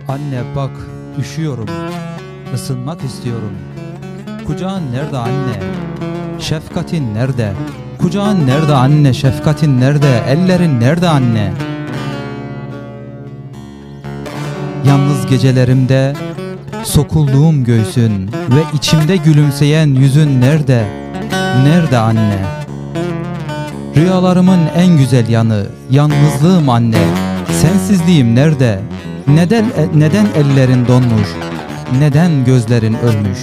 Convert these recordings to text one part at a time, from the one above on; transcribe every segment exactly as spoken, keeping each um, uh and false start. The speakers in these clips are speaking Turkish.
Anne bak, üşüyorum, ısınmak istiyorum. Kucağın nerede anne? Şefkatin nerede? Kucağın nerede anne? Şefkatin nerede? Ellerin nerede anne? Yalnız gecelerimde sokulduğum göğsün ve içimde gülümseyen yüzün nerede? Nerede anne? Rüyalarımın en güzel yanı yalnızlığım anne. Sensizliğim nerede? Neden neden ellerin donmuş? Neden gözlerin ölmüş?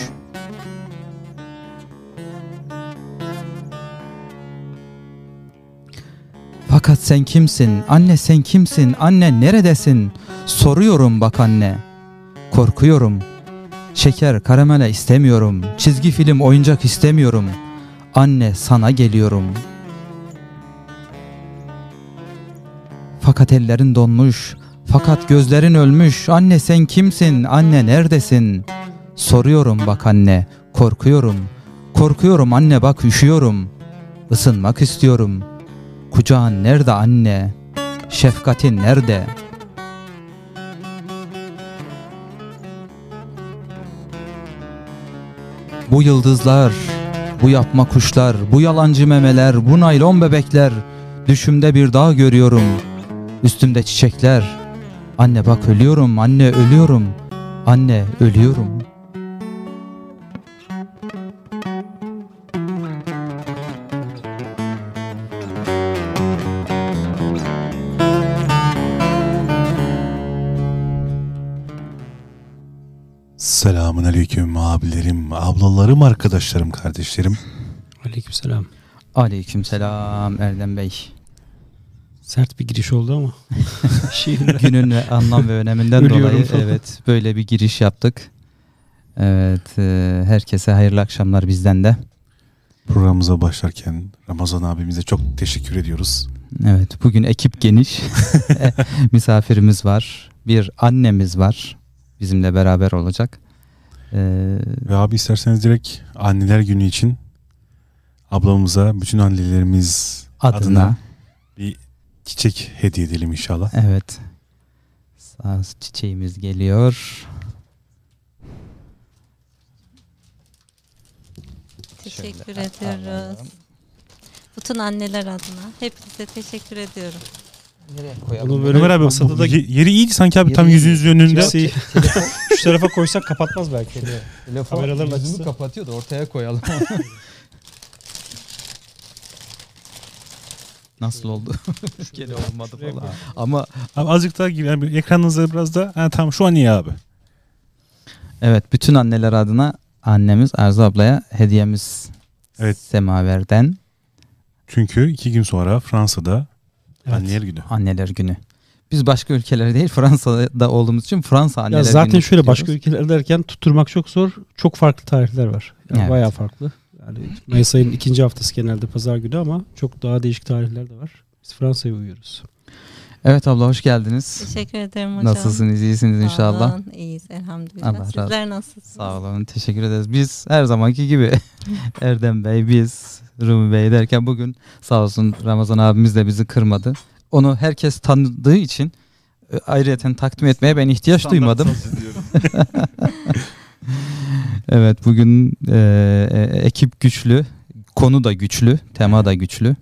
Fakat sen kimsin? Anne sen kimsin? Anne neredesin? Soruyorum bak anne. Korkuyorum. Şeker, karamele istemiyorum. Çizgi film, oyuncak istemiyorum. Anne sana geliyorum. Fakat ellerin donmuş. Fakat gözlerin ölmüş. Anne sen kimsin? Anne neredesin? Soruyorum bak anne. Korkuyorum. Korkuyorum anne bak üşüyorum. Isınmak istiyorum. Kucağın nerede anne? Şefkatin nerede? Bu yıldızlar, bu yapma kuşlar, bu yalancı memeler, bu naylon bebekler. Düşümde bir dağ görüyorum. Üstümde çiçekler. Anne bak ölüyorum, anne ölüyorum. Anne ölüyorum. Selamun aleyküm abilerim, ablalarım, arkadaşlarım, kardeşlerim. Aleykümselam. Aleykümselam Erdem Bey. Sert bir giriş oldu ama. Günün ve anlam ve öneminden dolayı falan. Evet böyle bir giriş yaptık. Evet, e, herkese hayırlı akşamlar bizden de. Programımıza başlarken Ramazan abimize çok teşekkür ediyoruz. Evet, bugün ekip geniş. Misafirimiz var. Bir annemiz var. Bizimle beraber olacak. Ee, Ve abi isterseniz direkt anneler günü için ablamıza, bütün annelerimiz adına, adına bir çiçek hediye edelim inşallah. Evet. Sağ çiçeğimiz geliyor. Teşekkür Şöyle ediyoruz. Alalım. Bütün anneler adına hepinize teşekkür ediyorum. Nereye koyalım? Böyle Ömer abi masada da yeri iyiydi sanki abi, tam yüzünüzün önünde. Şu tarafa koysak kapatmaz belki. Kameraların yüzümü kapatıyor da ortaya koyalım. Nasıl oldu? Gene olmadı falan. Ama abi azıcık daha gibi yani ekranınıza biraz da ha, tamam şu an iyi abi. Evet, bütün anneler adına annemiz Arzu ablaya hediyemiz, evet. Semaver'den. Çünkü iki gün sonra Fransa'da evet. Anneler günü. Anneler günü. Biz başka ülkeler değil, Fransa'da olduğumuz için Fransa anneler ya günü. Zaten şöyle başka ülkeler derken tutturmak çok zor. Çok farklı tarihler var. Yani evet. Bayağı farklı. Yani Mayıs ayının ikinci haftası genelde pazar günü ama çok daha değişik tarihler de var. Biz Fransa'ya uyuyoruz. Evet abla, hoş geldiniz. Teşekkür ederim hocam. Nasılsınız? İyisiniz inşallah. Sağ olun, iyiyiz elhamdülillah. Allah Sizler nasılsınız? Sağ olun, teşekkür ederiz. Biz her zamanki gibi Erdem Bey, biz Rumi Bey derken bugün sağ olsun Ramazan abimiz de bizi kırmadı. Onu herkes tanıdığı için ayrıyeten takdim etmeye ben ihtiyaç Standart duymadım. Evet, bugün e, ekip güçlü, konu da güçlü, tema da güçlü.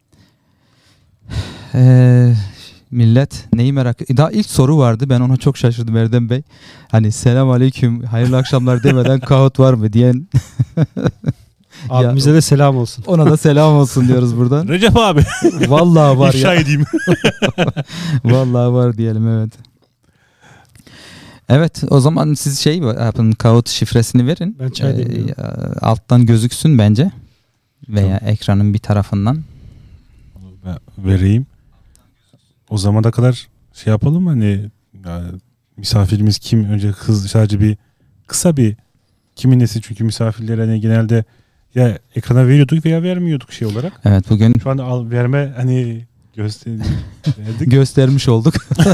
Eee Millet neyi merak... Daha ilk soru vardı. Ben ona çok şaşırdım Erdem Bey. Hani selam aleyküm, hayırlı akşamlar demeden kahut var mı diyen. Abimize de selam olsun. Ona da selam olsun diyoruz buradan. Recep abi. Vallahi var ya. İfşa edeyim. Vallahi var diyelim, evet. Evet, o zaman siz şey yapın, kahut şifresini verin. Ben çay demliyorum. Ee, alttan gözüksün bence. Veya tamam. Ekranın bir tarafından. Ben vereyim. O zamana kadar şey yapalım mı, hani yani misafirimiz kim, önce kız sadece bir kısa bir kimin nesi, çünkü misafirlere hani genelde ya ekrana veriyorduk veya vermiyorduk şey olarak. Evet, bugün şu anda al, verme hani gösterdik. göstermiş olduk.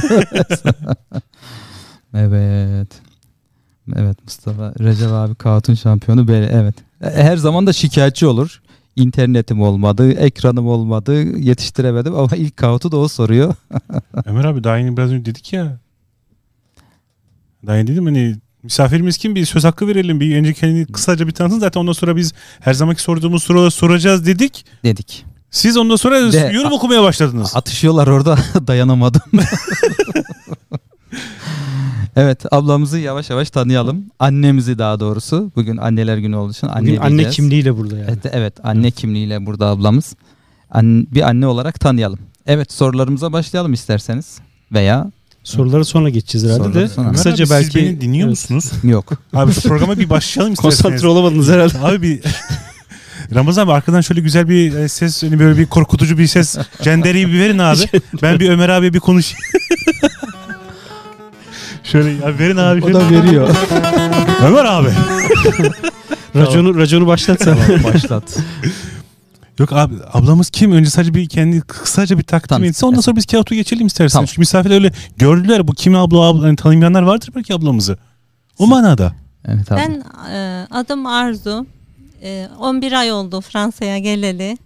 Evet. Evet Mustafa, Recep abi Kahut'un şampiyonu böyle, evet. Her zaman da şikayetçi olur. İnternetim olmadı, ekranım olmadı, yetiştiremedim ama ilk Kahut'u da o soruyor. Ömer abi daha yeni biraz önce dedik ya. Daha önce dedim hani misafirimiz kim, bir söz hakkı verelim. Bir önce kendini kısaca bir tanıtın, zaten ondan sonra biz her zamanki sorduğumuz soruları soracağız dedik. Dedik. Siz ondan sonra De, yorum okumaya başladınız. Atışıyorlar orada dayanamadım. Evet, ablamızı yavaş yavaş tanıyalım. Annemizi daha doğrusu. Bugün anneler günü olduğu için anne Bugün anne diyeceğiz. kimliğiyle burada yani. Evet, evet anne kimliğiyle burada ablamız. An, bir anne olarak tanıyalım. Evet, sorularımıza başlayalım isterseniz. Veya Soruları sonra geçeceğiz herhalde Soruları de. sonra. Kısaca Abi, belki siz beni dinliyor Evet. musunuz? yok. Abi şu programa bir başlayalım isterseniz. Konsantre olamadınız herhalde. Abi bir Ramazan abi arkadan şöyle güzel bir ses, hani böyle bir korkutucu bir ses, cendereyi bir verin abi. Ben bir Ömer abiye bir konuşayım. Şöyle abi verin abi. O da veriyor. Ömer abi. Raconu, raconu başlat sen. Tamam, başlat. Yok abi, ablamız kim? Önce sadece bir kendi kısaca bir takdim Tamam. etse, ondan sonra biz kağıtı geçelim istersen. Tamam. Çünkü misafirler öyle gördüler, bu kim abla, abla hani tanımayanlar vardır belki ablamızı. O manada. Evet abi. Ben e, adım Arzu. E, on bir ay oldu Fransa'ya geleli.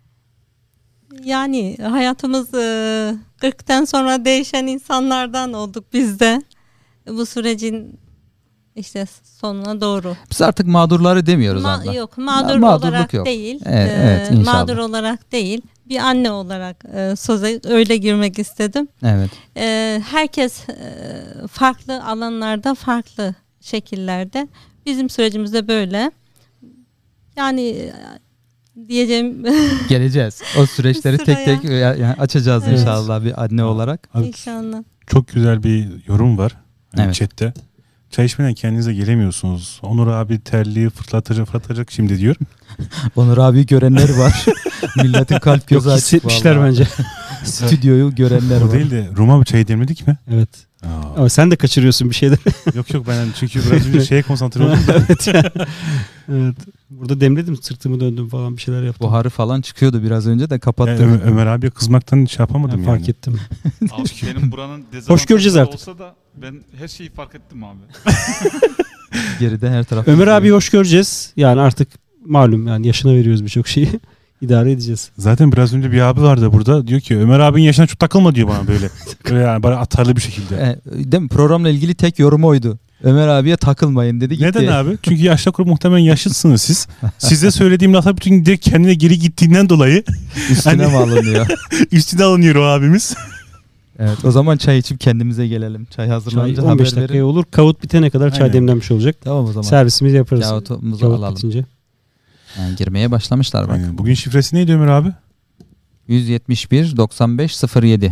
Yani hayatımız e, kırktan sonra değişen insanlardan olduk biz de. Bu sürecin işte sonuna doğru. Biz artık mağdurları demiyoruz Ma- abla. yok mağdur Ma- mağdurluk olarak yok. değil. Evet, e, evet, inşallah. mağdur olarak değil. Bir anne olarak e, söze öyle girmek istedim. Evet. E, herkes e, farklı alanlarda, farklı şekillerde. Bizim sürecimizde böyle. Yani e, diyeceğim Geleceğiz. O süreçleri tek Sıraya. tek yani açacağız Evet. inşallah bir anne olarak. Abi, inşallah. çok güzel bir yorum var yani Evet. chatte. Çay içmeden kendinize gelemiyorsunuz. Onur abi terliği fırlatacak fırlatacak şimdi diyor. Onur abi görenler var. Milletin kalp Yok gözü açık hissetmişler vallahi. bence. Stüdyoyu görenler O var. değil de Rum abi çayı demledik mi? Evet. Aa. Ama sen de kaçırıyorsun bir şeyler. Yok yok, ben çünkü biraz önce şeye konsantre oldum. evet. ya. Evet. Burada demledim, sırtımı döndüm falan, bir şeyler yaptım. Buharı falan çıkıyordu biraz önce de Yani kapattım. Ö- Ömer abiye kızmaktan şey yapamadım Ben yani. fark ettim. Abi benim buranın Hoş göreceğiz dezavantajları artık. olsa da ben her şeyi fark ettim abi. Geride her taraf. Ömer abi hoş göreceğiz. Yani artık malum yani yaşına veriyoruz birçok şeyi. İdare edeceğiz. Zaten biraz önce bir abi vardı burada, diyor ki Ömer abinin yaşına çok takılma diyor bana böyle. Böyle yani bana atarlı bir şekilde. E, değil mi? Programla ilgili tek yorumu oydu. Ömer abiye takılmayın dedi gitti. Neden abi? Çünkü yaşta kurup muhtemelen yaşlısınız siz. Size söylediğim laflar bütün direkt kendine geri gittiğinden dolayı Üstüne Hani- mi alınıyor? üstüne alınıyor o abimiz. Evet, o zaman çay içip kendimize gelelim. Çay Çay hazırlanınca on beş haber dakikaya verin. olur. Kavut bitene kadar çay Aynen. demlenmiş olacak. Tamam o zaman. Servisimizi yaparız. Kağıtımızı Kavut alalım. bitince. Yani girmeye başlamışlar bak. Aynen. Bugün şifresi neydi Ömer abi? yüz yetmiş bir doksan beş sıfır yedi.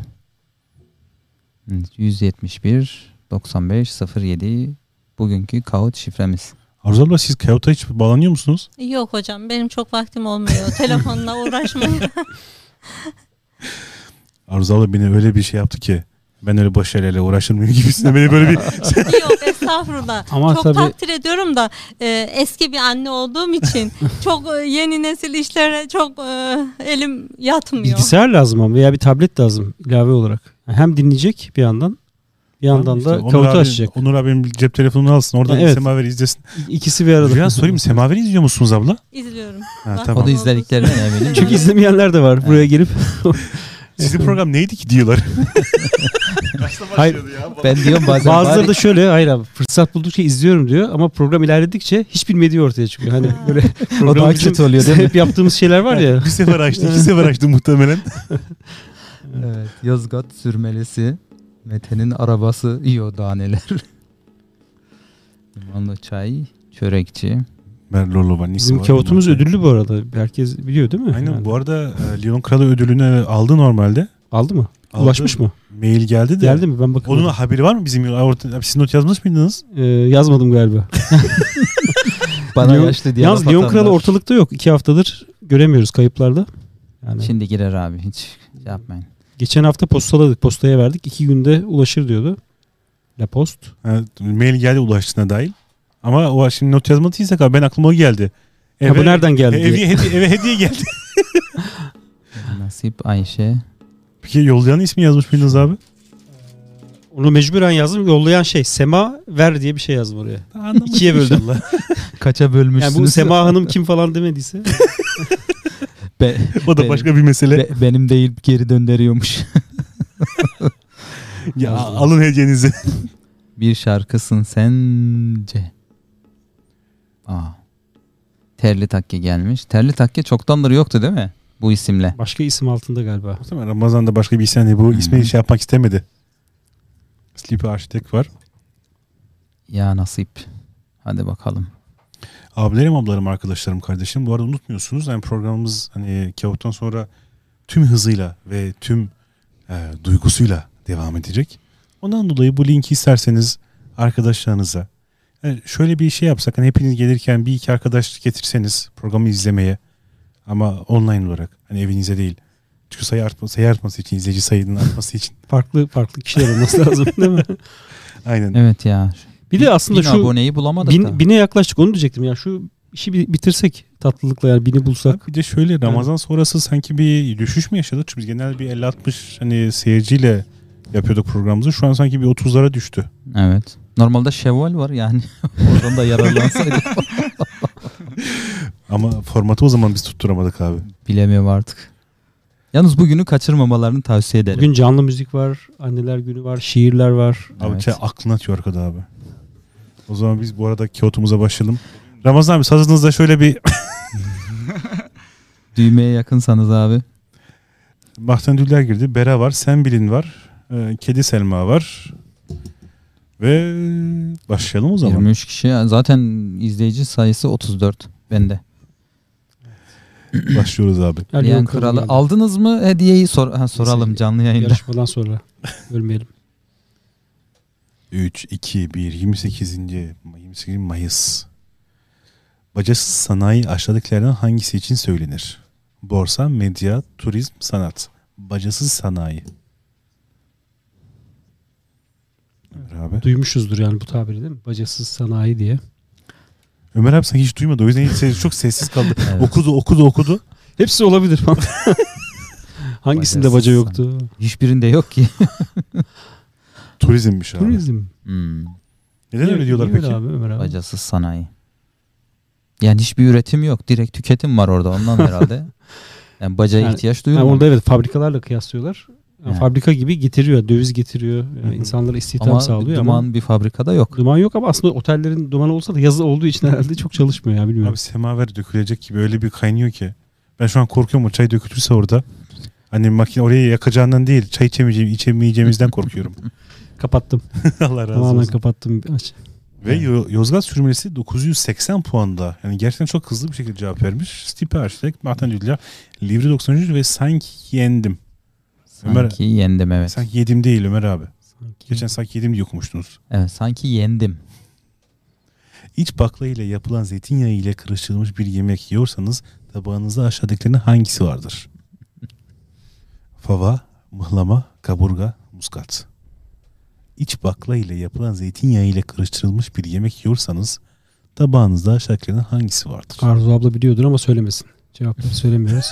yüz yetmiş bir doksan beş sıfır yedi bugünkü kağıt şifremiz. Arzu abla, siz Kayot'a hiç bağlanıyor musunuz? Yok hocam benim çok vaktim olmuyor. Telefonla uğraşmaya. Arzu abla beni öyle bir şey yaptı ki ben öyle boş şeylerle uğraşır mıyım gibisine beni böyle bir Yok estağfurullah. Ama çok tabii- takdir ediyorum da e, eski bir anne olduğum için çok e, yeni nesil işlere çok e, elim yatmıyor. Bilgisayar lazım ama veya bir tablet lazım ilave olarak. Yani hem dinleyecek bir yandan, bir yandan İşte da Onur kavutu abi- açacak. Onur abi benim cep telefonunu alsın, oradan Evet. Semaver'i izlesin. İkisi bir arada. Rüya sorayım, Semaver'i izliyor musunuz abla? İzliyorum. Ha, Vaktim tamam. O da olduğu izlediklerine eminim. Çünkü izlemeyenler de var. Buraya gelip Sizin program neydi ki diyorlar. Hayır. Ben diyorum bazen bazıları bari- da şöyle hayır abi fırsat buldukça izliyorum diyor ama program ilerledikçe hiç bilmediği ortaya çıkıyor. Hani böyle o program daha bizim kötü oluyor değil mi? hep yaptığımız şeyler var ya. Bir sefer açtı, iki sefer açtı muhtemelen. Evet, Yozgat sürmelisi. Mete'nin arabası İyo daneler. Limonlu çay, çörekçi. Ben Lolo var. Bizim kavutumuz ödüllü bu arada. Herkes biliyor değil mi? Aynen, Yani. bu arada e, Lyon Kralı ödülünü aldı normalde. Aldı mı? Aldı. Ulaşmış mı? Mail geldi de. Geldi mi? Ben bakamadım. Onun haberi var mı bizim? Orta, siz not yazmış mıydınız? Ee, yazmadım galiba. Bana Lyon- yaşlı diye Yalnız laf Lyon atanlar. Kralı ortalıkta yok. İki haftadır göremiyoruz kayıplarda. Yani Şimdi girer abi, hiç şey yapmayın. geçen hafta postaladık. Postaya verdik. İki günde ulaşır diyordu. La Post. Ha, mail geldi ulaştığına dahil. Ama o şimdi not yazmadıysak abi ben aklıma o geldi. Ha, bu nereden geldi e, diye. Eve, hediye, eve hediye geldi. Nasip Ayşe. Peki yollayan ismi yazmış mıydınız abi? Onu mecburen yazdım. Yollayan şey Sema ver diye bir şey yazdım oraya. Anlamadım İkiye böldüm. inşallah. Kaça bölmüşsünüz? Yani bu Sema Hanım kim falan demediyse. Be- O da benim- başka bir mesele. be- benim değil geri döndürüyormuş. Ya alın hediyenizi. bir şarkısın sence. Aa. Terli Takke gelmiş. Terli Takke çoktandır yoktu değil mi? Bu isimle. Başka isim altında galiba. Muhtemelen Ramazan'da başka bir isim değil. Bu Hı. ismi şey yapmak istemedi. Sleepy Architect var. Ya nasip. Hadi bakalım. Abilerim, ablarım, arkadaşlarım, kardeşim. Bu arada unutmuyorsunuz. Yani programımız hani Kavut'tan sonra tüm hızıyla ve tüm e, duygusuyla devam edecek. Ondan dolayı bu linki isterseniz arkadaşlarınıza, yani şöyle bir şey yapsak, hani hepiniz gelirken bir iki arkadaş getirseniz programı izlemeye, ama online olarak, hani evinize değil. Çünkü sayı artması, sayı artması için, izleyici sayının artması için. Farklı farklı kişiler olması lazım değil mi? Aynen. Evet ya. Bir de aslında bin şu aboneyi bulamadık bin, da. bine yaklaştık, onu diyecektim ya. Şu işi bir bitirsek tatlılıkla, yani bini bulsak. Bir de şöyle Ramazan sonrası sanki bir düşüş mü yaşadık? Çünkü biz genelde bir elli altmış hani seyirciyle yapıyorduk programımızı. Şu an sanki bir otuzlara düştü. Evet. Normalde Şevval var yani. Oradan da yararlansaydık. Ama formatı o zaman biz tutturamadık abi. Bilemiyorum artık. Yalnız bugünü kaçırmamalarını tavsiye ederim. Bugün canlı müzik var, anneler günü var, şiirler var. Abi Evet. şey aklını atıyor arkada abi. O zaman biz bu arada Kyoto'muza başlayalım. Ramazan abi sazınızda şöyle bir Düğmeye yakınsanız abi. Mahten Düller girdi. Bera var. Sen Bilin var. Ee, Kedi Selma var. Ve başlayalım o zaman. yirmi üç kişi. Zaten izleyici sayısı otuz dört. Bende. Başlıyoruz abi. Yani Diyen yok, kralı. yani. Aldınız mı hediyeyi sor ha, soralım canlı yayında. Yarışmadan sonra ölmeyelim. üç, iki, bir, yirmi sekizinci yirmi sekizinci Mayıs. Bacasız sanayi aşağıdakilerden hangisi için söylenir? Borsa, medya, turizm, sanat. Bacasız sanayi. Ömer abi. Duymuşuzdur yani bu tabiri değil mi? Bacasız sanayi diye. Ömer abi sanki hiç duymadı. O yüzden hiç, çok sessiz kaldı. Evet. Okudu, okudu, okudu. Hepsi olabilir. Hangisinde Bacasız baca yoktu? Hiçbirinde yok ki. Turizmmiş abi. Turizm. Hmm. Neden öyle diyorlar Niye peki? öyle Abi, Ömer abi? Bacasız sanayi. Yani hiçbir üretim yok. Direkt tüketim var orada ondan herhalde. Yani bacaya Yani- ihtiyaç Yani duyulmamış. orada evet fabrikalarla kıyaslıyorlar. Yani Evet. Fabrika gibi getiriyor, döviz getiriyor, Hı hı. insanlara istihdam Ama sağlıyor duman ama bir fabrikada yok. duman yok, ama aslında otellerin dumanı olsa da yazı olduğu için herhalde çok çalışmıyor ya, bilmiyorum. Abi semaver dökülecek gibi öyle bir kaynıyor ki. Ben şu an korkuyorum o çay dökülürse orada. Hani makine oraya yakacağından değil, çay içemeyeceğim, içemeyeceğimizden korkuyorum. Kapattım. Allah razı Tamamen olsun. kapattım. Aç. Ve Yo- Yozgat sürmesi dokuz yüz seksen puanda. Yani gerçekten çok hızlı bir şekilde cevap vermiş. Stipe Architect, Mahtan Düdüller, Livre doksan üç ve sanki yendim. Sanki Ömer- yendim evet. Sanki yedim değil Ömer abi. Sanki. Geçen sanki yedim diye okumuştunuz. Evet sanki yendim. İç bakla ile yapılan zeytinyağı ile karıştırılmış bir yemek yiyorsanız tabağınızda aşağıdakilerin hangisi vardır? Fava, mıhlama, kaburga, muskat. İç bakla ile yapılan zeytinyağı ile karıştırılmış bir yemek yiyorsanız tabağınızda aşağıdakilerin hangisi vardır? Arzu abla biliyordur ama söylemesin. Cevapları söylemiyoruz.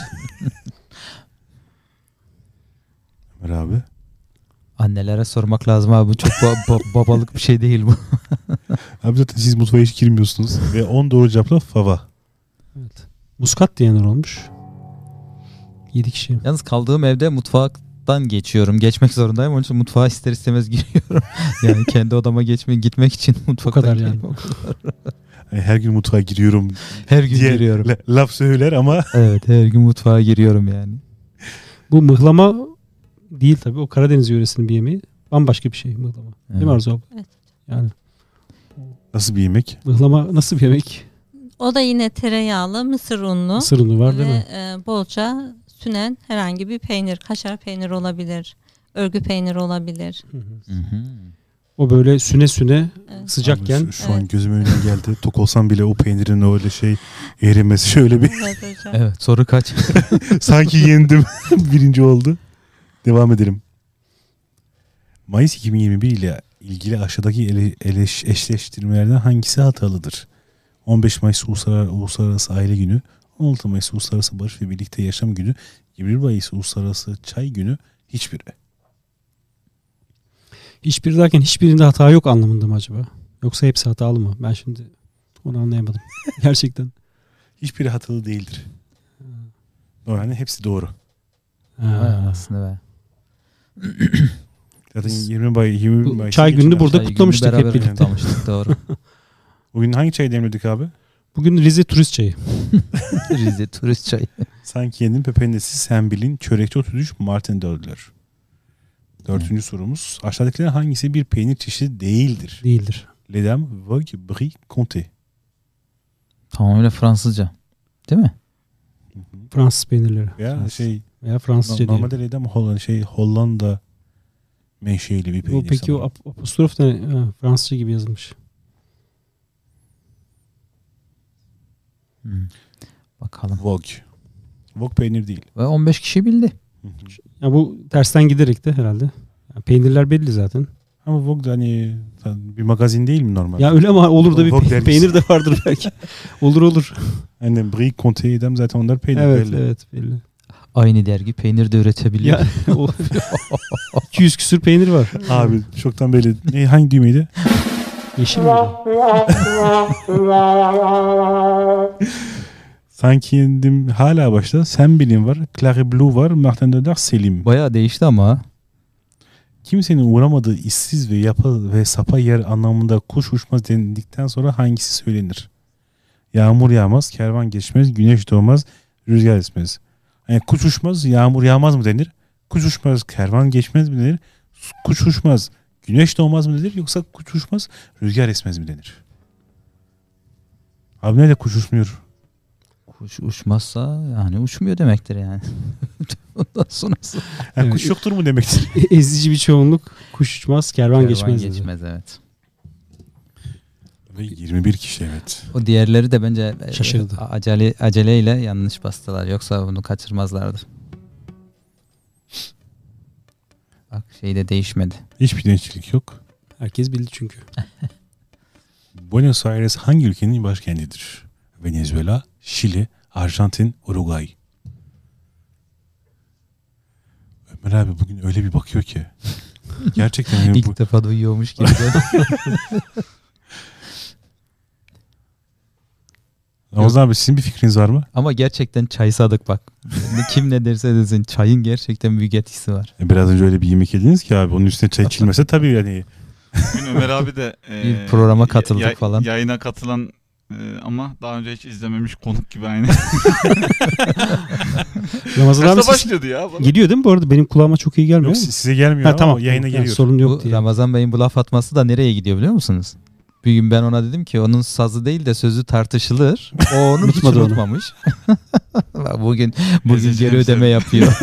Ömer abi. Annelere sormak lazım abi. Bu çok ba- ba- babalık bir şey değil bu. Abi zaten siz mutfağa hiç girmiyorsunuz. Ve on doğru cevapla fava. Evet. Muskat diyenler olmuş. yedi kişi. Yalnız kaldığım evde mutfaktan geçiyorum. Geçmek zorundayım. Onun için mutfağa ister istemez giriyorum. Yani kendi odama geçmek gitmek için mutfaktan kadar yani. giriyorum. Yani her gün mutfağa giriyorum Her gün diye giriyorum. la- laf söyler ama Evet her gün mutfağa giriyorum yani. Bu mıhlama değil tabii. O Karadeniz yöresinin bir yemeği. Bambaşka bir şey mıhlama. Değil mi Evet. Arzu abla? Evet. Yani nasıl bir yemek? mıhlama nasıl bir yemek? O da yine tereyağlı, mısır unlu Mısır unu var ve değil mi? e, bolca sünen herhangi bir peynir. Kaşar peynir olabilir, örgü peynir olabilir. Hı hı. Hı hı. O böyle süne süne Evet. sıcakken Abi şu, şu an Evet. gözüm önüne geldi. Tok olsam bile o peynirin öyle şey erimesi şöyle bir Evet hocam. Evet soru kaç? sanki yendim. Birinci oldu. Devam edelim. Mayıs iki bin yirmi bir ile ilgili aşağıdaki ele, eleş, eşleştirmelerden hangisi hatalıdır? on beş Mayıs Uluslar- Uluslararası Aile Günü, on altı Mayıs Uluslararası Barış ve Birlikte Yaşam Günü, yirmi bir Mayıs Uluslararası Çay Günü, hiçbiri. hiçbiri derken hiçbirinde hata yok anlamında mı acaba? Yoksa hepsi hatalı mı? Ben şimdi onu anlayamadım. Gerçekten. Hiçbiri hatalı değildir. Yani hepsi doğru. Ha. Aslında be. Zaten Biz- yirmi bay yirmi Bu Mayıs'ı çay gününü geçirdiler. burada Çay günü kutlamıştık hep beraber birlikte. kutlamıştık, doğru. Bugün hangi çayı demledik abi? Bugün Rize turist çayı. Rize turist çayı. Sanki yedin pependesi Sembil'in çörekçi otuz üç Martin Dördüler. Dördüncü sorumuz. Aşağıdakilerin hangisi bir peynir çeşidi değildir? Değildir. Les dames Vogue Brie Comté. Tamamıyla Fransızca. Değil mi? Fransız peynirleri. Veya Fransız. şey Veya Fransızca değil. normalde Les dames Hollanda, şey, Hollanda menşeili bir peynir. O peki o sanırım. ap- apostrof da ha, Fransızca gibi yazılmış. Hmm. Bakalım. Vogue. Vogue peynir değil. Ve on beş kişi bildi. Ya bu tersten giderek de herhalde. Yani peynirler belli zaten. Ama Vogue da hani bir magazin değil mi normalde? Ya öyle ama olur da bir Vogue pe- dergisi. peynir de vardır belki. olur olur. Hani Brie Comté dem zaten onlar peynir evet belli. evet belli. Aynı dergi peynir de üretebiliyor. Ya, o iki yüz küsür peynir var. Abi çoktan belli. Ne, hangi düğmeydi? Yeşil miydi? Sanki yendim hala başta. Sembil'in var. Clary Blue var. Martin Döder Selim. Bayağı değişti ama. Kimsenin uğramadığı işsiz ve yapı ve sapa yer anlamında kuş uçmaz denildikten sonra hangisi söylenir? Yağmur yağmaz, kervan geçmez, güneş doğmaz, rüzgar esmez. Yani kuş uçmaz, yağmur yağmaz mı denir? Kuş uçmaz, kervan geçmez mi denir? Kuş uçmaz, güneş doğmaz mı denir? Yoksa kuş uçmaz, rüzgar esmez mi denir? Abi nerede kuş uçmuyor? Kuş uçmazsa yani uçmuyor demektir yani. Ondan sonrası. Yani Evet. kuş yoktur mu demektir? Ezici bir çoğunluk kuş uçmaz, kervan, Kervan geçmez. dedi. geçmez, evet. Ve yirmi bir kişi evet. O diğerleri de bence e, Şaşırdı. acele aceleyle yanlış bastılar. Yoksa bunu kaçırmazlardı. Bak şey de değişmedi. Hiçbir değişiklik yok. Herkes bildi çünkü. Buenos Aires hangi ülkenin başkentidir? Venezuela, Şili, Arjantin, Uruguay. Ömer abi bugün öyle bir bakıyor ki. Gerçekten yani İlk bu, defa duyuyormuş gibi. de. Ramazan abi sizin bir fikriniz var mı? Ama gerçekten çay sadık bak. Kim ne derse desin çayın gerçekten büyük etkisi var. E, Biraz önce öyle bir yemek yediniz ki abi onun üstüne çay içilmese tabii yani. Bugün Ömer abi de e, Bir programa katıldık ya- falan. Yayına katılan e, ama daha önce hiç izlememiş konuk gibi aynı. Ramazan abi Kaçta ses başlıyordu ya? Bana? geliyor değil mi bu arada? Benim kulağıma çok iyi gelmiyor. Yok mu? si- size gelmiyor Ha, ama tamam. yayına Yani geliyor. sorun yok Bu diye. Ramazan Bey'in bu laf atması da nereye gidiyor biliyor musunuz? Bir gün ben ona dedim ki onun sazı değil de sözü tartışılır. O onu hiç Unutmadı onu. unutmamış. bugün bugün Ezicilerim geri ödeme seni. yapıyor.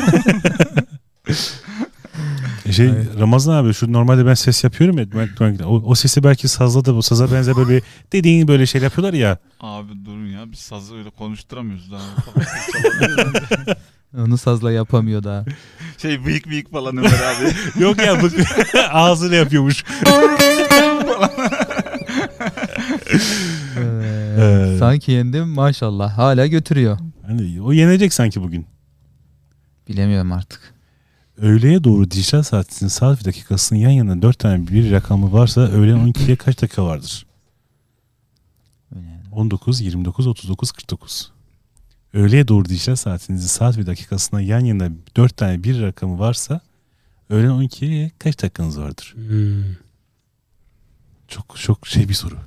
E Şey Evet. Ramazan abi şu normalde ben ses yapıyorum ya. ben- ben- O, o sesi belki sazla da bu saza benzer böyle bir dediğin böyle şey yapıyorlar ya. Abi durun ya biz sazı öyle konuşturamıyoruz daha. Çalamıyoruz. Onu sazla yapamıyor daha. şey bıyık bıyık falan Ömer abi. Yok ya bu ağzıyla yapıyormuş. Ee, sanki yendim maşallah. Hala götürüyor. Hani o yenecek sanki bugün. Bilemiyorum artık. Öğleye doğru dijital saatin saat ve dakikasının yan yana dört tane bir rakamı varsa öğlen on ikiye kaç dakika vardır? Öyle yani. on dokuz, yirmi dokuz, otuz dokuz, kırk dokuz. Öğleye doğru dijital saatinizin saat ve dakikasına yan yana dört tane bir rakamı varsa öğlen on ikiye kaç dakikanız vardır? Hmm. Çok çok şey bir soru.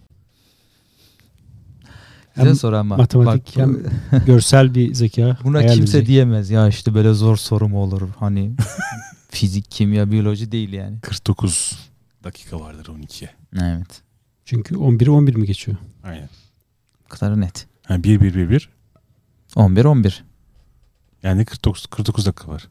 Güzel Hem soru ama. matematik Bak, hem görsel bir zeka. buna hayal kimse zeka. diyemez ya işte böyle zor soru mu olur? Hani fizik, kimya, biyoloji değil yani. kırk dokuz dakika vardır on ikiye. Evet. Çünkü on biri on bir mi geçiyor? Aynen. Bu kadar net. Yani bir bir bir bir. on bir on bir. Yani kırk dokuz kırk dokuz dakika var.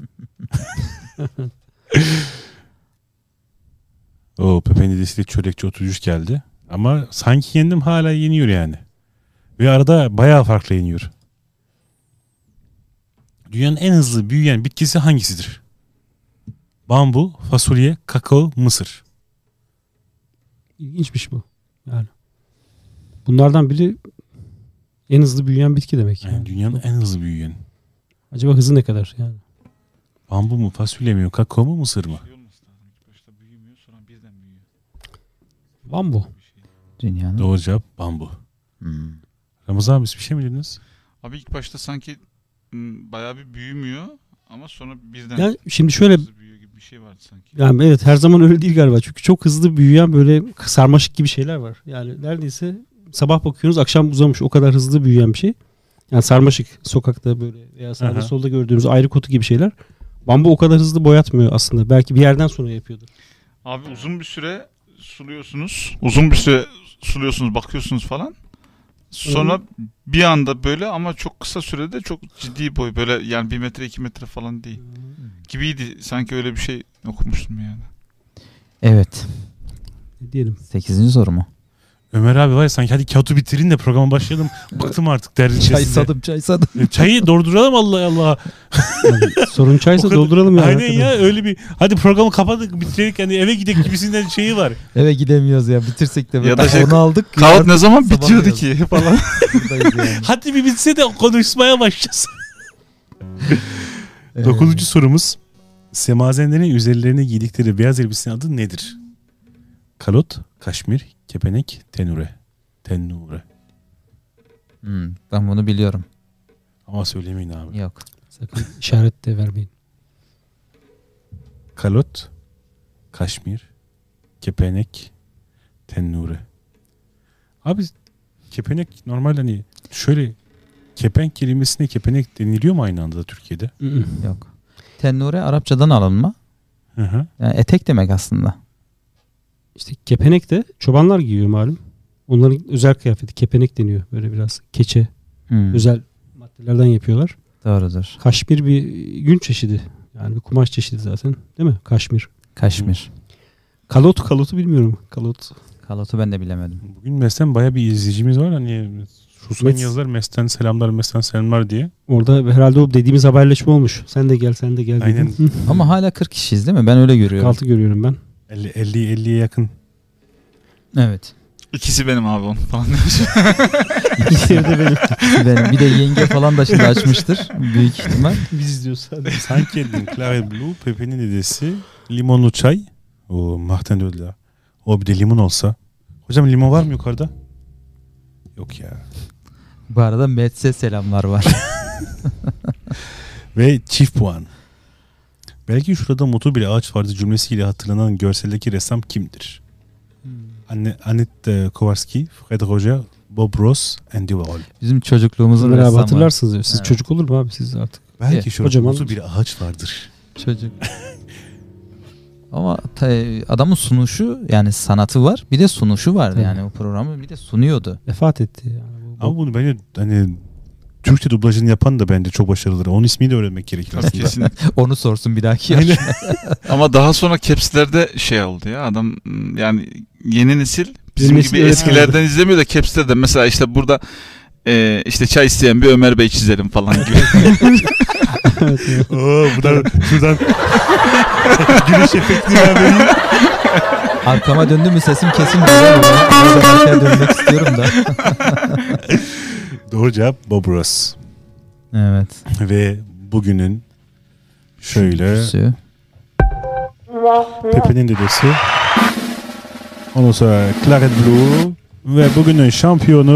O Pepe'nin dedesiyle çörekçi otuz üç geldi. Ama sanki yendim hala yeniyor yani. Ve arada bayağı farklı yeniyor. Dünyanın en hızlı büyüyen bitkisi hangisidir? Bambu, fasulye, kakao, mısır. İlginçmiş bu. Yani. Bunlardan biri en hızlı büyüyen bitki demek. Yani Yani. dünyanın en hızlı büyüyen. Acaba hızı ne kadar? Yani. Bambu mu, fasulye mi, kakao mu, mısır mı? Şey olması lazım. İlk başta büyümüyor sonra birden büyüyor. Bambu. Bir şey. Dünyanın. Doğru cevap bambu. Hmm. Ramazan abi siz bir şey mi dediniz? Abi ilk başta sanki m, bayağı bir büyümüyor ama sonra birden Yani şimdi şöyle hızlı büyüyor gibi. bir şey vardı sanki. Yani evet, her zaman öyle değil galiba. Çünkü çok hızlı büyüyen böyle sarmaşık gibi şeyler var. Yani neredeyse sabah bakıyorsunuz akşam uzamış, o kadar hızlı büyüyen bir şey. Yani sarmaşık sokakta böyle veya sağda Aha. solda gördüğümüz ayrı kotu gibi şeyler. Bambu o kadar hızlı boyatmıyor aslında. Belki bir yerden sonra yapıyordur. Abi uzun bir süre suluyorsunuz. Uzun bir süre suluyorsunuz, bakıyorsunuz falan. Sonra bir anda böyle ama çok kısa sürede çok ciddi boy. Böyle yani bir metre iki metre falan değil. Gibiydi. Sanki öyle bir şey okumuştum yani. Evet. Ne diyelim. Sekizinci soru mu? Ömer abi var ya, sanki hadi kağıtı bitirin de programa başlayalım. Bıktım artık derdi Çay size. sadım çay sadım. Çayı dolduralım Allah Allah. Yani sorun çaysa O kadar- dolduralım yani. Aynen ya, öyle bir hadi programı kapadık bitirelim yani eve gidelim gibisinden şeyi var. Eve gidemiyoruz ya, bitirsek de. Ya da şey, onu aldık. Kağıt yarın ne zaman sabah bitiyordu yazdık. ki falan. Buradayız yani. Hadi bir bitse de konuşmaya başlasın. Ee, Dokuzuncu sorumuz. Semazenlerin üzerlerine giydikleri beyaz elbisenin adı nedir? Kalot, kaşmir, kepenek, tenure. Tenure. hmm, ben bunu biliyorum. Ama söylemeyin abi. Yok. Sakın işaret de vermeyin. Kalot, kaşmir, kepenek, tenure. Abi kepenek normal hani şöyle, kepenk kelimesine kepenek deniliyor mu aynı anda da Türkiye'de? Yok. Tennure Arapçadan alınma. Hı hı. Yani etek demek aslında. İşte kepenek de çobanlar giyiyor malum. Onların özel kıyafeti kepenek deniyor. Böyle biraz keçe, Hmm, özel maddelerden yapıyorlar. Doğrudur. Kaşmir bir yün çeşidi. Yani bir kumaş çeşidi zaten. Değil mi? Kaşmir. Kaşmir. Kalot, kalotu bilmiyorum. Kalot. Kalotu ben de bilemedim. Bugün Mes'ten baya bir izleyicimiz var. Hani Susan Mes- yazar Mes'ten selamlar, Mes'ten selamlar diye. Orada herhalde o dediğimiz haberleşme olmuş. Sen de gel, sen de gel. Aynen. dedim. Ama hala kırk kişiyiz değil mi? Ben öyle görüyorum. kırk altı görüyorum ben. elli elliye yakın. Evet. İkisi benim abi onun falan. İkisi de benim. Benim bir de yenge falan da şimdi açmıştır. Büyük ihtimal. Biz izliyoruz sadece. Sanki Claret Blue, Pepe'nin dedesi, limonlu çay. O Martin de öyle. O bir de limon olsa. Hocam limon var mı yukarıda? Yok ya. Bu arada Mets'e selamlar var. Ve çift puan. Belki şurada mutlu bir ağaç vardı cümlesiyle hatırlanan görseldeki ressam kimdir? Anne, Annette Kowarski, Fred Roger, Bob Ross, Andy Warhol. Bizim çocukluğumuzun Bunları abi ressamı. hatırlarsınız ya. Siz Evet. çocuk olur mu abi siz artık? Belki Evet, şurada kocaman- mutlu bir ağaç vardır. Çocuk. Ama ta- adamın sunuşu, yani sanatı var. Bir de sunuşu vardı Tabii. yani o programı bir de sunuyordu. Vefat etti. Yani. Bu- Ama bunu bence hani Türkçe dublajını yapan da bence çok başarılıdır. Onun ismini de öğrenmek gerekir aslında. Kesinlikle. Onu sorsun bir dahaki Aynen. yarışma. Ama daha sonra Caps'lerde şey oldu ya adam yani yeni nesil bizim Yeni gibi nesil, evet, eskilerden izlemiyor da Caps'te de mesela işte burada e, işte çay isteyen bir Ömer Bey çizelim falan gibi. evet, evet. Oo, buradan şuradan güneş efektini ben vereyim. Arkama döndü mü sesim kesin güzel oluyor. Ama ben arkaya dönmek istiyorum da. Doğru cevap Bob Ross. Evet. Ve bugünün şöyle Üçüncüsü. Pepe'nin dedesi. Ondan sonra Claret Blue ve bugünün şampiyonu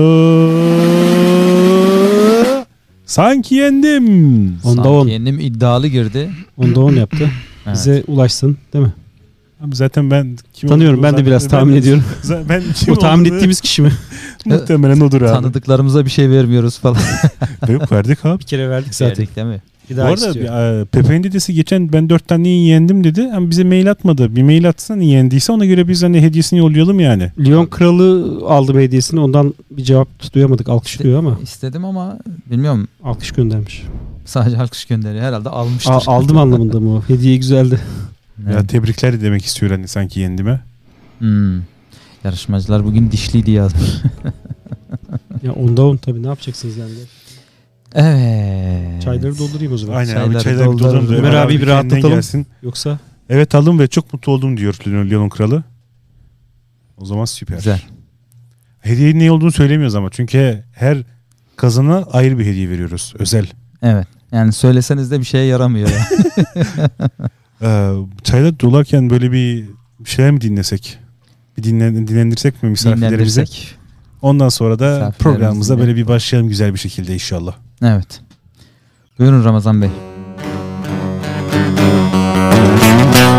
sanki yendim. Onda Sanki on. yendim, iddialı girdi. Onda on yaptı. Evet. Bize ulaşsın değil mi? Abi zaten ben kim Tanıyorum, olduğunu ben de biraz zaten- tahmin ben- ediyorum. Z- Ben kim O tahmin olduğunu- ettiğimiz kişi mi? muhtemelen odur abi. Tanıdıklarımıza bir şey vermiyoruz falan. Yok, verdik abi. Bir kere verdik zaten. Verdik değil mi? Bir Bu daha arada istiyor. bir, e, Pepe'nin dedesi geçen ben dört tane yendim dedi ama bize mail atmadı. Bir mail atsan yendiyse ona göre biz hani hediyesini yollayalım yani. Lyon Kralı aldı hediyesini. Ondan bir cevap duyamadık. Alkışlıyor ama İstedim ama bilmiyorum, alkış göndermiş. sadece alkış gönderiyor. Herhalde almıştır. A- aldım anlamında mı o? Hediye güzeldi. Evet. Ya tebrikler demek istiyor hani sanki yendime. Hmm. Yarışmacılar bugün dişliydi yazmış. Ya onda on tabii, ne yapacaksınız yani? Evet. Çayları doldurayım o zaman. Aynen Çayları abi, çayları bir dolduralım. dolduralım da Ömer Ömer abi bir kendinden rahatlatalım. gelsin. Yoksa Evet, aldım ve çok mutlu oldum diyor Lyon'un kralı. O zaman süper. Güzel. Hediyenin ne olduğunu söylemiyoruz ama çünkü her kazana ayrı bir hediye veriyoruz. Özel. Evet. Yani söyleseniz de bir şeye yaramıyor ya. Ee, çaylar dolarken böyle bir bir şeyler mi dinlesek? Bir dinlen, dinlendirsek mi misafirlerimize? Dinlendirsek. Ondan sonra da Misafirlerimizi programımıza de- böyle bir başlayalım güzel bir şekilde inşallah. Evet. Buyurun Ramazan Bey.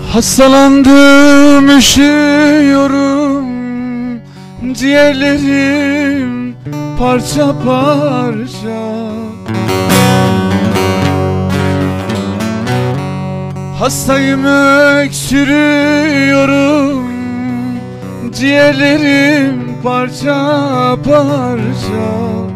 Hastalandım, üşüyorum, ciğerlerim parça parça. Hastayım, öksürüyorum, ciğerlerim parça parça.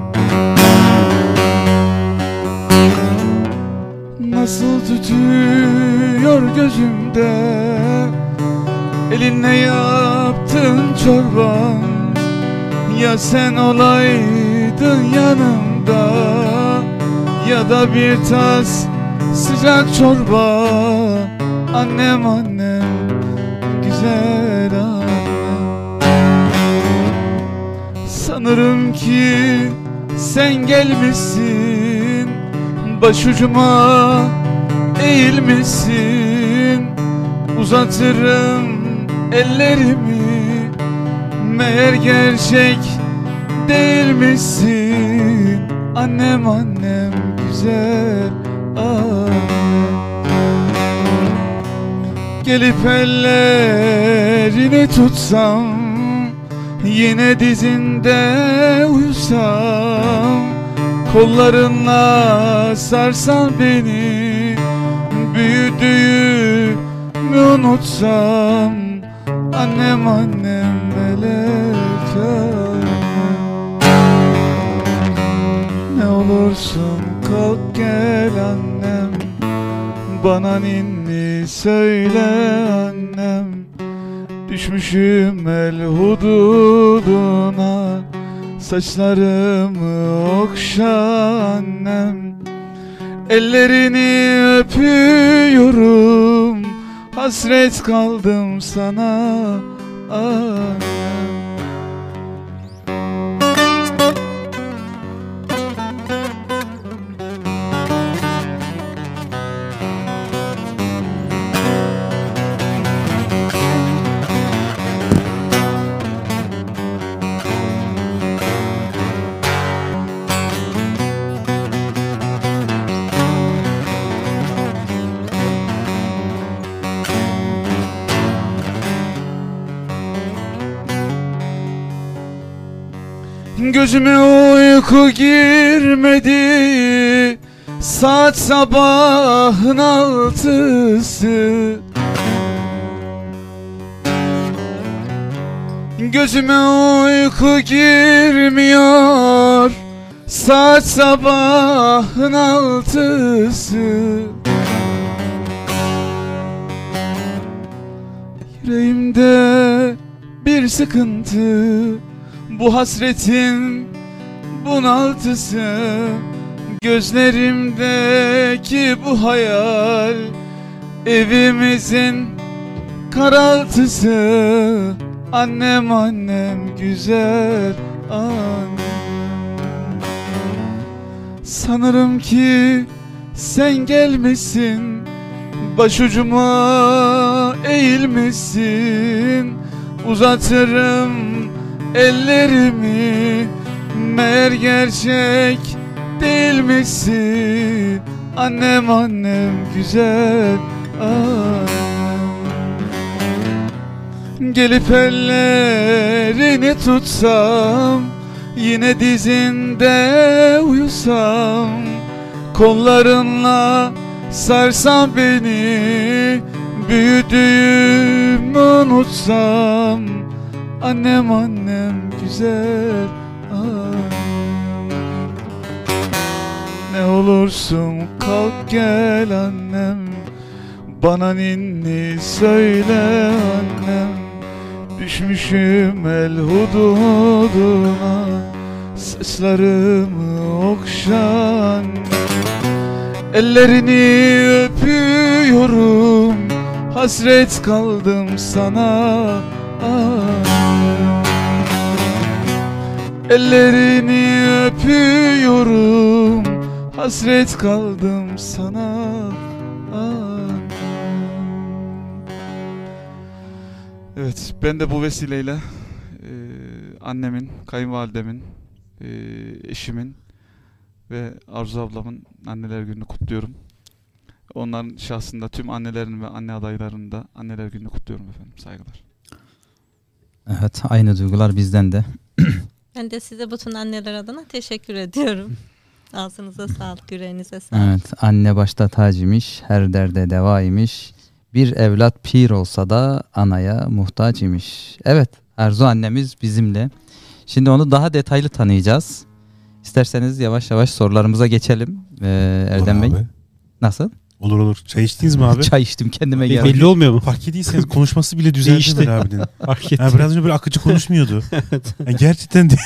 Nasıl tütüyor gözümde elinle yaptığın çorban. Ya sen olaydın yanımda, ya da bir tas sıcak çorba. Annem annem, güzel annem. Sanırım ki sen gelmişsin, başucuma eğilmişsin. Uzatırım ellerimi, meğer gerçek değilmişsin. Annem annem, güzel annem. Gelip ellerini tutsam, yine dizinde uyusam, kollarınla sarsan beni, büyüdüğümü unutsam. Annem annem, melek annem. Ne olursun kalk gel annem, bana ninni söyle annem. Düşmüşüm el hududuna, saçlarımı okşa annem. Ellerini öpüyorum, hasret kaldım sana annem. Gözüme uyku girmedi, saat sabahın altısı. Gözüme uyku girmiyor, saat sabahın altısı. Yüreğimde bir sıkıntı, bu hasretin bunaltısı. Gözlerimdeki bu hayal, evimizin karaltısı. Annem annem, güzel annem. Sanırım ki sen gelmişsin, başucuma eğilmişsin. Uzatırım ellerimi, meğer gerçek değilmişsin. Annem annem, güzel annem. Gelip ellerini tutsam, yine dizinde uyusam, kollarınla sarsan beni, büyüdüğümü unutsam. Annem annem, güzel annem. Ne olursun kalk gel annem, bana ninni söyle annem. Düşmüşüm el hududuna, saçlarımı okşa annem. Ellerini öpüyorum, hasret kaldım sana annem. Ellerini öpüyorum, hasret kaldım sana annem. Evet, ben de bu vesileyle e, annemin, kayınvalidemin, e, eşimin ve Arzu ablamın anneler gününü kutluyorum. Onların şahsında tüm annelerin ve anne adaylarının da anneler gününü kutluyorum efendim. Saygılar. Evet, aynı duygular bizden de. Ben de size bütün anneler adına teşekkür ediyorum. Ağzınıza sağlık, yüreğinize sağlık. Evet, anne başta tac imiş, her derde deva imiş. Bir evlat pir olsa da anaya muhtaç imiş. Evet, Arzu annemiz bizimle. Şimdi onu daha detaylı tanıyacağız. İsterseniz yavaş yavaş sorularımıza geçelim. Ee, Erdem Bey. Abi. Nasıl? Olur olur. Çay içtiniz mi abi? Çay içtim, kendime Be- geldim. belli olmuyor mu? Fark ettiyseniz konuşması bile düzeldi Değişti. Ömer abinin. Fark ettim. Yani biraz önce böyle akıcı konuşmuyordu. Yani gerçekten de.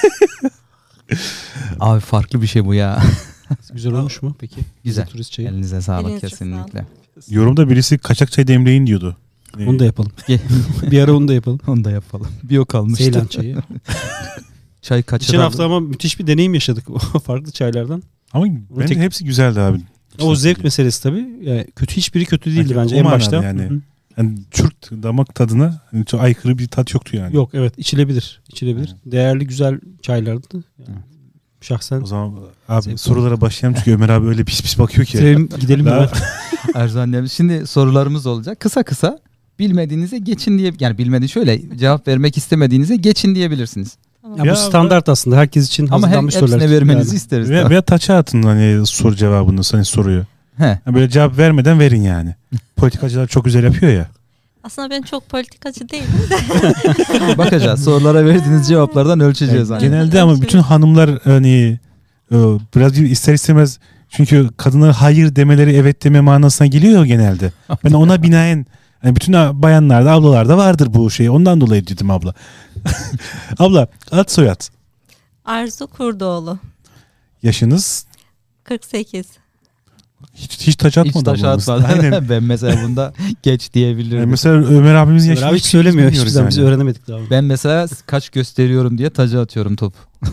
Abi farklı bir şey bu ya. Güzel olmuş mu peki? Güzel. Turist çayı. Elinize sağlık Elinize kesinlikle. Yorumda birisi kaçak çay demleyin diyordu. Yani Onu da yapalım. Ge- Bir ara onu da yapalım. Onu da yapalım. Bir o kalmıştı. Seylan çayı. Çay Geçen kaçıralım. hafta ama müthiş bir deneyim yaşadık o farklı çaylardan. Ama bence tek- hepsi güzeldi abi. O zevk meselesi tabii. Yani kötü hiçbiri kötü değildi Bence bence o en manada başta. yani. Hı hı. Yani Türk damak tadına hani çok aykırı bir tat yoktu yani. Yok evet içilebilir. İçilebilir. Değerli güzel çaylardı. Yani şahsen O zaman abi Zevk sorulara başlayalım çünkü Ömer abi öyle pis pis bakıyor ki. Sevim, gidelim Daha- Ömer. Arzu annemiz. Şimdi sorularımız olacak. Kısa kısa bilmediğinize geçin diye, yani bilmediğiniz şöyle cevap vermek istemediğinize geçin diyebilirsiniz. Tamam. Ya Ya bu standart aslında herkes için Ama her, hazırlanmış sorular. hepsine vermenizi Yani. isteriz. Ve, tabii. veya taça atın hani soru cevabını hani soruyu. He. Yani böyle cevap vermeden verin yani. Politikacılar çok güzel yapıyor ya. Aslında ben çok politikacı değilim de. Bakacağız. Sorulara verdiğiniz cevaplardan ölçeceğiz. Yani hani. genelde ama bütün hanımlar hani e, biraz bir ister istemez çünkü kadınlar hayır demeleri evet deme manasına geliyor genelde. Ben ona binaen hani bütün bayanlarda ablalarda vardır bu şey. Ondan dolayı dedim abla. Abla ad soyad. Arzu Kurdoğlu. Yaşınız kırk sekiz. hiç, hiç taç atmadı Hiç taş ablamız. atmadı. Aynen. Ben mesela bunda geç diyebilirim. Yani mesela Ömer abimizin Ömer yaşını abi hiç söylemiyor. Hiçbir bilmiyoruz zaman biz yani. öğrenemedik daha. Ben mesela kaç gösteriyorum diye tacı atıyorum top.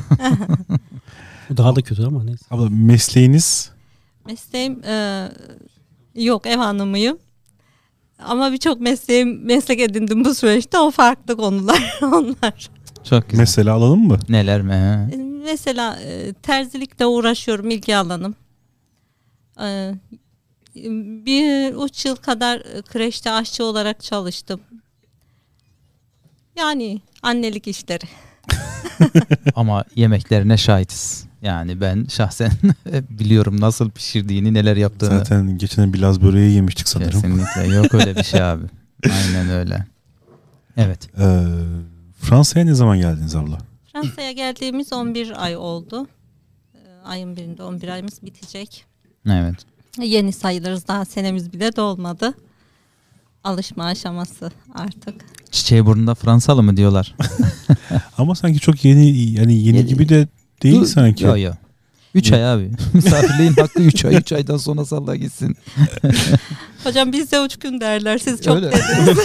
Bu daha da kötü ama neyse. Abla mesleğiniz Mesleğim e, yok, ev hanımıyım. Ama birçok mesleğim meslek edindim bu süreçte. O farklı konular onlar. Çok güzel. mesela alalım mı? Neler mi? E, Mesela e, terzilikle uğraşıyorum, ilgi alanım. E, bir üç yıl kadar e, kreşte aşçı olarak çalıştım. Yani annelik işleri. Ama yemeklerine şahitiz. Yani ben şahsen biliyorum nasıl pişirdiğini, neler yaptığını. Zaten geçen bir Laz böreği yemiştik sanırım. Kesinlikle yok öyle bir şey abi. Aynen öyle. Evet. Ee, Fransa'ya ne zaman geldiniz abla? Fransa'ya geldiğimiz on bir ay oldu. E, ayın birinde on bir ayımız bitecek. Evet. Yeni sayılırız, daha senemiz bile dolmadı. Alışma aşaması artık. Çiçeği burnunda Fransalı mı diyorlar? Ama sanki çok yeni yani yeni Yeni- gibi de değil Dur- sanki. Yo yo. üç ay abi. Misafirliğin hakkı üç ay. üç aydan sonra salla gitsin. Hocam bizde üç gün derler, siz çok Öyle. dediniz.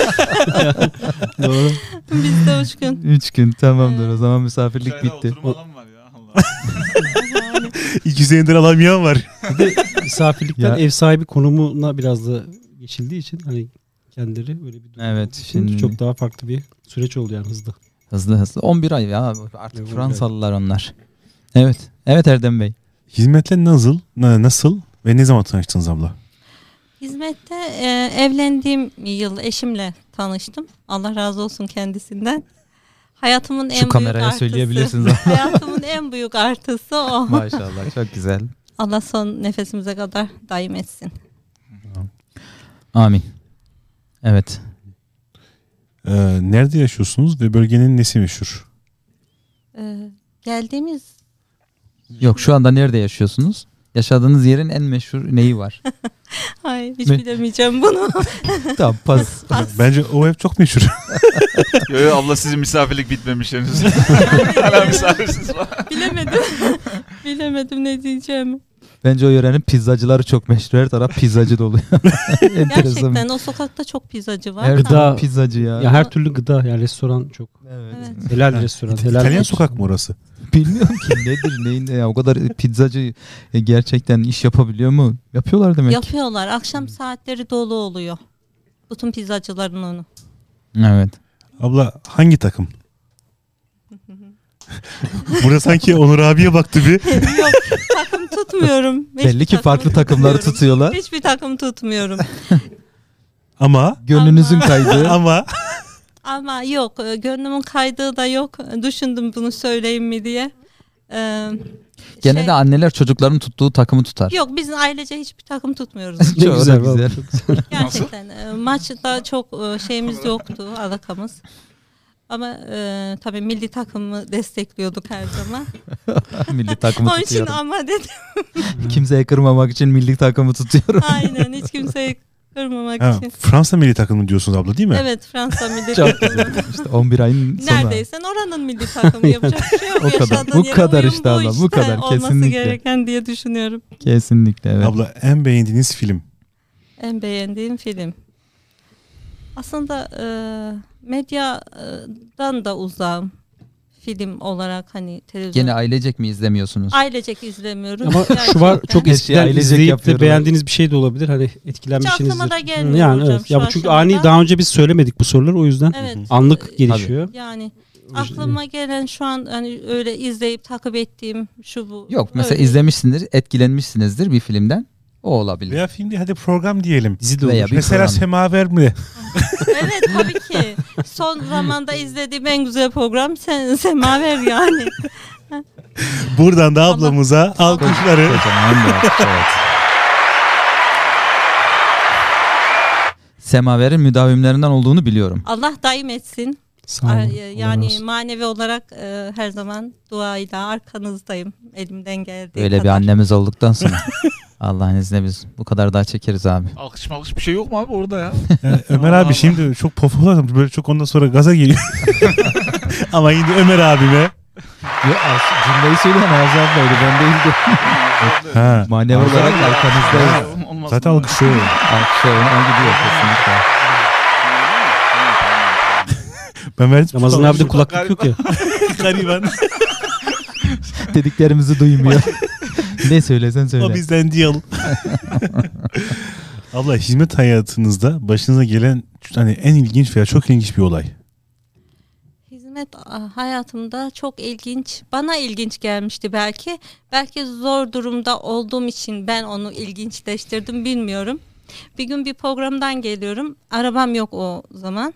Doğru. Bizde üç gün. üç gün tamamdır. O zaman misafirlik Çayda bitti. oturma alanı var ya. Allah. Yani İki senedir alamayan var. Misafirlikten Ya- ev sahibi konumuna biraz da geçildiği için hani kendileri böyle bir durum Evet, olduğu için şimdi- çok daha farklı bir süreç oldu yani hızlı. Hızlı hızlı. on bir ay ya. Artık Evet, Fransalılar onlar. Evet. Evet Erdem Bey. Hizmetle nasıl na- nasıl ve ne zaman tanıştınız abla? hizmette e, evlendiğim yıl eşimle tanıştım. Allah razı olsun kendisinden. Hayatımın en Şu büyük kameraya artısı. söyleyebilirsiniz. Hayatımın en büyük artısı o. Maşallah çok güzel. Allah son nefesimize kadar daim etsin. Amin. Evet. Ee, nerede yaşıyorsunuz ve bölgenin nesi meşhur? Ee, geldiğimiz Yok şu anda nerede yaşıyorsunuz? Yaşadığınız yerin en meşhur neyi var? Hayır, hiç Ne? bilemeyeceğim bunu. Tamam pas. Bence o ev çok meşhur. Yo yo abla, sizin misafirlik bitmemiş henüz. Hala misafirsiz var. Bilemedim. Bilemedim ne diyeceğimi. Bence o yörenin pizzacıları çok meşhur. Her taraf pizzacı dolu. Enteresan. Gerçekten o sokakta çok pizzacı var. Her da. taraf pizzacı ya. Ya her türlü gıda yani restoran çok. Evet. Evet. Helal restoran. Helal İtalyan kokusu. sokak mı orası? Bilmiyorum ki nedir neyin ya, o kadar pizzacı e, gerçekten iş yapabiliyor mu? Yapıyorlar demek. Yapıyorlar. Akşam saatleri dolu oluyor. Bütün pizzacıların onu. Evet. Abla hangi takım? Burada sanki Onur abiye baktı bir. Yok, takım tutmuyorum. Hiçbir Belli ki takımı farklı takımları tutmuyorum. tutuyorlar. Hiçbir takım tutmuyorum. Ama Gönlünüzün Ama- kaydığı. ama Ama yok, e, gönlümün kaydığı da yok. Düşündüm bunu söyleyeyim mi diye. Ee, Gene şey- de anneler çocukların tuttuğu takımı tutar. Yok, biz ailece hiçbir takım tutmuyoruz. Ne Çok güzel. güzel. vallahi, çok güzel. Gerçekten e, maçta çok e, şeyimiz yoktu, alakamız. Ama e, tabii milli takımı destekliyorduk her zaman. Milli takımı Onun için tutuyorum. ama dedim. Kimseyi kırmamak için milli takımı tutuyorum. Aynen, hiç kimseyi kırmamak ha, için. Fransa milli takımı diyorsunuz abla değil mi? Evet, Fransa milli Çok takımı. İşte on bir ayın sonu. Neredeyse oranın milli takımı, yapacak bir şey yok. O kadar, Yaşadığın bu yere kadar uyum işte abla, bu kadar, olması kesinlikle. gereken diye düşünüyorum. Kesinlikle evet. Abla en beğendiğiniz film? En beğendiğim film. Aslında e, medyadan da uzağım. Film olarak hani televizyon. Gene ailecek mi izlemiyorsunuz? Ailecek izlemiyoruz. Ama şu Gerçekten. var, çok Her şeyi eskiden ailecek izleyip de yapıyorlar. beğendiğiniz bir şey de olabilir. Hani Hiç etkilenmişsinizdir. aklıma da gelmiyor Yani hocam evet. şu Ya bu çünkü aşamada. ani, daha önce biz söylemedik bu soruları, o yüzden Evet. anlık gelişiyor. Yani aklıma gelen şu an hani öyle izleyip takip ettiğim şu bu. Yok mesela Öyle. izlemişsinizdir, etkilenmişsinizdir bir filmden. O olabilir. Veya film değil, hadi program diyelim. Dizi de Veya olur. bir Mesela program. Semaver mi? Evet, tabii ki. Son zamanda izlediğim en güzel program Sen, Semaver yani. Buradan da Allah- ablamıza alkışları. Kocaman bir alkış, evet. Semaver'in müdavimlerinden olduğunu biliyorum. Allah daim etsin. Sağ olun. Ar- Allah Yani razı olsun. manevi olarak e, her zaman duayla arkanızdayım. Elimden geldiği Öyle bir kadar. annemiz olduktan sonra. Allah'ın izniyle biz bu kadar daha çekeriz abi. Alkış malkış bir şey yok mu abi orada ya? Yani Ömer Allah abi Allah. şimdi çok poful adam, böyle çok ondan sonra gaza geliyor. Ama yine Ömer abime. Yo, as- cümleyi söyleyen Azam Bey'di, ben değildim. Ha. Manevi olarak arkanızdayız. Olmaz Zaten mı? alkışlıyor. Alkışlar ona gidiyor kesinlikle. Ben verdim. Ramazan abi de kulaklık yok ya. Gariban. Dediklerimizi duymuyor. Ne söylesen söyle. O bizden değil. Abla, hizmet hayatınızda başınıza gelen hani en ilginç veya çok ilginç bir olay. Hizmet ah, hayatımda çok ilginç, bana ilginç gelmişti belki. Belki zor durumda olduğum için ben onu ilginçleştirdim, bilmiyorum. Bir gün bir programdan geliyorum. Arabam yok o zaman.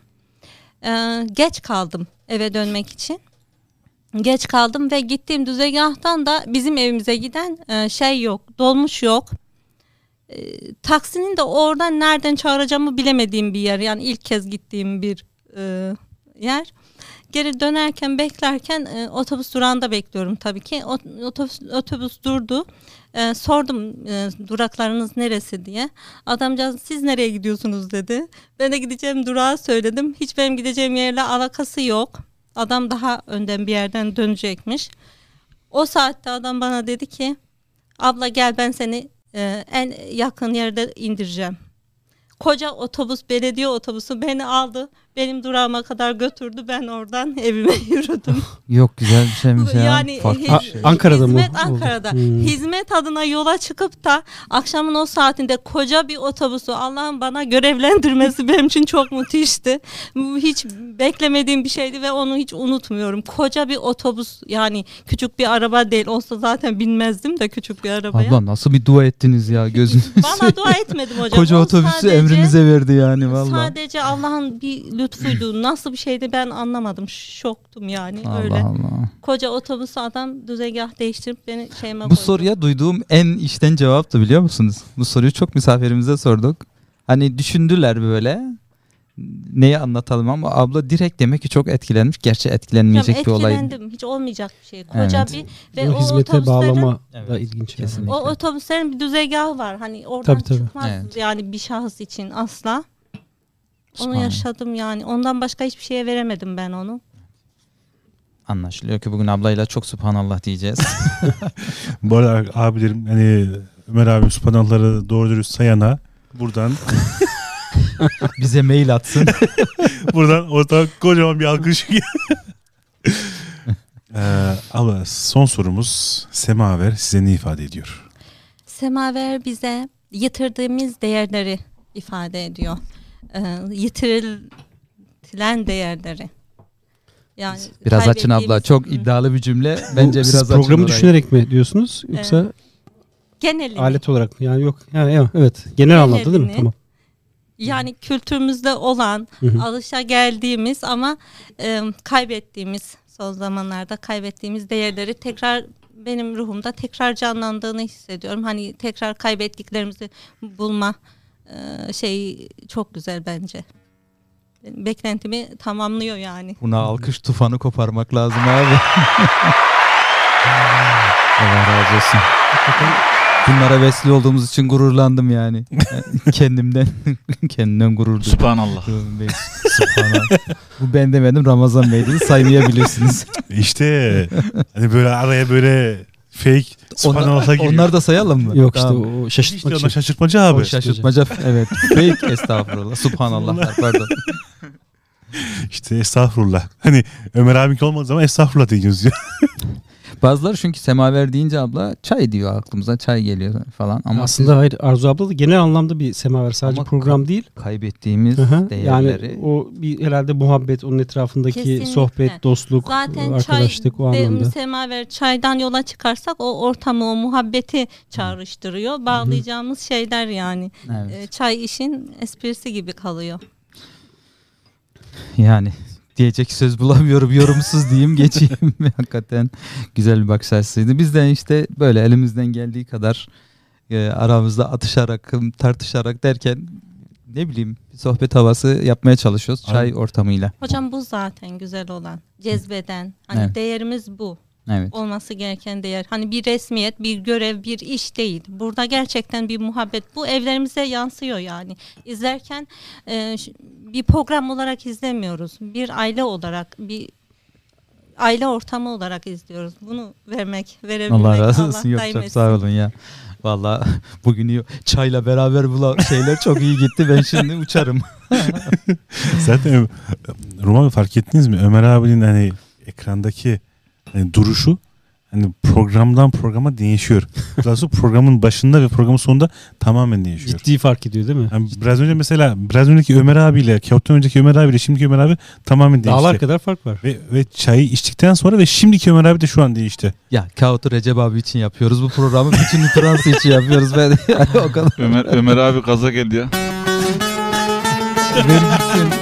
Ee, geç kaldım eve dönmek için. Geç kaldım ve gittiğim düzegahtan da bizim evimize giden e, şey yok, dolmuş yok. E, taksinin de oradan nereden çağıracağımı bilemediğim bir yer. Yani ilk kez gittiğim bir e, yer. Geri dönerken beklerken e, otobüs durağında bekliyorum tabii ki. O, otobüs, otobüs durdu. E, sordum e, duraklarınız neresi diye. Adamcağız siz nereye gidiyorsunuz dedi. Ben de gideceğim durağı söyledim. Hiç benim gideceğim yerle alakası yok. Adam daha önden bir yerden dönecekmiş. O saatte adam bana dedi ki abla gel ben seni e, en yakın yerde indireceğim. Koca otobüs, belediye otobüsü beni aldı. Benim durağıma kadar götürdü. Ben oradan evime yürüdüm. Yok, güzel bir şeymiş ya. Yani Farklı bir hi- şey. A- Ankara'da mı hizmet oldu? Ankara'da. Hmm. Hizmet adına yola çıkıp da akşamın o saatinde koca bir otobüsü Allah'ın bana görevlendirmesi benim için çok müthişti. Bu hiç beklemediğim bir şeydi ve onu hiç unutmuyorum. Koca bir otobüs, yani küçük bir araba değil. Olsa zaten binmezdim de küçük bir arabaya. Abla nasıl bir dua ettiniz ya gözünüz. Bana dua etmedim hocam. Koca O otobüsü sadece- emrinize verdi yani valla. Sadece Allah'ın bir lütfuydu. Nasıl bir şeydi ben anlamadım. Şoktum yani öyle. Allah Allah. Koca otobüsü adam düzegah değiştirip beni şeyime Bu koydu. soruya duyduğum en içten cevaptı, biliyor musunuz? Bu soruyu çok misafirimize sorduk. Hani düşündüler böyle. Neyi anlatalım ama abla direkt demek ki çok etkilenmiş. Gerçi etkilenmeyecek Hocam, bir olay. etkilendim. Hiç olmayacak bir şey. Koca Evet. bir ve O o, hizmete otobüslerin bağlama Evet, da ilginç. yani. kesinlikle. o otobüslerin bir düzegahı var. Hani oradan Tabii, tabii. çıkmaz Evet. yani bir şahıs için asla. Onu Subhanallah. yaşadım yani. Ondan başka hiçbir şeye veremedim ben onu. Anlaşılıyor ki bugün ablayla çok subhanallah diyeceğiz. Bu arada abilerim, hani Ömer abim subhanallahları doğru dürüst sayana buradan Bize mail atsın. buradan ortadan kocaman bir alkış. ee, ama son sorumuz, Semaver size ne ifade ediyor? Semaver bize yitirdiğimiz değerleri ifade ediyor. Ee, yitirilen değerleri. Yani Biraz açın abla. kaybettiğimiz- Çok Hı. iddialı bir cümle. Bence Siz biraz açın programı orayı. düşünerek mi diyorsunuz yoksa Evet. Genelini. alet olarak mı? Yani yok. Yani evet, evet. Genel anlamda değil mi? Genelini. Tamam. Yani kültürümüzde olan, Hı hı. alışa geldiğimiz ama e, kaybettiğimiz, son zamanlarda kaybettiğimiz değerleri tekrar benim ruhumda tekrar canlandığını hissediyorum. Hani tekrar kaybettiklerimizi bulma e, şey çok güzel bence. Benim beklentimi tamamlıyor yani. Buna alkış tufanı koparmak lazım abi. Allah razı olsun. Bunlara vesile olduğumuz için gururlandım yani. Kendimden kendimden gurur duydum. Subhanallah. Subhanallah. Bu ben demedim, Ramazan Bey dedi, saymayabilirsiniz. İşte hani böyle araya böyle fake subhanallah giriyor. Onlar da sayalım mı? Yok işte Tamam. o şaşırtmak İşte için. onlar şaşırtmaca abi. O şaşırtmaca, evet. Fake estağfurullah. Subhanallah, pardon. İşte estağfurullah. Hani Ömer abinki olmadığı zaman estağfurullah diyeceğiz diyor. Bazıları çünkü semaver deyince abla çay diyor, aklımıza çay geliyor falan. Ama Aslında hayır, Arzu abla da genel anlamda bir semaver, sadece Ama program değil. kaybettiğimiz Hı hı. değerleri. Yani o bir herhalde muhabbet, onun etrafındaki Kesinlikle. sohbet, dostluk, Zaten arkadaşlık o çay, anlamda. de, semaver çaydan yola çıkarsak o ortamı, o muhabbeti çağrıştırıyor. Bağlayacağımız şeyler yani. Evet. E, çay işin esprisi gibi kalıyor. Yani diyecek söz bulamıyorum, yorumsuz diyeyim geçeyim. Hakikaten güzel bir bakış açısıydı. Biz de işte böyle elimizden geldiği kadar e, aramızda atışarak, tartışarak derken ne bileyim sohbet havası yapmaya çalışıyoruz çay Abi. ortamıyla. Hocam bu zaten güzel olan, cezbeden. Hani Evet. değerimiz bu. Evet. Olması gereken değer. Hani bir resmiyet, bir görev, bir iş değil. Burada gerçekten bir muhabbet. Bu evlerimize yansıyor yani. İzlerken e, ş- bir program olarak izlemiyoruz. Bir aile olarak, bir aile ortamı olarak izliyoruz. Bunu vermek, verebilmek. Allah razı olsun. Yok daim çok etsin. sağ olun ya. Vallahi bugün iyi- çayla beraber bu şeyler çok iyi gitti. Ben şimdi uçarım. Zaten Ö- Roma abi fark ettiniz mi? Ömer abinin hani ekrandaki hani duruşu hani programdan programa değişiyor. Daha sonra programın başında ve programın sonunda tamamen değişiyor. Ciddi fark ediyor değil mi? Yani biraz önce mesela biraz önceki Ömer abiyle, kağıttan önceki Ömer abiyle şimdiki Ömer abi tamamen değişti. Dağlar kadar fark var. Ve, ve çayı içtikten sonra ve şimdiki Ömer abi de şu an değişti. Ya kağıtı Recep abi için yapıyoruz bu programı. Bütün Fransa için yapıyoruz. Ben yani o kadar. Ömer Ömer abi gaza geldi ya. Ver gitsin.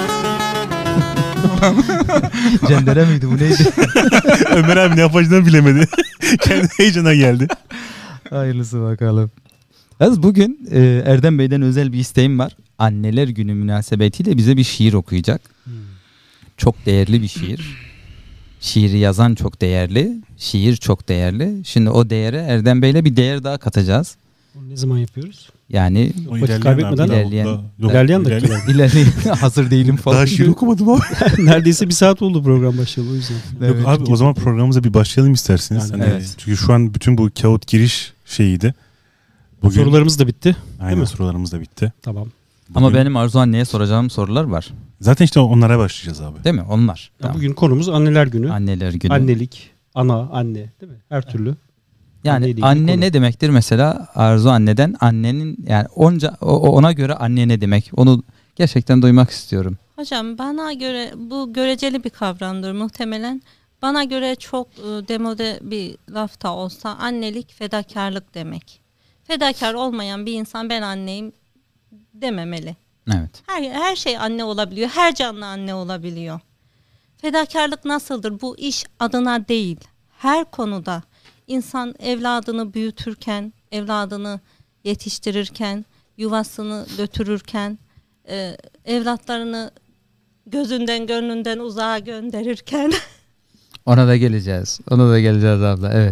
Cendere miydi bu neydi? Ömer abi ne yapacağını bilemedi. Kendi heyecana geldi. Hayırlısı bakalım. Az bugün e, Erdem Bey'den özel bir isteğim var. Anneler Günü münasebetiyle bize bir şiir okuyacak. Çok değerli bir şiir. Şiiri yazan çok değerli. Şiir çok değerli. Şimdi o değere Erdem Bey'le bir değer daha katacağız. Onu ne zaman yapıyoruz? Yani O Vakit ilerleyen kaybetmeden- abi, daha- İlerleyen- daha- yok, İlerleyen ilerleyen- dakikalar. ilerleyin hazır değilim falan. Daha şiir okumadım abi. Neredeyse bir saat oldu program başlayalı o yüzden. Evet. Yok abi o zaman programımıza bir başlayalım isterseniz. Yani Hani evet. Çünkü şu an bütün bu kağıt giriş şeyiydi. Bugün Sorularımız da bitti. aynen mi? sorularımız da bitti. Tamam. Ama Bugün- benim Arzu anneye soracağım sorular var. zaten işte onlara başlayacağız abi. Değil mi? Onlar. Ya Tamam. bugün konumuz anneler günü. Anneler Günü. Annelik, ana, anne değil mi? Her türlü. Yani Anneyle ilgili anne konu. ne demektir mesela Arzu anneden, annenin yani onca o- ona göre anne ne demek? Onu gerçekten duymak istiyorum. Hocam bana göre bu göreceli bir kavramdır muhtemelen. Bana göre çok e, demode bir laf da olsa annelik fedakarlık demek. Fedakar olmayan bir insan ben anneyim dememeli. Evet. Her, her şey anne olabiliyor. Her canlı anne olabiliyor. Fedakarlık nasıldır? Bu iş adına değil. Her konuda insan evladını büyütürken, evladını yetiştirirken, yuvasını götürürken, e, evlatlarını gözünden gönlünden uzağa gönderirken Ona da geleceğiz. Ona da geleceğiz abla. Evet.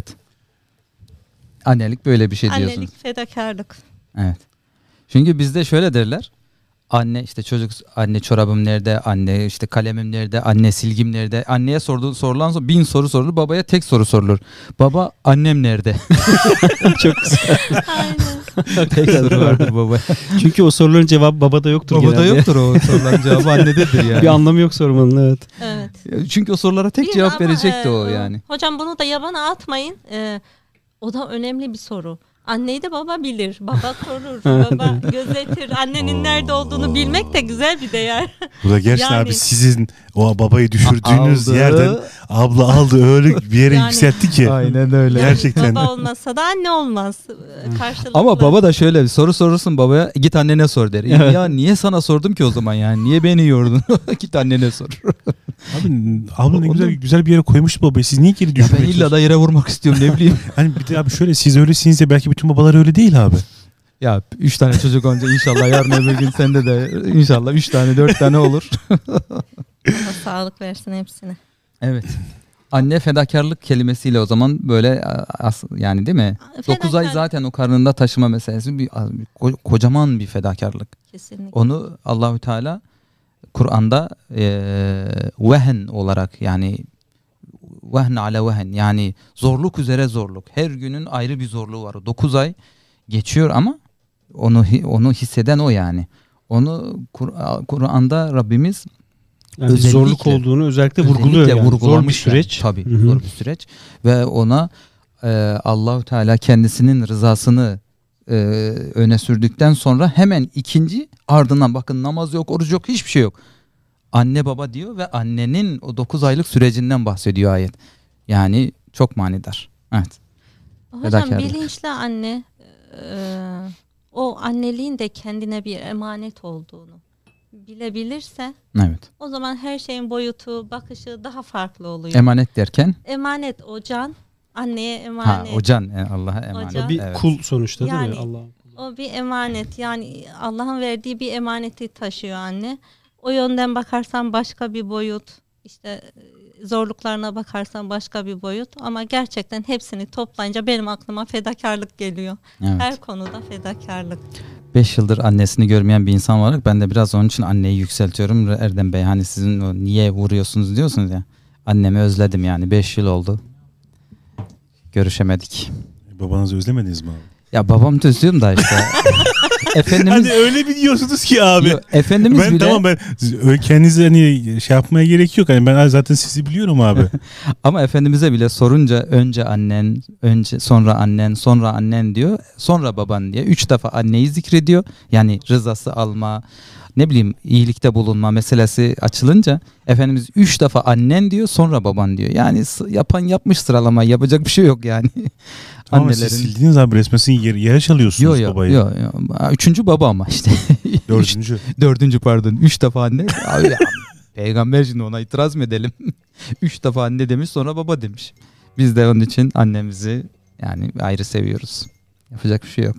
Annelik böyle bir şey diyorsunuz. annelik fedakarlık. Evet. Çünkü bizde şöyle derler. Anne işte çocuk anne çorabım nerede? Anne işte kalemim nerede? Anne silgim nerede? Anneye sorduğu sorulan so- bin soru sorulur. Babaya tek soru sorulur. Baba annem nerede? Çok güzel. Aynen. tek soru vardır babaya. Çünkü o soruların cevabı babada yoktur Babada genelde. yoktur o soruların cevabı annededir yani. Bir anlamı yok sormanın, evet. Evet. Çünkü o sorulara tek Bir cevap ama, verecekti e, o yani. Hocam bunu da yabana atmayın. E, o da önemli bir soru. Anneyi de baba bilir. Baba korur. Baba gözetir. Annenin nerede olduğunu bilmek de güzel bir değer. Bu da gerçekten Yani- abi sizin o babayı düşürdüğünüz Aldı. yerden abla aldı öyle bir yere Yani- yükseltti ki. Aynen öyle. Yani Gerçekten. baba olmasa da anne olmaz. Karşılıklı. Ama baba da şöyle bir soru sorursun babaya, git annene sor der. Evet. Ya niye sana sordum ki o zaman yani? Niye beni yordun? Git annene sor. Abi abla ne Onu- güzel güzel bir yere koymuş babayı. Siz niye geri Ya düşürmeye ben illa çalışıyorsunuz? da yere vurmak istiyorum ne bileyim. Hani bir de abi şöyle siz öylesiniz de belki bütün babalar öyle değil abi. Ya üç tane çocuk olunca inşallah yarın öbür gün sende de inşallah üç tane dört tane olur. Allah sağlık versin hepsine. Evet. Anne fedakarlık kelimesiyle o zaman böyle as, yani değil mi? dokuz ay Fedakar- zaten o karnında taşıma meselesi bir, bir ko- kocaman bir fedakarlık. Kesinlikle. Onu Allahü Teala Kur'an'da eee vehen olarak yani vehn ala vehen yani zorluk üzere zorluk. Her günün ayrı bir zorluğu var. dokuz ay geçiyor ama onu onu hisseden o yani. Onu Kur- Kur'an'da Rabbimiz Yani Özellikle- zorluk olduğunu özellikle vurguluyor özellikle yani. Zor bir vurgulamış yani. süreç. Tabii Hı hı. zor bir süreç ve ona e, Allahu Teala kendisinin rızasını e, öne sürdükten sonra hemen ikinci ardından bakın namaz yok, oruç yok, hiçbir şey yok. Anne baba diyor ve annenin o dokuz aylık sürecinden bahsediyor ayet. Yani çok manidar. Evet. Hocam fedakarlık. bilinçli anne e, o anneliğin de kendine bir emanet olduğunu bilebilirse Evet. o zaman her şeyin boyutu, bakışı daha farklı oluyor. Emanet derken emanet o can, anneye ha emanet. o can e, Allah'a emanet. Hocam. Bir Evet. kul sonuçta değil Yani- mi? Allah'ın. O bir emanet, yani Allah'ın verdiği bir emaneti taşıyor anne. O yönden bakarsan başka bir boyut, işte e, zorluklarına bakarsan başka bir boyut, ama gerçekten hepsini toplayınca benim aklıma fedakarlık geliyor. Evet. Her konuda fedakarlık. Beş yıldır annesini görmeyen bir insan olarak ben de biraz onun için anneyi yükseltiyorum. Erdem Bey hani sizin o niye vuruyorsunuz diyorsunuz ya. Annemi özledim yani beş yıl oldu. Görüşemedik. Babanızı özlemediniz mi abi? Ya babam da özlüyorum da işte. Efendimiz, Hani öyle biliyorsunuz ki abi. Yo, Efendimiz ben bile tamam ben öyle kendinize hani şey yapmaya gerek yok. Hani ben zaten sizi biliyorum abi. ama Efendimiz'e bile sorunca önce annen, önce sonra annen, sonra annen diyor, sonra baban diye. Üç defa anneyi zikrediyor. Yani rızası alma, ne bileyim iyilikte bulunma meselesi açılınca Efendimiz üç defa annen diyor, sonra baban diyor. Yani s- yapan yapmış sıralamayı, yapacak bir şey yok yani. Tamam siz sildiğiniz abi resmen siz yer, yer çalıyorsunuz Yo yo babayı. yo yo. Üçüncü baba ama işte. Dördüncü. Dördüncü pardon. Üç defa anne. Abi ya, peygamber şimdi ona itiraz mı edelim? Üç defa anne demiş, sonra baba demiş. Biz de onun için annemizi yani ayrı seviyoruz. Yapacak bir şey yok.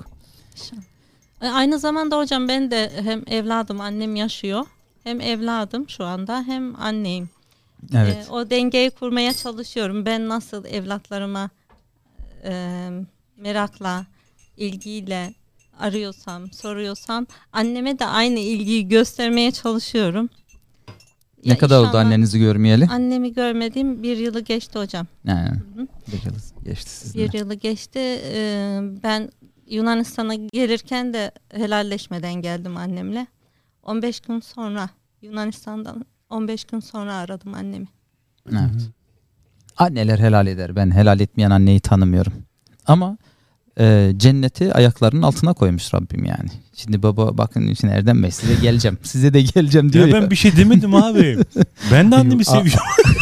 E, Aynı zamanda hocam ben de hem evladım, annem yaşıyor, hem evladım şu anda, hem anneyim. Evet. E, o dengeyi kurmaya çalışıyorum. Ben nasıl evlatlarıma e, merakla, ilgiyle arıyorsam, soruyorsam, anneme de aynı ilgiyi göstermeye çalışıyorum. Ne Ya kadar oldu inşallah- annenizi görmeyeli? Annemi görmediğim bir yılı geçti hocam. Yani, hı. bir yıl geçti sizinle. Bir yılı geçti. Ee, ben Yunanistan'a gelirken de helalleşmeden geldim annemle. on beş gün sonra, Yunanistan'dan on beş gün sonra aradım annemi. Evet. Anneler helal eder. Ben helal etmeyen anneyi tanımıyorum. Ama e, cenneti ayaklarının altına koymuş Rabbim yani. Şimdi baba bakın şimdi Erdem Bey size geleceğim. Size de geleceğim diyor Ya ya. ben bir şey demedim abi. Ben de annemi Yok, a- seviyorum.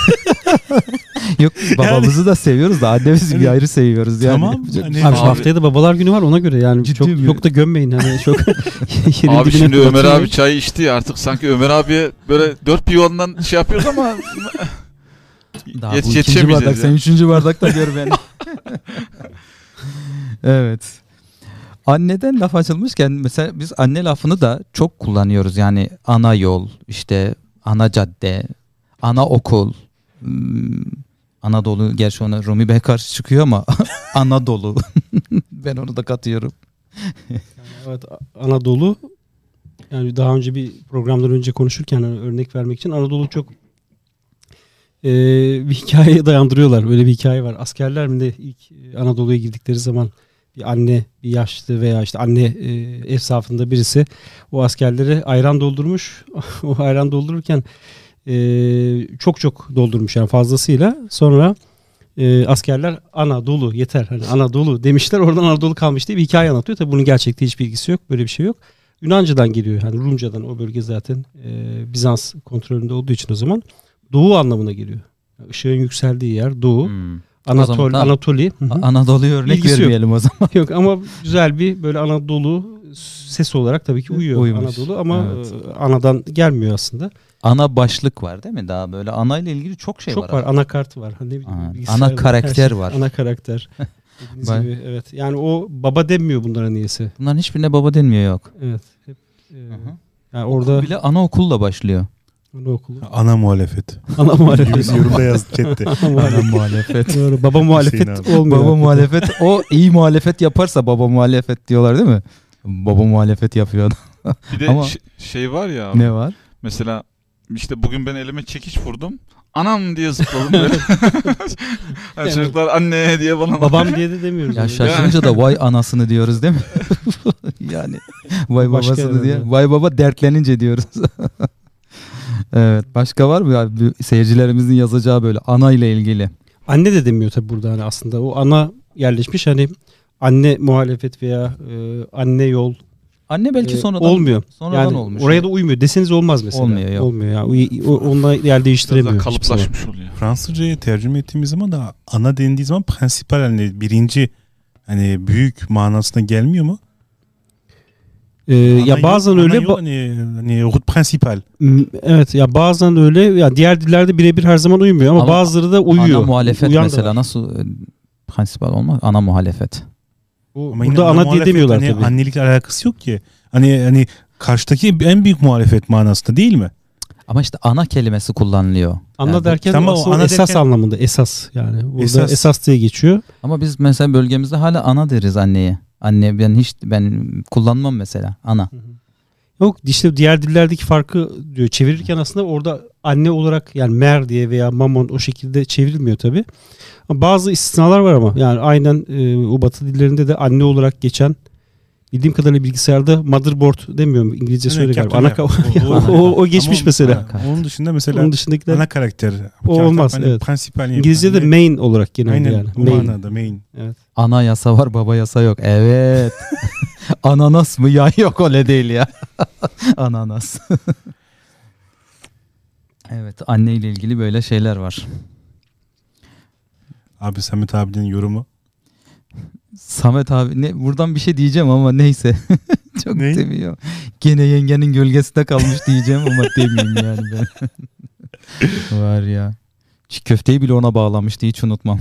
Yok biz babamızı da seviyoruz da annemizi bir ayrı seviyoruz yani. Tamam, Yapacak bir hani- şey Abi, yok. Abi- haftaya da babalar günü var, ona göre yani Ciddi çok mi? çok da gömmeyin hani çok yerin Abi dibine şimdi Ömer batırmayın. abi çay içti ya, artık sanki Ömer abiye böyle dört bir yoldan şey yapıyoruz ama Daha Yet- bu ikinci yetişemeyeceğiz bardak. ya. Sen üçüncü bardakta gör beni. Evet. Anneden laf açılmışken mesela biz anne lafını da çok kullanıyoruz. Yani ana yol, işte ana cadde, ana okul. Hmm, Anadolu, gerçi ona Rumi Bey karşı çıkıyor ama Anadolu. Ben onu da katıyorum. Evet, Anadolu, yani daha önce bir programdan önce konuşurken hani örnek vermek için Anadolu çok e, bir hikayeye dayandırıyorlar. Öyle bir hikaye var. Askerler mi de ilk e, Anadolu'ya girdikleri zaman bir anne, bir yaşlı veya işte anne e, ev safında birisi o askerlere ayran doldurmuş. O ayran doldururken e, çok çok doldurmuş yani fazlasıyla. Sonra e, askerler Anadolu yeter hani Anadolu demişler, oradan Anadolu kalmış diye bir hikaye anlatıyor. Tabii bunun gerçekte hiçbir ilgisi yok. Böyle bir şey yok. Yunancadan geliyor. Yani Rumcadan, o bölge zaten e, Bizans kontrolünde olduğu için o zaman doğu anlamına geliyor. Işığın yükseldiği yer doğu. Hmm. Anatol, O zaman da- Anatoli. Hı hı. A- Anadolu'ya örnek İlgisi yok. vermeyelim o zaman. Yok ama güzel bir böyle Anadolu ses olarak tabii ki uyuyor Uymuş. Anadolu ama Evet. e, anadan gelmiyor aslında. Ana başlık var değil mi? Daha böyle ana ile ilgili çok şey Çok var. var. abi. Anakart var. Hani ne bileyim, Aa, bilgisayar ana var, her karakter şey. var. Ana karakter. Dediğiniz Ben- gibi, evet. Yani o baba denmiyor bunlara niyeyse. Bunların hiçbirine baba denmiyor yok. Evet. Hep, e, Hı hı. yani orada Bile anaokulla başlıyor. anaokulu. Ana muhalefet. Ana muhalefet. Yorumda yazdı chatte. Ana muhalefet. muhalefet. Doğru. Baba muhalefet Hüseyin olmuyor. Baba muhalefet. O iyi muhalefet yaparsa baba muhalefet diyorlar değil mi? Baba muhalefet yapıyor. Bir de Ama- ş- şey var ya abi, Ne var? mesela işte bugün ben elime çekiç vurdum. Anam diye zıpladım böyle. Hani Evet. çocuklar anne diye bana Babam diye de demiyoruz. Ya onu. şaşırınca da vay anasını diyoruz değil mi? Yani vay Başka babasını herhalde. diye. Vay baba dertlenince diyoruz. Evet. Başka var mı ya bu seyircilerimizin yazacağı böyle ana ile ilgili? Anne de demiyor tabii burada hani aslında. O ana yerleşmiş hani anne muhalefet veya e, anne yol Anne belki e, sonradan olmuyor. Sonradan Yani olmuş. oraya da uymuyor. Deseniz olmaz mesela. Olmuyor, yok. Olmuyor ya. O, o- onunla yer biraz değiştiremiyor. daha hiçbir zaman. kalıplaşmış oluyor. Fransızca'ya tercüme ettiğimiz zaman da ana dendiği zaman prensipal, hani birinci, hani büyük manasına gelmiyor mu? Ee, Ana ya yol- bazen ana öyle yol ba- hani, hani route principal. M- evet ya bazen öyle ya diğer dillerde birebir her zaman uymuyor ama, Ama bazıları da uyuyor. Ana muhalefet Uyan da mesela var. nasıl e, prensipal olmaz? Ana muhalefet. O- Ama yine burada ana diye muhalefet demiyorlar hani tabii. annelikle alakası yok ki. Hani hani karşıdaki en büyük muhalefet manasında değil mi? Ama işte ana kelimesi kullanılıyor. Ana Yani bu- derken Tamam, asıl o ana esas derken- anlamında esas yani. Burada Esas. esas, diye geçiyor. Ama biz mesela bölgemizde hala ana deriz anneye. Anne ben hiç ben kullanmam mesela ana. Yok işte diğer dillerdeki farkı diyor çevirirken aslında orada anne olarak yani mer diye veya mamon o şekilde çevrilmiyor tabi. Bazı istisnalar var ama yani aynen e, o batı dillerinde de anne olarak geçen bildiğim kadarıyla bilgisayarda motherboard demiyorum İngilizce söyle Evet, galiba. Ana, Captain o, America. o, o geçmiş Ama- mesela. Ha, onun dışında mesela Onun dışındakiler ana karakter. O olmaz, Hani evet. Principal İngilizce'de yani. main olarak genelde Aynen yani. o Main. manada main. Evet. Ana yasa var baba yasa yok. Evet. Ananas mı? Ya yok öyle değil ya. Ananas. Evet anne ile ilgili böyle şeyler var. Abi Samet abinin yorumu. Samet abi ne buradan bir şey diyeceğim ama neyse. Çok Ne? seviyorum. Gene yengenin gölgesinde kalmış diyeceğim ama demeyeyim yani ben. Var ya. Çiğ köfteyi bile ona bağlamıştı hiç unutmam.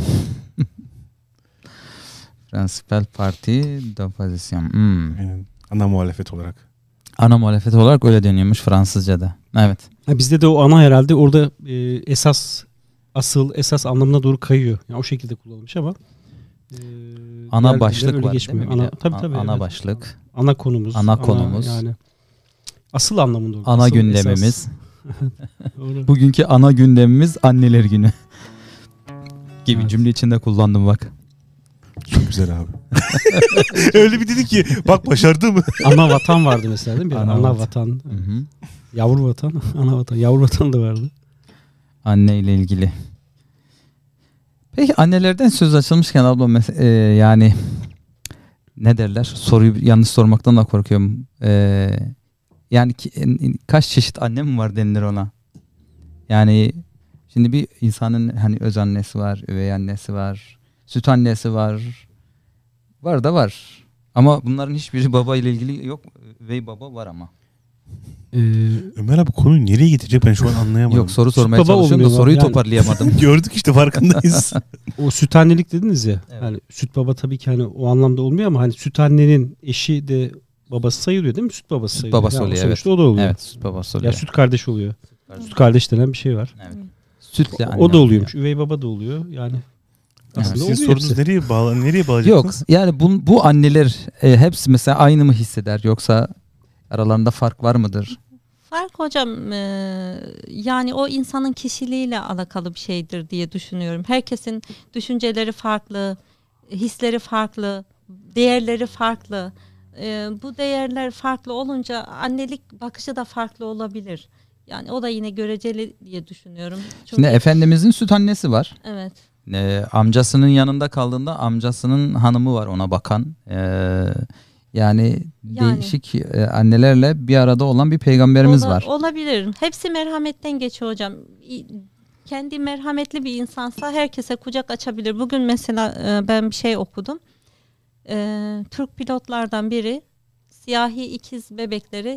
Prensipal parti d'opposition. Hmm. Aynen. Ana muhalefet olarak. Ana muhalefet olarak öyle deniyormuş Fransızca'da. Evet. Ha, bizde de o ana herhalde orada e, esas asıl esas anlamına doğru kayıyor. Yani o şekilde kullanılmış ama e, Ana diğer başlık diller öyle var geçmiyor. değil mi? bir Ana, de? tabii A- tabii. Ana evet. başlık. Ana konumuz. Ana konumuz. Yani asıl anlamında. orada. Ana Asıl gündemimiz. esas. Doğru. Bugünkü ana gündemimiz anneler günü. Gibi Evet. cümle içinde kullandım bak. Çok güzel abi. Öyle bir dedi ki bak başardım. Ana vatan vardı mesela değil mi? Ana Ana, vatan. vatan. Hı hı. Yavru vatan. Ana vatan. Yavru vatan da vardı. Anne ile ilgili. Peki annelerden söz açılmışken abla mes- e, yani ne derler? Soruyu yanlış sormaktan da korkuyorum. E, yani ki, en- kaç çeşit anne mi var denilir ona? Yani şimdi bir insanın hani öz annesi var, üvey annesi var, süt annesi var. Var da var. Ama bunların hiçbiri baba ile ilgili yok. Üvey baba var ama. Ee, Ömer abi konuyu nereye getirecek ben şu an anlayamadım. Yok soru Süt sormaya baba çalışıyorum da olmuyor soruyu yani. toparlayamadım. Gördük işte farkındayız. o süt annelik dediniz ya. Evet. Yani süt baba tabii ki hani o anlamda olmuyor ama hani süt annenin eşi de babası sayılıyor değil mi? Süt babası Süt sayılıyor. babası Yani oluyor, sonuçta o da oluyor. Evet, süt babası Ya oluyor. süt kardeş oluyor. Süt kardeş denen bir şey var. Evet. Sütle anne O da oluyor. oluyormuş. Üvey baba da oluyor. Yani aslında Sizin oluyor sorunuz hepsi. nereye bağla nereye Yok bağlayacaksınız? yani bu, bu anneler e, hepsi mesela aynı mı hisseder yoksa aralarında fark var mıdır? Fark hocam e, yani o insanın kişiliğiyle alakalı bir şeydir diye düşünüyorum. Herkesin düşünceleri farklı, hisleri farklı, değerleri farklı. E, bu değerler farklı olunca annelik bakışı da farklı olabilir. Yani o da yine göreceli diye düşünüyorum. Çünkü, Şimdi Efendimizin süt annesi var. evet. Ee, amcasının yanında kaldığında amcasının hanımı var ona bakan. Ee, yani, Yani. değişik e, annelerle bir arada olan bir peygamberimiz Ola- var. Olabilir. Hepsi merhametten geçiyor hocam. İ- Kendi merhametli bir insansa herkese kucak açabilir. Bugün mesela e, ben bir şey okudum. E, Türk pilotlardan biri siyahi ikiz bebekleri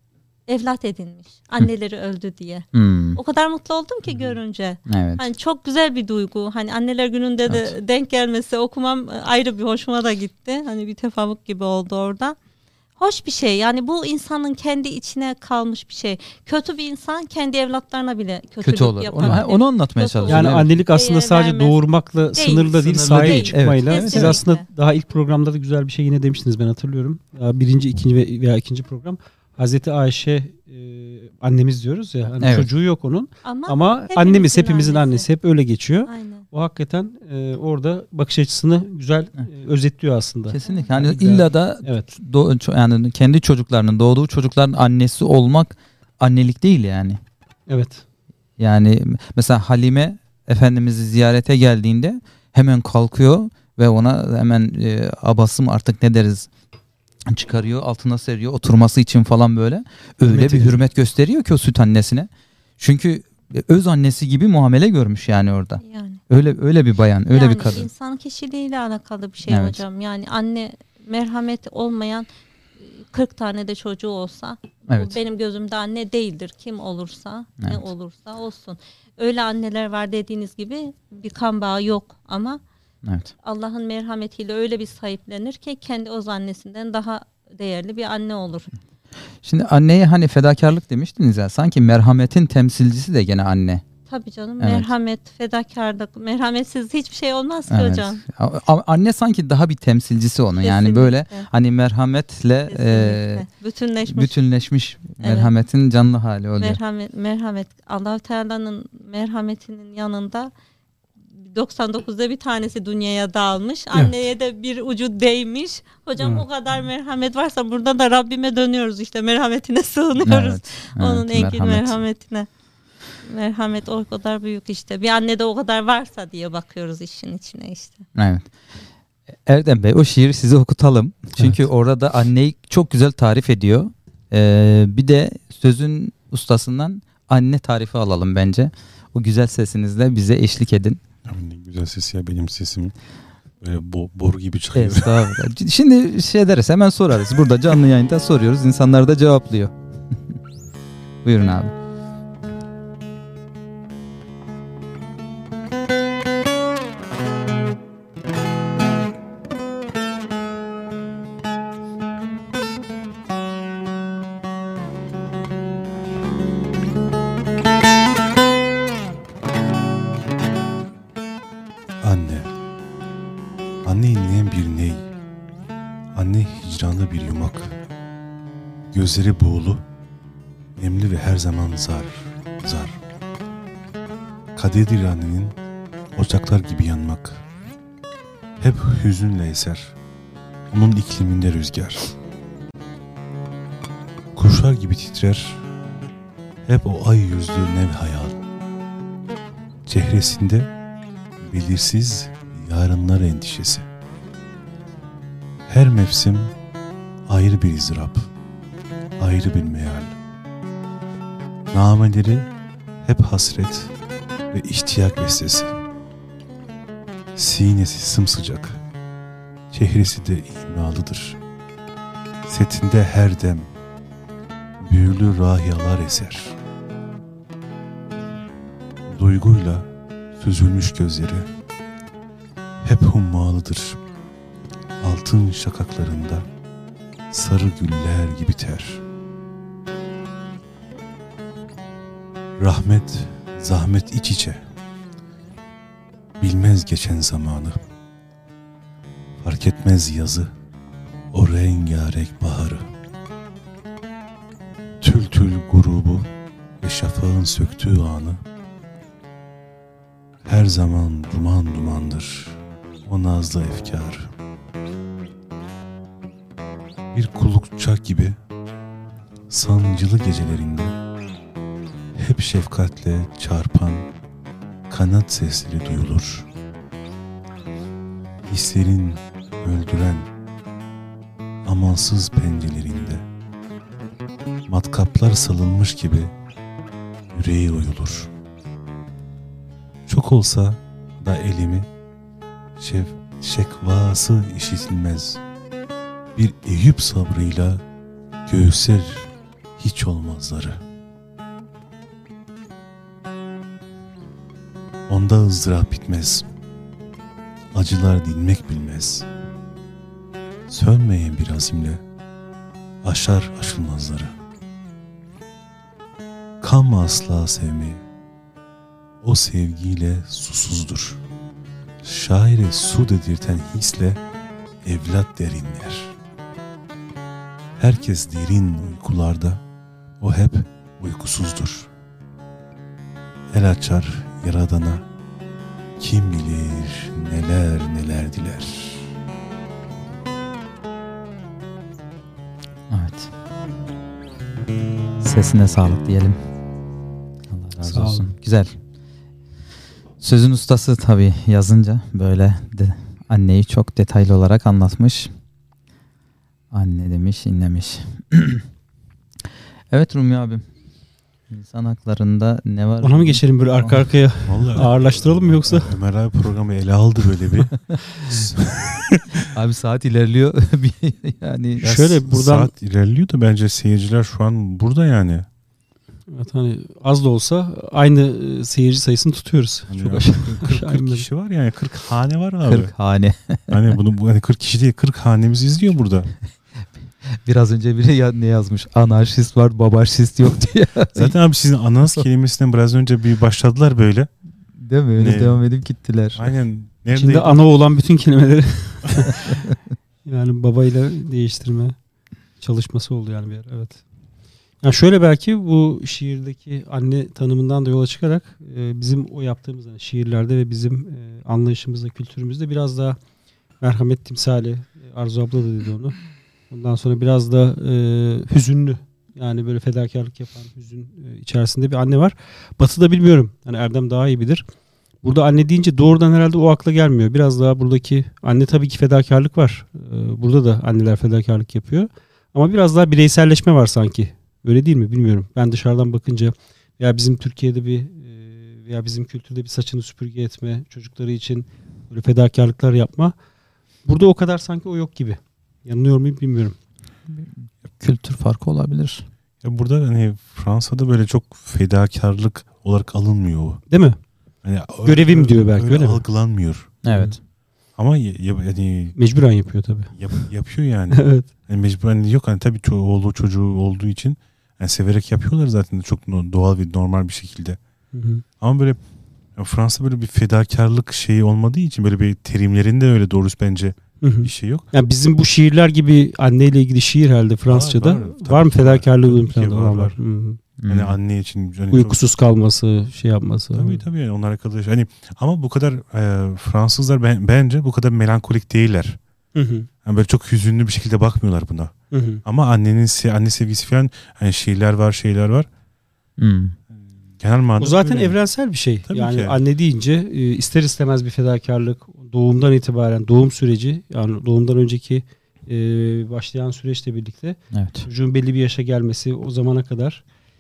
evlat edinmiş. Anneleri öldü diye. Hmm, O kadar mutlu oldum ki görünce. evet. Hani çok güzel bir duygu. Hani anneler gününde de Evet. denk gelmesi okumam ayrı bir hoşuma da gitti. Hani bir tefavuk gibi oldu orada. Hoş bir şey. Yani bu insanın kendi içine kalmış bir şey. Kötü bir insan kendi evlatlarına bile kötülük Kötü olur. Onu, yapabilir. onu anlatmaya Kötü olur. çalışıyorum. Yani evet. annelik aslında Değer sadece vermez. doğurmakla Değil. sınırlı değil, Sınırlı sahip değil. çıkmayla. Evet. Siz Kesinlikle. aslında daha ilk programda da güzel bir şey yine demiştiniz, ben hatırlıyorum. Ya birinci, ikinci ve- veya ikinci program. Hazreti Ayşe e, annemiz diyoruz ya. Hani Evet. çocuğu yok onun. Ama, Ama hepimizin annemiz, hepimizin annesi. annesi. Hep öyle geçiyor. Aynen. O hakikaten e, orada bakış açısını güzel e, özetliyor aslında. Kesinlikle. Yani Güzel. illa da Evet. do- ço- yani kendi çocuklarının, doğduğu çocukların annesi olmak annelik değil yani. Evet. Yani mesela Halime Efendimiz'i ziyarete geldiğinde hemen kalkıyor ve ona hemen e, abası mı artık ne deriz çıkarıyor, altına seriyor oturması için falan böyle. Öyle Hürmet bir ediyor. hürmet gösteriyor ki o süt annesine. Çünkü öz annesi gibi muamele görmüş yani orada. Yani. Öyle öyle bir bayan, öyle yani bir kadın. insan kişiliğiyle alakalı bir şey Evet. hocam. Yani anne merhamet olmayan kırk tane de çocuğu olsa Evet. bu benim gözümde anne değildir. Kim olursa, ne Evet. olursa olsun. Öyle anneler var dediğiniz gibi bir kan bağı yok ama Evet. Allah'ın merhametiyle öyle bir sahiplenir ki kendi öz annesinden daha değerli bir anne olur. Şimdi anneye hani fedakarlık demiştiniz ya, sanki merhametin temsilcisi de gene anne. Tabii canım, Evet. merhamet, fedakarlık, merhametsiz hiçbir şey olmaz ki Evet. hocam. A- a- Anne sanki daha bir temsilcisi onun. Yani Kesinlikle. böyle hani merhametle Kesinlikle. e, Bütünleşmiş. bütünleşmiş merhametin canlı hali oluyor. Merhamet, merhamet. Allah Teala'nın merhametinin yanında doksan dokuzda bir tanesi dünyaya dağılmış. Anneye de bir ucu değmiş. Hocam Evet. o kadar merhamet varsa burada da Rabbime dönüyoruz işte. Merhametine sığınıyoruz. Evet, Onun evet, engin merhamet. merhametine. Merhamet o kadar büyük işte. Bir annede o kadar varsa diye bakıyoruz işin içine işte. Evet. Erdem Bey, o şiiri size okutalım. Çünkü Evet. orada da anneyi çok güzel tarif ediyor. Ee, bir de sözün ustasından anne tarifi alalım bence. O güzel sesinizle bize eşlik edin. Abi ne güzel ses ya, benim sesim böyle bo- boru gibi çıkıyor. Estağfurullah. Şimdi şey deriz, hemen sorarız. Burada canlı yayında soruyoruz. İnsanlar da cevaplıyor. Buyurun abi. Anne. Anne inleyen bir ney. Anne hicranlı bir yumak. Gözleri buğulu, nemli ve her zaman zar, zar. Kaderdir annenin ocaklar gibi yanmak. Hep hüzünle eser. Onun ikliminde rüzgar. Kuşlar gibi titrer. Hep o ay yüzlü nev hayal. Çehresinde belirsiz yarınlar endişesi. Her mevsim ayrı bir ızdırap, ayrı bir meal. Nameleri hep hasret ve iştiyak bestesi. Sinesi sımsıcak, çehresi de imalıdır. Setinde her dem büyülü rahiyalar eser. Duyguyla süzülmüş gözleri hep hummalıdır. Altın şakaklarında sarı güller gibi ter. Rahmet, zahmet iç içe. Bilmez geçen zamanı. Fark etmez yazı, o rengarenk baharı. Tül tül grubu ve şafağın söktüğü anı. Her zaman duman dumandır o nazlı efkar. Bir kulukça gibi sancılı gecelerinde hep şefkatle çarpan kanat sesleri duyulur. hislerin öldüren amansız pencerelerinde matkaplar salınmış gibi yüreği oyulur. Çok olsa da elimi şev, şekvası işitilmez. Bir Eyüp sabrıyla göğüsler hiç olmazları. Onda ızdırap bitmez. Acılar dinmek bilmez. Sönmeyen bir azimle aşar aşılmazları. Kanma asla sevmeyi. O sevgiyle susuzdur. Şaire su dedirten hisle evlat derinler. Herkes derin uykularda, o hep uykusuzdur. El açar Yaradan'a, kim bilir neler neler diler. Evet. Sesine sağlık diyelim. Allah razı Sağ olun. olsun. Güzel. Sözün ustası tabii yazınca böyle de anneyi çok detaylı olarak anlatmış. Anne demiş, inlemiş. Evet Rumi abim. İnsan haklarında ne var? Ona mı geçelim böyle arka arkaya Vallahi ağırlaştıralım mı yoksa? Ömer abi programı ele aldı böyle bir. Abi saat ilerliyor. Yani Ya Şöyle s- buradan- saat ilerliyor da bence seyirciler şu an burada yani. Evet, hani az da olsa aynı e, seyirci sayısını tutuyoruz. Hani Çok ya aşağı. kırk, kırk kişi var yani kırk hane var abi. kırk hane. Hani bunu bu hani kırk kişi değil kırk hanemiz izliyor burada. Biraz önce biri ya, ne yazmış? Anarşist var, babaşist yok diye. Zaten abi sizin ananas kelimesinden biraz önce bir başladılar böyle. Değil mi? Öyle Ne? devam edip gittiler. Aynen. Nerede? İçinde ana olan bütün kelimeleri yani babayla değiştirme çalışması oldu yani bir yer. Evet. Yani şöyle belki bu şiirdeki anne tanımından da yola çıkarak e, bizim o yaptığımız yani şiirlerde ve bizim e, anlayışımızda, kültürümüzde biraz daha merhamet timsali, e, Arzu abla da dedi onu. Ondan sonra biraz da e, hüzünlü, yani böyle fedakarlık yapan, hüzün e, içerisinde bir anne var. Batı'da bilmiyorum. Yani Erdem daha iyi bilir. Burada anne deyince doğrudan herhalde o akla gelmiyor. Biraz daha buradaki anne tabii ki fedakarlık var. E, burada da anneler fedakarlık yapıyor. Ama biraz daha bireyselleşme var sanki. Öyle değil mi? Bilmiyorum. Ben dışarıdan bakınca veya bizim Türkiye'de bir e, veya bizim kültürde bir saçını süpürge etme, çocukları için böyle fedakarlıklar yapma. Burada o kadar sanki o yok gibi. Yanılıyor muyum bilmiyorum. Kültür farkı olabilir. Ya burada hani Fransa'da böyle çok fedakarlık olarak alınmıyor o. Değil mi? Hani Görevim diyor belki, öyle mi? algılanmıyor. Evet. Ama ya, ya- yani Mecburen yapıyor tabii. yap- yapıyor yani. Evet. Yani mecburen yok hani tabii ço- oğlu çocuğu olduğu için yani severek yapıyorlar zaten çok no- doğal ve normal bir şekilde. Hı hı. Ama böyle ya Fransa böyle bir fedakarlık şeyi olmadığı için böyle bir terimlerinde öyle doğrusu bence Hı hı. bir şey yok. Yani bizim bu şiirler gibi anneyle ilgili şiir herhalde Fransızca'da Var, var, var. var Tabii mı ki var. fedakarlığı Tabii ön ki planda var, olan var. var. Hı hı. Hani Hmm. anne için hani çok- Uykusuz kalması, şey yapması. Tabii tabii yani onlar arkadaş. Hani ama bu kadar e, Fransızlar ben, bence bu kadar melankolik değiller. Hı hı. Yani böyle çok hüzünlü bir şekilde bakmıyorlar buna. Hı hı. Ama annenin se- anne sevgisi falan hani şiirler var, şeyler var. Hmm. Genel manada O zaten böyle. evrensel bir şey. Tabii yani ki. anne deyince e, ister istemez bir fedakarlık, doğumdan itibaren doğum süreci, yani doğumdan önceki e, başlayan süreçle birlikte Evet. çocuğun belli bir yaşa gelmesi, o zamana kadar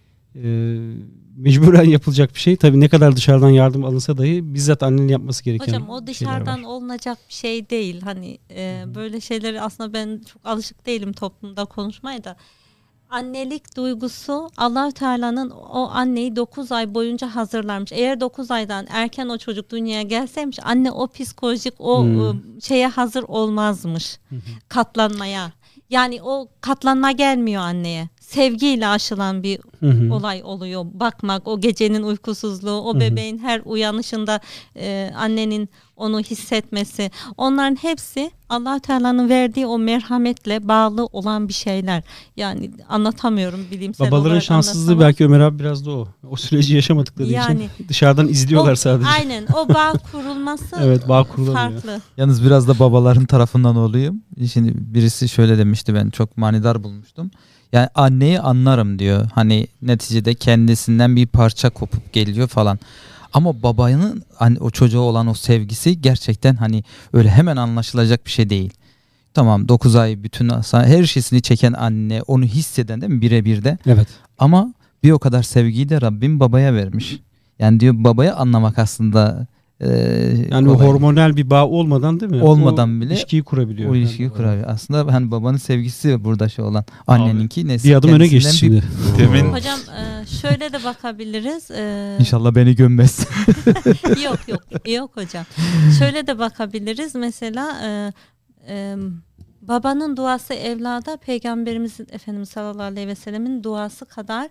e, mecburen yapılacak bir şey. Tabii ne kadar dışarıdan yardım alınsa dahi bizzat annenin yapması gereken Hocam o şeyler dışarıdan var. olunacak bir şey değil. Hani e, böyle şeyleri aslında ben çok alışık değilim toplumda konuşmaya da. Annelik duygusu Allah-u Teala'nın o anneyi dokuz ay boyunca hazırlarmış. Eğer dokuz aydan erken o çocuk dünyaya gelseymiş anne o psikolojik o Hmm. e, şeye hazır olmazmış. Hı hı. Katlanmaya. Yani o katlanma gelmiyor anneye. Sevgiyle aşılan bir Hı hı. olay oluyor. Bakmak, o gecenin uykusuzluğu, o Hı hı. bebeğin her uyanışında e, annenin onu hissetmesi. Onların hepsi Allah Teala'nın verdiği o merhametle bağlı olan bir şeyler. Yani anlatamıyorum bilimsel Babaların olarak şanssızlığı anlatamam. belki Ömer abi biraz da o. O süreci yaşamadıkları Yani- için dışarıdan izliyorlar O- sadece. Aynen o bağ kurulması Evet, bağ kurulamıyor. farklı. Yalnız biraz da babaların tarafından olayım. Şimdi birisi şöyle demişti, ben çok manidar bulmuştum. Yani anneyi anlarım diyor. Hani neticede kendisinden bir parça kopup geliyor falan. Ama babanın hani o çocuğa olan o sevgisi gerçekten hani öyle hemen anlaşılacak bir şey değil. Tamam dokuz ay bütün her şeysini çeken anne, onu hisseden değil mi birebir de. Evet. Ama bir o kadar sevgiyi de Rabbim babaya vermiş. Yani diyor babaya anlamak aslında e, Yani o kolay. hormonal bir bağ olmadan değil mi? Olmadan o bile ilişkiyi kurabiliyor. O ilişkiyi Yani kurabiliyor. Aslında hani babanın sevgisi burada şey olan, anneninki nesil. Bir adım öne geçti kendisinden şimdi. Demin Hocam e, şöyle de bakabiliriz. E, İnşallah beni gömmez. yok yok yok hocam. Şöyle de bakabiliriz. Mesela e, e, babanın duası evlada Peygamberimizin Efendimiz sallallahu aleyhi ve sellemin duası kadar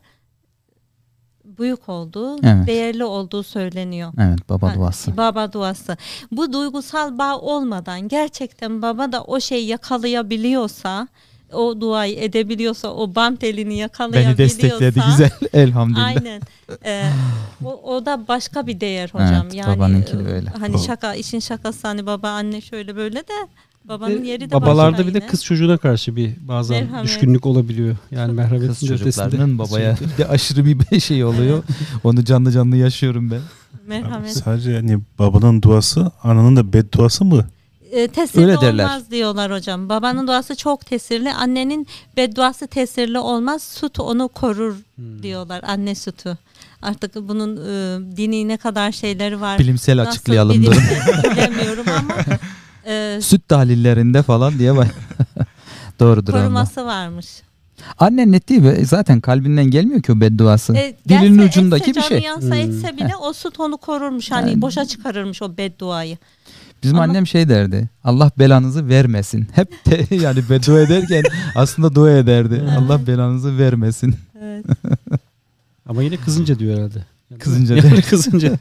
büyük olduğu, Evet. değerli olduğu söyleniyor. Evet, baba Ha, duası. Baba duası. Bu duygusal bağ olmadan gerçekten baba da o şeyi yakalayabiliyorsa, o duayı edebiliyorsa, o bant elini Beni yakalayabiliyorsa. destekledi güzel. Elhamdülillah. Aynen. Ee, o, o da başka bir değer hocam. Evet, yani babanınki de e, öyle. hani şaka, işin şakası hani baba anne şöyle böyle de babanın Ve yeri de babalarda başka bir de yine. kız çocuğuna karşı bir bazen Merhamet. düşkünlük olabiliyor. Yani merhametin Kız ötesinde. çocuklarının babaya bir de aşırı bir şey oluyor. Onu canlı canlı yaşıyorum ben. Merhamet. Sadece hani babanın duası, ananın da bedduası mı? E, tesirli Öyle derler. olmaz diyorlar hocam. Babanın duası çok tesirli, annenin bedduası tesirli olmaz. Süt onu korur Hmm. diyorlar. Anne sütü. Artık bunun e, dini ne kadar şeyleri var. Bilimsel Nasıl açıklayalım durum. bilimsel bilemiyorum ama e, Süt tahlillerinde falan diye bak. Doğrudur Allah. koruması varmış. Annen net değil mi? Zaten kalbinden gelmiyor ki o bedduası. E, Dilinin gelse, ucundaki etse, bir şey. canı yansa Hmm. etse bile o süt onu korurmuş. Hani Yani- boşa çıkarırmış o bedduayı. Bizim Ama- annem şey derdi. Allah belanızı vermesin. Hep de, yani beddua ederken aslında dua ederdi. Evet. Allah belanızı vermesin. Evet. Ama yine kızınca diyor herhalde. Yani Kızınca yani der. kızınca.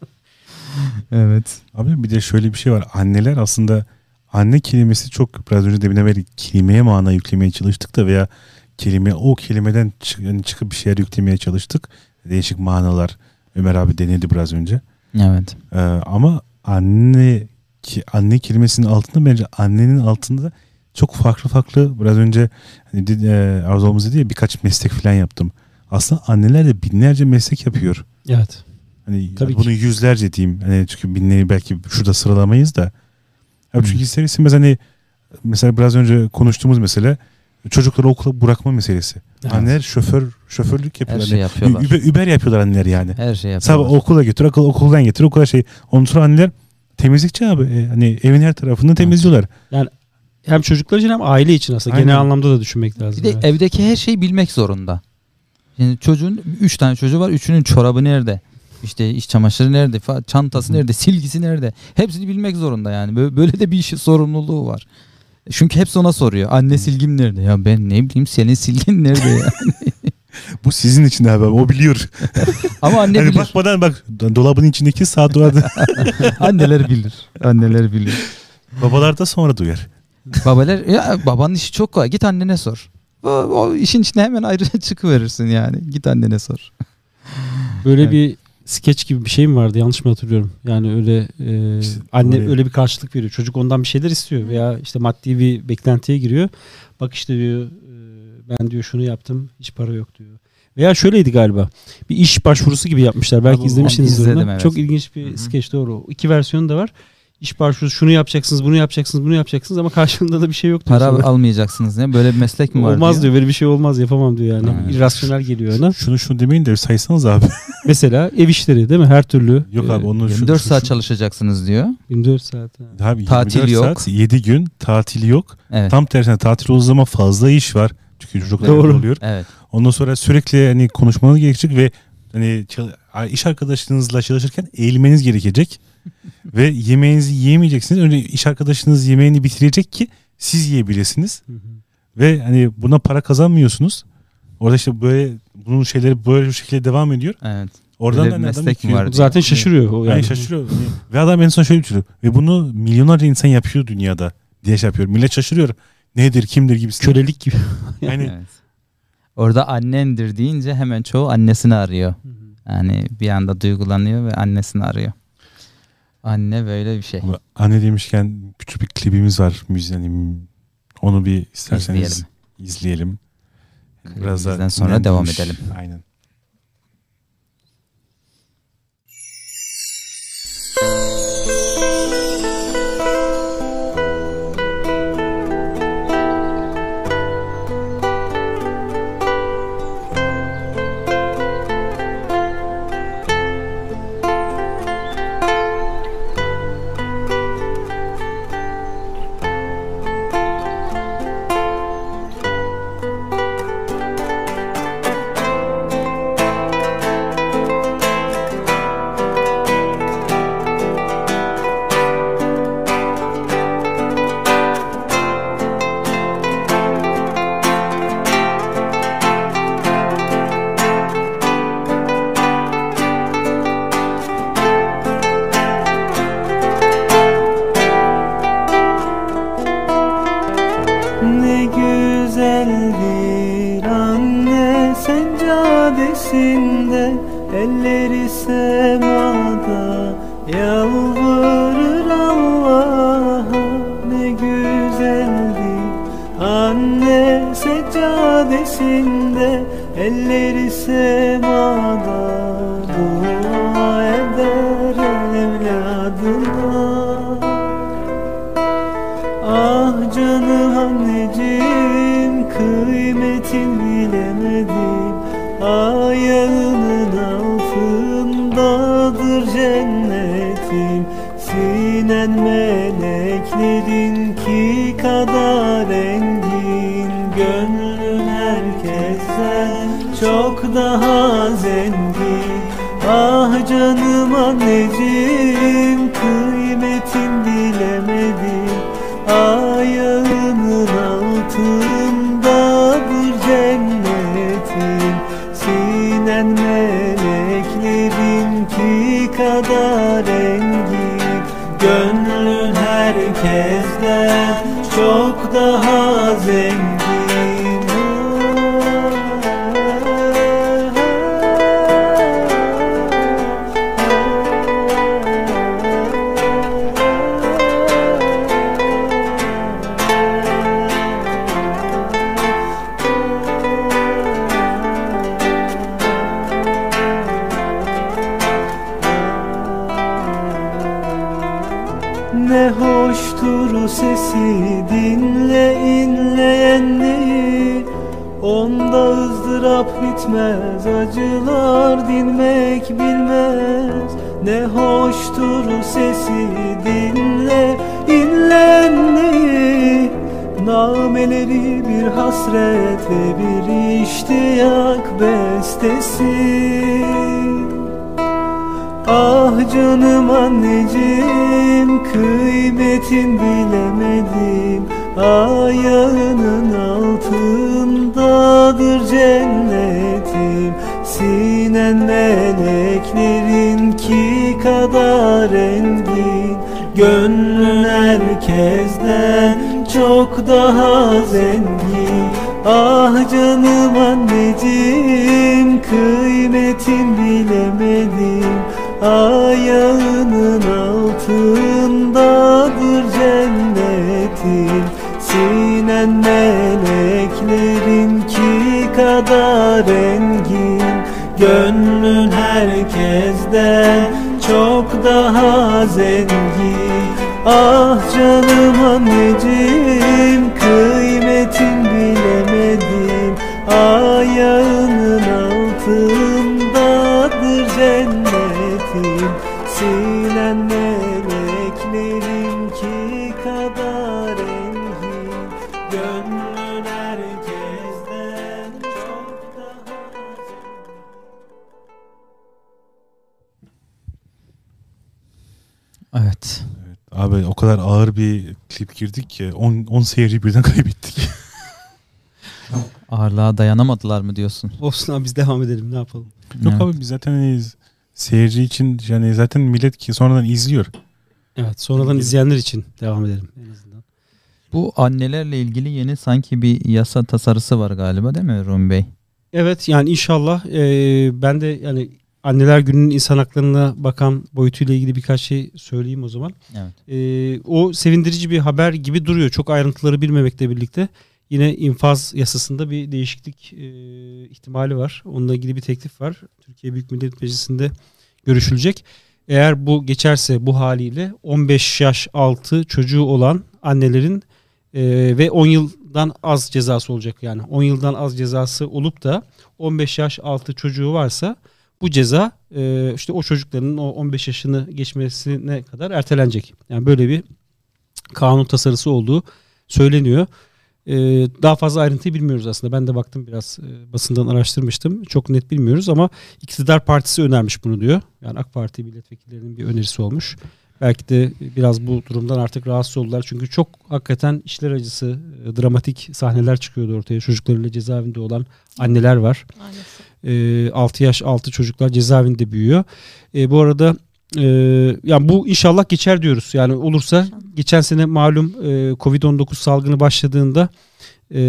Evet. Abi bir de şöyle bir şey var. Anneler aslında, anne kelimesi çok, biraz önce deminden beri kelimeye mana yüklemeye çalıştık da veya kelime, o kelimeden çık, yani çıkıp bir şeyler yüklemeye çalıştık. Değişik manalar. Ömer abi denedi biraz önce. Evet. Ee, ama anne ki anne kelimesinin altında, bence annenin altında çok farklı farklı, biraz önce hani dedi, e, Arzumuz dedi ya, birkaç meslek falan yaptım. Aslında anneler de binlerce meslek yapıyor. Evet. Hani Tabii bunu ki. yüzlerce diyeyim. Hani çünkü binleri belki şurada sıralamayız da. Abi çünkü Hı. ister istemez hani mesela biraz önce konuştuğumuz mesele çocukları okula bırakma meselesi. Evet. Anneler şoför şoförlük Her yapıyorlar. şey Hani yapıyorlar. Uber, Uber yapıyorlar anneler yani. Her şey Sabah yapıyorlar. okula götür, okul, okuldan getir, okula şey. Ondan sonra anneler temizlikçi abi. E, hani evin her tarafını temizliyorlar. Hem çocuklar için hem aile için aslında. Aynen. Genel anlamda da düşünmek lazım. Bir de evet. evdeki her şeyi bilmek zorunda. Yani çocuğun üç tane çocuğu var. Üçünün çorabı nerede? İşte iç çamaşırı nerede? fa- Çantası nerede? Silgisi nerede? Hepsini bilmek zorunda yani. Böyle, böyle de bir iş sorumluluğu var. Çünkü hepsi ona soruyor. Anne silgim nerede? Ya ben ne bileyim senin silgin nerede ya? Bu sizin için abi. O biliyor. Ama anne hani bilir. bakmadan bak, dolabın içindeki saat orada. Anneler bilir. Anneler bilir. Babalar da sonra duyar. Babalar ya babanın işi çok kolay. Git annene sor. O, o işin içine hemen ayrı çıkıverirsin yani. Git annene sor. Böyle Evet. bir skeç gibi bir şey mi vardı? Yanlış mı hatırlıyorum? Yani öyle e, İşte anne oraya- öyle bir karşılık veriyor. Çocuk ondan bir şeyler istiyor veya işte maddi bir beklentiye giriyor. Bak işte diyor e, ben diyor şunu yaptım, hiç para yok diyor. Veya şöyleydi galiba. Bir iş başvurusu gibi yapmışlar. Belki Abi, izlemişsinizdir izledim, onu. evet. Çok ilginç bir Hı hı. skeç, doğru. İki versiyonu da var. İş başvurusu, şunu yapacaksınız, bunu yapacaksınız, bunu yapacaksınız ama karşılığında da bir şey yok diyor. Para sonra. almayacaksınız ne? Böyle bir meslek mi var Olmaz diyor. Böyle bir şey olmaz, yapamam diyor yani. Evet. İrrasyonel geliyor ona. Şunu şunu demeyin de saysanız abi. Mesela ev işleri değil mi? Her türlü. Yok e, abi onu şu- yirmi dört şu- saat şu- çalışacaksınız diyor. yirmi dört saat. ha. Abi Tatil yirmi dört yok. saat, yedi gün tatil yok. Evet. Tam tersine tatil olduğu zaman fazla iş var. Çünkü çocuklar Doğru. evde oluyor. Evet. Ondan sonra sürekli hani konuşmanız gerekecek ve hani çal- iş arkadaşınızla çalışırken eğilmeniz gerekecek. Ve yemeğinizi yiyemeyeceksiniz. Önce iş arkadaşınız yemeğini bitirecek ki siz yiyebilirsiniz. Hı hı. Ve hani buna para kazanmıyorsunuz. Orada işte böyle bunun şeyleri böyle bir şekilde devam ediyor. Evet. Oradan Böyle da bir hani adam meslek mi iki- var diyor. Zaten şaşırıyor. O Yani yani. şaşırıyor. Yani ve adam en son şöyle düşünüyor. Ve bunu milyonlarca insan yapıyor dünyada diye şey yapıyor. Millet şaşırıyor. Nedir, kimdir gibisinden. Kölelik gibi. Yani Evet. Orada annendir deyince hemen çoğu annesini arıyor. Yani bir anda duygulanıyor ve annesini arıyor. Anne böyle bir şey. ama anne demişken küçük bir klibimiz var. Müzik, yani onu bir isterseniz İzleyelim. izleyelim. Biraz Klibimizden sonra devam dinlendirmiş. edelim. Aynen. güzeldir anne seccadesinde, elleri semada yalvarır Allah'a. Ne güzeldir anne seccadesinde, elleri semada dua eder evladına. Ah canım anneciğim, kıymetini bilemedim, ayağının altındadır cennetim. Sinen meleklerinki kadar engin, gönlün herkesten çok daha zengin. Ah canım anneciğim, kıymetin bilemedim, ayağının altındadır cennetin. Sinen meleklerinki kadar engin, gönlün herkesten çok daha zengin. Ne hoştur sesi dinle inleyenliği, onda ızdırap bitmez, acılar dinmek bilmez. Ne hoştur sesi dinle inleyenliği, nameleri bir hasret ve bir iştiyak bestesi. Ah canım anneciğim, kıymetin bilemedim, ayağının altındadır cennetim. Sinen meleklerinki kadar engin, gönlün herkesten çok daha zengin. Ah canım anneciğim, kıymetin bilemedim, ayağının altındadır cennetin. Sinen meleklerinki kadar engin, gönlün herkesten çok daha zengin. Ah canım anneciğim, kıymetin bilemedim, ayağının altındadır cennetin. Sinen meleklerinki kadar engin, gönlün herkesten çok daha zengin. Evet. Evet, abi o kadar ağır bir klip girdik ki on seyirci birden kaybettik. Ağırlığa dayanamadılar mı diyorsun? Olsun abi, biz devam edelim, ne yapalım. Yok Evet. abi, biz zaten hani seyirci için, yani zaten millet ki sonradan izliyor. Evet, sonradan izleyenler için devam edelim en azından. Bu annelerle ilgili yeni sanki bir yasa tasarısı var galiba, değil mi Rumi Bey? Evet, yani inşallah e, ben de yani Anneler Günü'nün insan haklarına bakan boyutuyla ilgili birkaç şey söyleyeyim o zaman. Evet. E, o sevindirici bir haber gibi duruyor. Çok ayrıntıları bilmemekle birlikte yine infaz yasasında bir değişiklik e, ihtimali var. Onunla ilgili bir teklif var. Türkiye Büyük Millet Meclisi'nde görüşülecek. Eğer bu geçerse bu haliyle on beş yaş altı çocuğu olan annelerin e, ve on yıldan az cezası olacak. Yani on yıldan az cezası olup da on beş yaş altı çocuğu varsa bu ceza e, işte o çocukların o on beş yaşını geçmesine kadar ertelenecek. Yani böyle bir kanun tasarısı olduğu söyleniyor. E, daha fazla ayrıntıyı bilmiyoruz aslında. Ben de baktım biraz, e, basından araştırmıştım. Çok net bilmiyoruz ama İktidar Partisi önermiş bunu diyor. Yani AK Parti milletvekillerinin bir önerisi olmuş. Belki de biraz bu durumdan artık rahatsız oldular. Çünkü çok hakikaten içler acısı, e, dramatik sahneler çıkıyordu ortaya. Çocuklarıyla cezaevinde olan anneler var. Maalesef. E, altı yaş altı çocuklar cezaevinde büyüyor. E, bu arada e, yani bu inşallah geçer diyoruz. Yani olursa, İnşallah. geçen sene malum e, kovid on dokuz salgını başladığında e,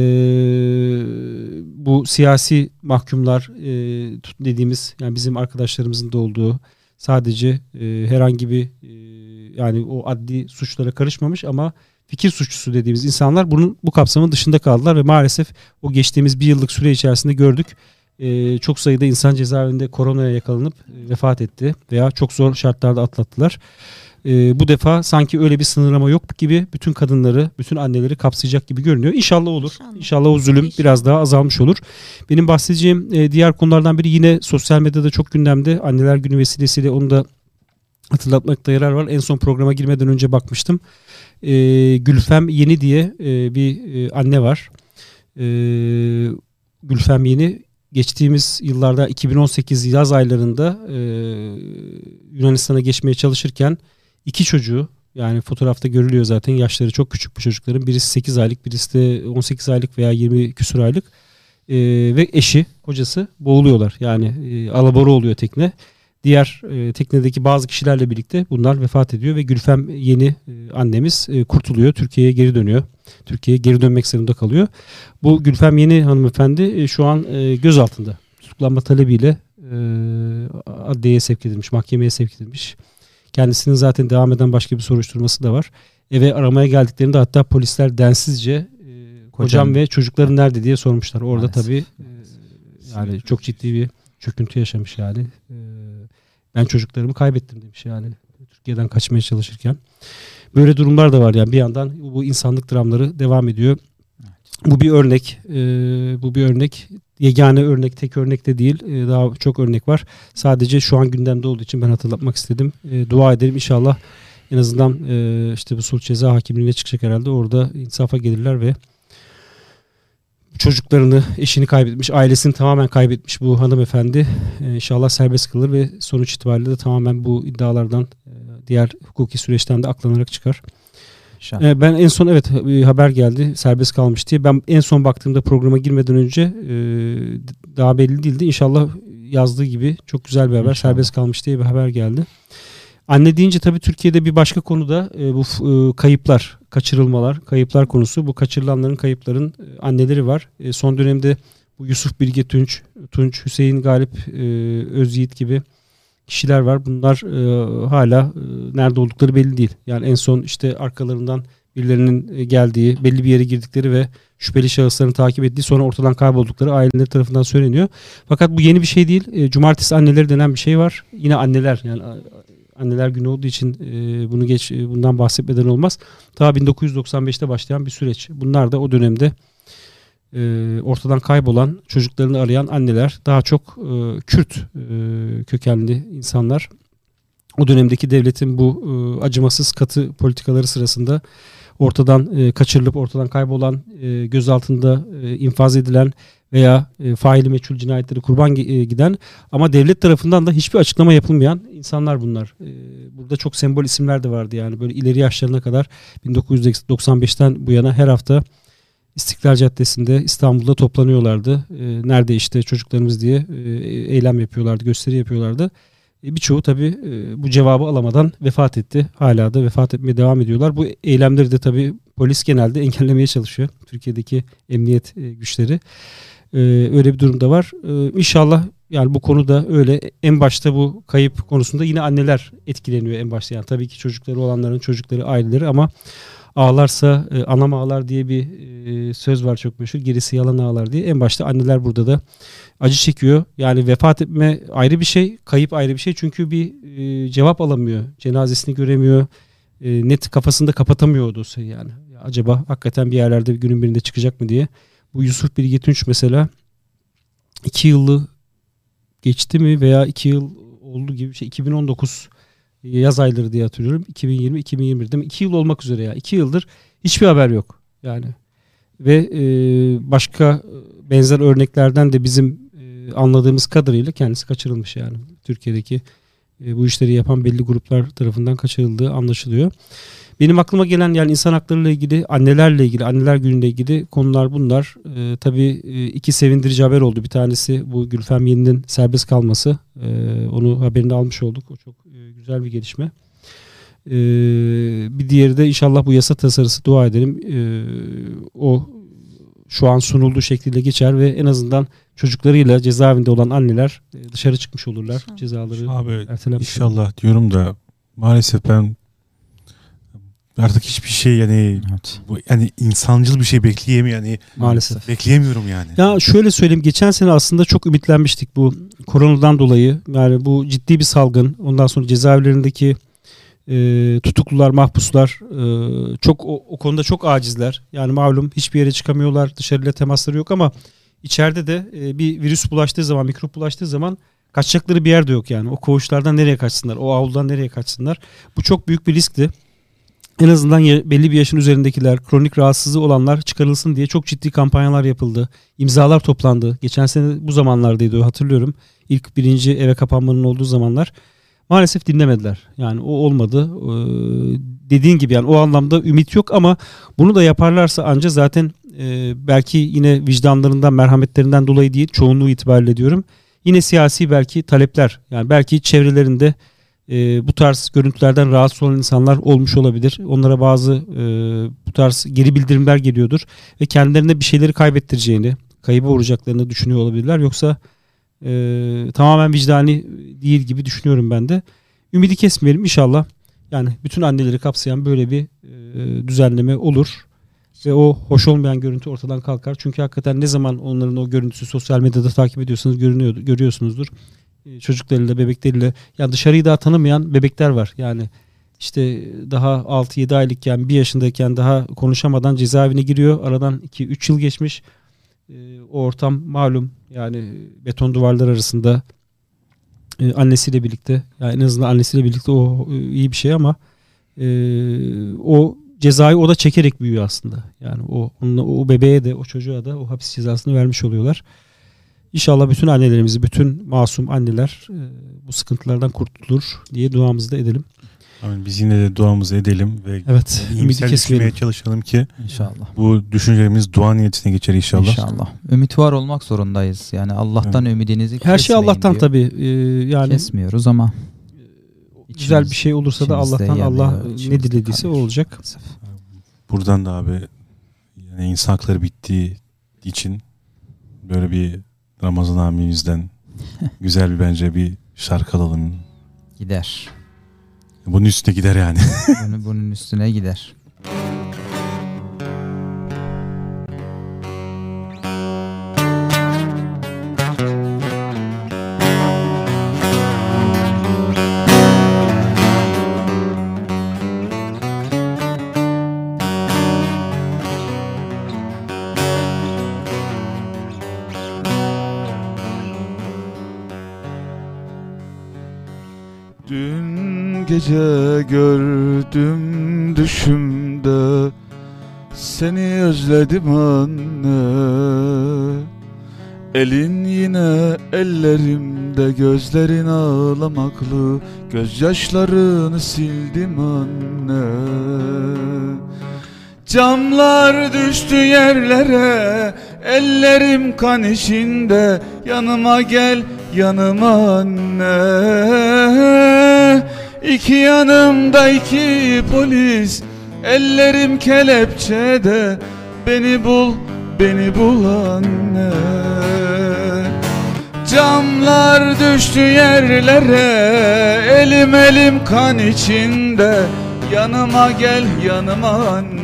bu siyasi mahkumlar e, dediğimiz, yani bizim arkadaşlarımızın da olduğu, sadece e, herhangi bir e, yani o adli suçlara karışmamış ama fikir suçlusu dediğimiz insanlar bunun bu kapsamın dışında kaldılar ve maalesef o geçtiğimiz bir yıllık süre içerisinde gördük. Ee, çok sayıda insan cezaevinde koronaya yakalanıp e, vefat etti veya çok zor şartlarda atlattılar. Ee, bu defa sanki öyle bir sınırlama yok gibi bütün kadınları, bütün anneleri kapsayacak gibi görünüyor. İnşallah olur. İnşallah, İnşallah o zulüm İnşallah. biraz daha azalmış olur. Benim bahsedeceğim e, diğer konulardan biri yine sosyal medyada çok gündemde. Anneler Günü vesilesiyle onu da hatırlatmakta yarar var. En son programa girmeden önce bakmıştım. Ee, Gülfem Yeni diye e, bir e, anne var. Ee, Gülfem Yeni geçtiğimiz yıllarda iki bin on sekiz yaz aylarında e, Yunanistan'a geçmeye çalışırken iki çocuğu, yani fotoğrafta görülüyor zaten, yaşları çok küçük bu çocukların. Birisi sekiz aylık, birisi de on sekiz aylık veya yirmi küsur aylık. E, ve eşi, kocası boğuluyorlar. Yani e, alabora oluyor tekne. Diğer e, teknedeki bazı kişilerle birlikte bunlar vefat ediyor ve Gülfem Yeni e, annemiz e, kurtuluyor. Türkiye'ye geri dönüyor. Türkiye'ye geri dönmek zorunda kalıyor. Bu Gülfem Yeni hanımefendi e, şu an e, gözaltında. Tutuklanma talebiyle e, adliyeye sevk edilmiş, mahkemeye sevk edilmiş. Kendisinin zaten devam eden başka bir soruşturması da var. Eve aramaya geldiklerinde hatta polisler densizce e, kocam, kocam ve çocukların nerede diye sormuşlar. Orada maalesef. tabii e, yani çok ciddi bir çöküntü yaşamış yani. E, ben çocuklarımı kaybettim demiş yani Türkiye'den kaçmaya çalışırken. Böyle durumlar da var yani, bir yandan bu insanlık dramları devam ediyor. Bu bir örnek, e, bu bir örnek. Yegane örnek, tek örnek de değil. E, daha çok örnek var. Sadece şu an gündemde olduğu için ben hatırlatmak istedim. E, dua edelim inşallah en azından e, işte bu sulh ceza hakimliğine çıkacak herhalde. Orada insafa gelirler ve çocuklarını, eşini kaybetmiş, ailesini tamamen kaybetmiş bu hanımefendi e, inşallah serbest kalır ve sonuç itibariyle de tamamen bu iddialardan, e, diğer hukuki süreçten de aklanarak çıkar. E, ben en son evet bir haber geldi serbest kalmış diye. Ben en son baktığımda programa girmeden önce e, daha belli değildi. İnşallah yazdığı gibi çok güzel bir haber. İnşallah. Serbest kalmış diye bir haber geldi. Anne deyince tabii Türkiye'de bir başka konu da e, bu e, kayıplar, kaçırılmalar, kayıplar konusu. Bu kaçırılanların, kayıpların e, anneleri var. E, son dönemde bu Yusuf Bilge Tunç, Tunç, Hüseyin Galip, e, Özyiğit gibi kişiler var. Bunlar e, hala e, nerede oldukları belli değil. Yani en son işte arkalarından birilerinin geldiği, belli bir yere girdikleri ve şüpheli şahısların takip ettiği, sonra ortadan kayboldukları aileleri tarafından söyleniyor. Fakat bu yeni bir şey değil. E, Cumartesi anneleri denen bir şey var. Yine anneler, yani Anneler Günü olduğu için e, bunu geç e, bundan bahsetmeden olmaz. Ta bin dokuz yüz doksan beşte başlayan bir süreç. Bunlar da o dönemde e, ortadan kaybolan, çocuklarını arayan anneler, daha çok e, Kürt e, kökenli insanlar. O dönemdeki devletin bu e, acımasız katı politikaları sırasında ortadan e, kaçırılıp ortadan kaybolan, e, gözaltında e, infaz edilen veya e, faili meçhul cinayetleri kurban e, giden ama devlet tarafından da hiçbir açıklama yapılmayan insanlar bunlar. E, burada çok sembol isimler de vardı yani, böyle ileri yaşlarına kadar bin dokuz yüz doksan beşten bu yana her hafta İstiklal Caddesi'nde İstanbul'da toplanıyorlardı. E, nerede işte çocuklarımız diye e, eylem yapıyorlardı, gösteri yapıyorlardı. E, birçoğu tabii e, bu cevabı alamadan vefat etti. Hala da vefat etmeye devam ediyorlar. Bu eylemleri de tabii polis genelde engellemeye çalışıyor. Türkiye'deki emniyet e, güçleri. Ee, öyle bir durumda var. Ee, İnşallah yani bu konuda öyle, en başta bu kayıp konusunda yine anneler etkileniyor en başta. Yani tabii ki çocukları olanların çocukları, aileleri, ama ağlarsa e, anam ağlar diye bir e, söz var çok meşhur. Gerisi yalan ağlar diye. En başta anneler burada da acı çekiyor. Yani vefat etme ayrı bir şey, kayıp ayrı bir şey. Çünkü bir e, cevap alamıyor. Cenazesini göremiyor. E, net kafasında kapatamıyor o dosyayı yani. Ya acaba hakikaten bir yerlerde bir günün birinde çıkacak mı diye. Bu Yusuf Bilge Tunç mesela iki yılı geçti mi veya iki yıl oldu gibi bir şey. iki bin on dokuz yaz ayları diye hatırlıyorum. iki bin yirmi iki bin yirmi bir değil mi? iki yıl olmak üzere ya. iki yıldır hiçbir haber yok. Yani ve e, başka benzer örneklerden de bizim e, anladığımız kadarıyla kendisi kaçırılmış yani. Türkiye'deki e, bu işleri yapan belli gruplar tarafından kaçırıldığı anlaşılıyor. Benim aklıma gelen yani insan haklarıyla ilgili, annelerle ilgili, anneler günüyle ilgili konular bunlar. Ee, tabii e, iki sevindirici haber oldu. Bir tanesi bu Gülfem Yeni'nin serbest kalması. Ee, onu haberini almış olduk. O çok e, güzel bir gelişme. Ee, bir diğeri de inşallah bu yasa tasarısı, dua edelim. Ee, o şu an sunulduğu şekliyle geçer ve en azından çocuklarıyla cezaevinde olan anneler e, dışarı çıkmış olurlar. İnşallah. Cezaları Abi ertelenmiş. inşallah diyorum da maalesef ben artık hiçbir şey yani Evet. bu yani insancıl bir şey bekleyemiyorum yani Maalesef. bekleyemiyorum yani. Ya şöyle söyleyeyim, geçen sene aslında çok ümitlenmiştik bu koronadan dolayı. Yani bu ciddi bir salgın. Ondan sonra cezaevlerindeki e, tutuklular, mahpuslar e, çok o, o konuda çok acizler. Yani malum hiçbir yere çıkamıyorlar, dışarıyla temasları yok ama içeride de e, bir virüs bulaştığı zaman, mikrop bulaştığı zaman kaçacakları bir yer de yok yani. O koğuşlardan nereye kaçsınlar, o avludan nereye kaçsınlar? Bu çok büyük bir riskti. En azından ya- belli bir yaşın üzerindekiler, kronik rahatsızlığı olanlar çıkarılsın diye çok ciddi kampanyalar yapıldı. İmzalar toplandı. Geçen sene bu zamanlardaydı o, hatırlıyorum. İlk birinci eve kapanmanın olduğu zamanlar. Maalesef dinlemediler. Yani o olmadı. Ee, dediğin gibi yani o anlamda ümit yok ama bunu da yaparlarsa anca zaten e, belki yine vicdanlarından, merhametlerinden dolayı değil, çoğunluğu itibariyle diyorum. Yine siyasi belki talepler, yani belki çevrelerinde e, bu tarz görüntülerden rahatsız olan insanlar olmuş olabilir. Onlara bazı e, bu tarz geri bildirimler geliyordur ve kendilerine bir şeyleri kaybettireceğini, kayıba uğrayacaklarını düşünüyor olabilirler. Yoksa e, tamamen vicdani değil gibi düşünüyorum ben de. Ümidi kesmeyelim inşallah. Yani bütün anneleri kapsayan böyle bir e, düzenleme olur. Ve o hoş olmayan görüntü ortadan kalkar. Çünkü hakikaten ne zaman onların o görüntüsü sosyal medyada takip ediyorsanız görünüyor, görüyorsunuzdur. E, çocuklarıyla, bebekleriyle. Yani dışarıyı daha tanımayan bebekler var. Yani işte daha altı yedi aylıkken, bir yaşındayken daha konuşamadan cezaevine giriyor. Aradan iki üç yıl geçmiş. E, o ortam malum. Yani beton duvarlar arasında e, annesiyle birlikte. Yani en azından annesiyle birlikte o e, iyi bir şey ama e, o cezayı o da çekerek büyüyor aslında. Yani o onunla, o bebeğe de o çocuğa da o hapis cezasını vermiş oluyorlar. İnşallah bütün annelerimizi, bütün masum anneler e, bu sıkıntılardan kurtulur diye duamızı da edelim. Yani biz yine de duamızı edelim ve Evet, ümidi iyimser düşünmeye kesmeyelim. çalışalım ki İnşallah. bu düşüncelerimiz dua niyetine geçer inşallah. İnşallah. Ümit var olmak zorundayız. Yani Allah'tan ümidinizi Her şey kesmeyin Allah'tan diyor. tabii. E, yani Kesmiyoruz ama güzel bir şey olursa da içimizde Allah'tan, yanıyor, Allah ne içimizde dilediyse o kalıyor. olacak. Buradan da abi yani insan hakları bittiği için böyle bir Ramazan abimizden güzel bir bence bir şarkı alalım. Gider. Bunun üstüne gider yani. Bunu, bunun üstüne gider. Dün gece gördüm düşümde, seni özledim anne. Elin yine ellerimde, gözlerin ağlamaklı, gözyaşlarını sildim anne. Camlar düştü yerlere, ellerim kan içinde, yanıma gel yanıma anne. İki yanımda iki polis, ellerim kelepçede, beni bul beni bul anne. Camlar düştü yerlere, elim elim kan içinde, yanıma gel yanıma anne.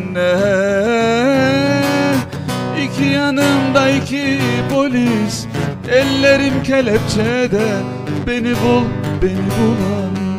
İki yanımda iki polis, ellerim kelepçede, beni bul beni bul anne.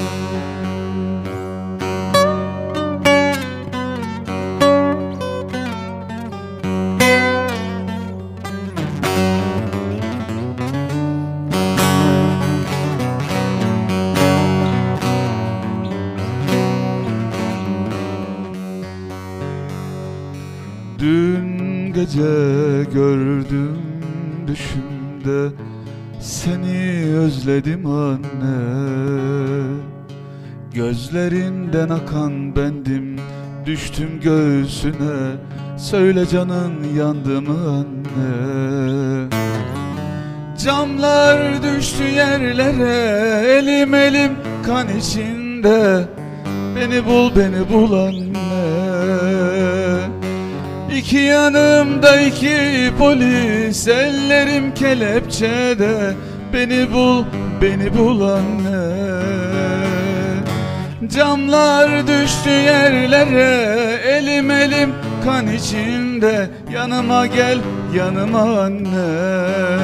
Dün gece gördüm düşümde, seni özledim anne. Gözlerinden akan bendim, düştüm göğsüne, söyle canın yandı mı anne. Camlar düştü yerlere, elim elim kan içinde, beni bul beni bul anne. İki İki yanımda iki polis, ellerim kelepçede. Beni bul, beni bul anne. Camlar düştü yerlere, elim elim kan içinde. Yanıma gel, yanıma anne.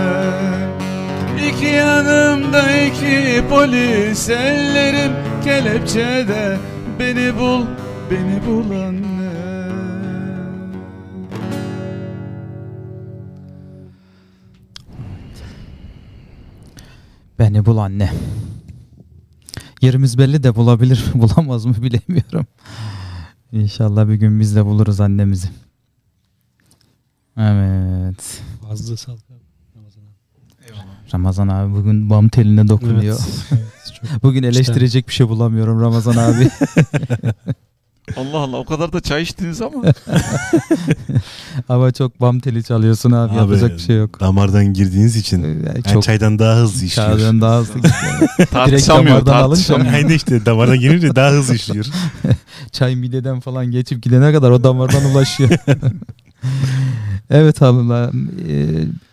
İki yanımda iki polis, ellerim kelepçede. Beni bul, beni bul anne. Beni bul anne. Yerimiz belli de bulabilir bulamaz mı bilemiyorum. İnşallah bir gün biz de buluruz annemizi. Evet. Fazla sağlık abi. Ramazan abi. Eyvallah. Ramazan abi bugün bam teline dokunuyor. Evet, evet, çok Bugün eleştirecek bir şey bulamıyorum Ramazan abi. Allah Allah, o kadar da çay içtiniz ama. Ama çok bam teli çalıyorsun abi, Abi, yapacak bir şey yok. Damardan girdiğiniz için Yani yani çok çaydan daha hızlı işliyor. çaydan daha hızlı gidiyor. Direkt Tartışamıyor, damardan alınca tartışamıyor. Aynı işte damardan girince daha hızlı işliyor. çay mideden falan geçip gidene kadar o damardan ulaşıyor. Evet abla. E,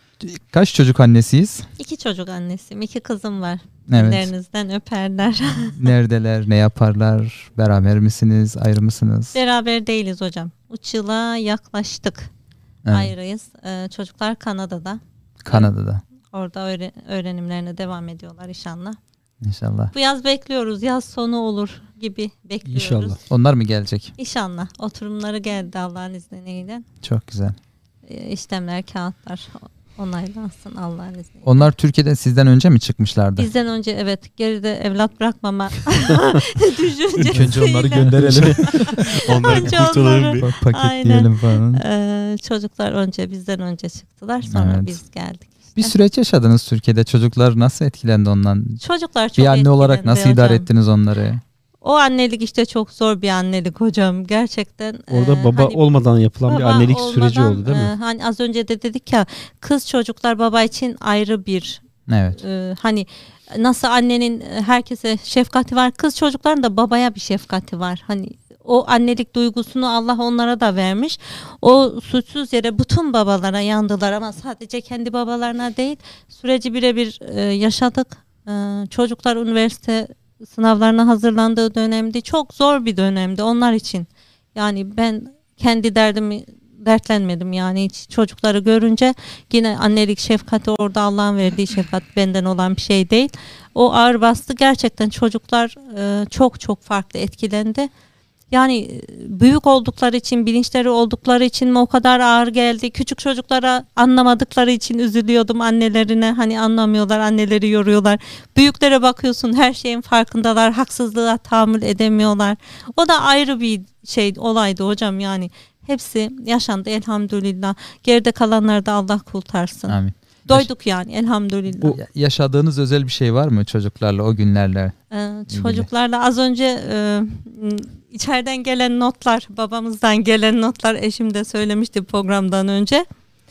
kaç çocuk annesiyiz? İki çocuk annesiyim. İki kızım var. Evet. Ellerinizden öperler. Neredeler? Ne yaparlar? Beraber misiniz? Ayrı mısınız? Beraber değiliz hocam. Üç yıla yaklaştık. Evet. Ayrıyız. Ee, çocuklar Kanada'da. Kanada'da. Orada öğre- öğrenimlerine devam ediyorlar inşallah. İnşallah. Bu yaz bekliyoruz. Yaz sonu olur gibi bekliyoruz. İnşallah. Onlar mı gelecek? İnşallah. Oturumları geldi Allah'ın izniyle. Çok güzel. Ee, işlemler, kağıtlar onaylansın Allah'ın izniyle. Onlar Türkiye'den sizden önce mi çıkmışlardı? Bizden önce evet, geride evlat bırakmama düşüncesiyle. İlk önce onları gönderelim. Onları bir Önce kurtulalım onları- bir. Bak, paketleyelim falan. Ee, çocuklar önce bizden önce çıktılar, sonra Evet. biz geldik. Bir süreç yaşadınız Türkiye'de. Çocuklar nasıl etkilendi ondan? Çocuklar çok Bir anne olarak nasıl etkilendi idare hocam. ettiniz onları? O annelik işte çok zor bir annelik hocam. Gerçekten. Orada e, baba hani olmadan yapılan bir baba annelik olmadan, süreci oldu değil e, mi? hani az önce de dedik ya, kız çocuklar baba için ayrı bir Evet. e, hani nasıl annenin e, herkese şefkati var, kız çocukların da babaya bir şefkati var. Hani o annelik duygusunu Allah onlara da vermiş. O suçsuz yere bütün babalara yandılar ama sadece kendi babalarına değil, süreci birebir e, yaşadık. E, çocuklar üniversite sınavlarına hazırlandığı dönemdi. Çok zor bir dönemdi onlar için. Yani ben kendi derdimi dertlenmedim yani hiç. Çocukları görünce yine annelik şefkati, orada Allah'ın verdiği şefkat, benden olan bir şey değil. O ağır bastı. Gerçekten çocuklar e, çok çok farklı etkilendi. Yani e, büyük oldukları için, bilinçleri oldukları için mi o kadar ağır geldi? Küçük çocuklara anlamadıkları için üzülüyordum annelerine. Hani anlamıyorlar, anneleri yoruyorlar. Büyüklere bakıyorsun, her şeyin farkındalar, haksızlığa tahammül edemiyorlar. O da ayrı bir şey, olaydı hocam yani. Hepsi yaşandı elhamdülillah. Geride kalanları da Allah kurtarsın. Amin. Doyduk yani elhamdülillah. Ya- Yaşadığınız özel bir şey var mı çocuklarla o günlerle? Ee, çocuklarla az önce e, içeriden gelen notlar, babamızdan gelen notlar, eşim de söylemişti programdan önce.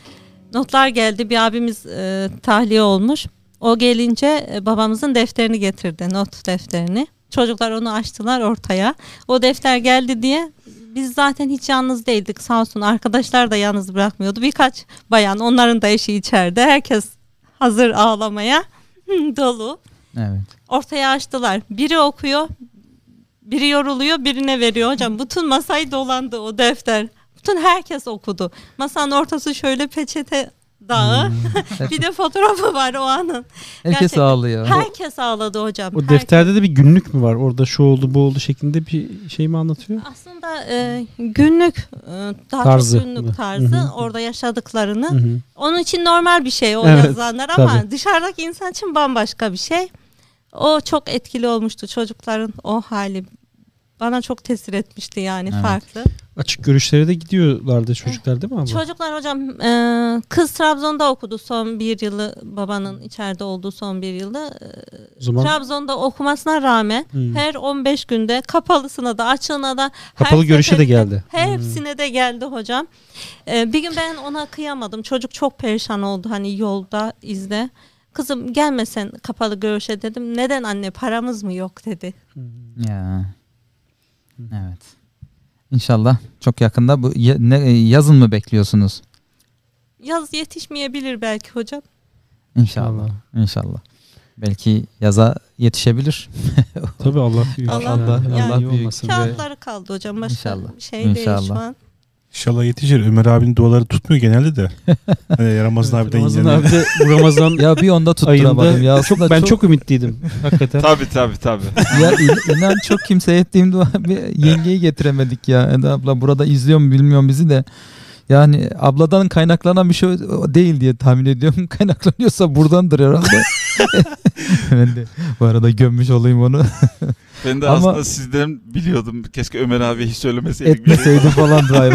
Notlar geldi. Bir abimiz e, tahliye olmuş. O gelince e, babamızın defterini getirdi, not defterini. Çocuklar onu açtılar ortaya. O defter geldi diye biz zaten hiç yalnız değildik, sağ olsun. Arkadaşlar da yalnız bırakmıyordu. Birkaç bayan, onların da eşi içeride. Herkes hazır ağlamaya dolu. Evet. Ortaya açtılar. Biri okuyor, biri yoruluyor, birine veriyor. Hocam bütün masayı dolandı o defter. Bütün herkes okudu. Masanın ortası şöyle peçete dağı. Bir de fotoğrafı var o anın. Herkes Gerçekten. ağlıyor. Herkes ağladı hocam. O Herkes. defterde de bir günlük mü var? Orada şu oldu bu oldu şeklinde bir şey mi anlatıyor? Aslında e, günlük, e, daha Tarzı çok günlük mı? tarzı, Hı hı. orada yaşadıklarını. Hı hı. Onun için normal bir şey o Evet, yazanlar ama tabii. dışarıdaki insan için bambaşka bir şey. O çok etkili olmuştu, çocukların o hali. Bana çok tesir etmişti yani, Evet. farklı. Açık görüşlere de gidiyorlardı çocuklar değil mi abla? Çocuklar hocam, e, kız Trabzon'da okudu son bir yılı, babanın içeride olduğu son bir yılı. E, O zaman Trabzon'da okumasına rağmen Hmm. her on beş günde kapalısına da açığına da Kapalı her görüşe de seferinde- geldi. Hepsine de geldi hocam. E, bir gün ben ona kıyamadım. Çocuk çok perişan oldu hani yolda, izle. Kızım gelmesen kapalı görüşe dedim. Neden anne, paramız mı yok dedi. Ya. Evet. İnşallah çok yakında bu ya- ne, yazın mı bekliyorsunuz? Yaz yetişmeyebilir belki hocam. İnşallah. İnşallah. Belki yaza yetişebilir. Tabii Allah büyük. Allah- Allah, yani Allah büyük. olmasın. Kağıtları kaldı hocam. Başka İnşallah. bir şey değil İnşallah. şu an. İnşallah yetişir. Ömer abinin duaları tutmuyor genelde de. Hani Ramazan abiden Ramazan yine. abi de bu Ramazan Ya bir onda tutturamadım ayında ya. çok, Aslında ben çok, ümitliydim. Hakikaten. Tabii tabii tabii. ya in- inan çok kimseye ettiğim dua bir yengeyi getiremedik ya. Eda abla burada izliyor mu bilmiyorum bizi de. Yani abladan kaynaklanan bir şey değil diye tahmin ediyorum. Kaynaklanıyorsa buradandır herhalde. Ben de bu arada gömmüş olayım onu. Ben de Ama- aslında sizden biliyordum. Keşke Ömer abi hiç söylemeseydik. Etmeseydim falan diyor.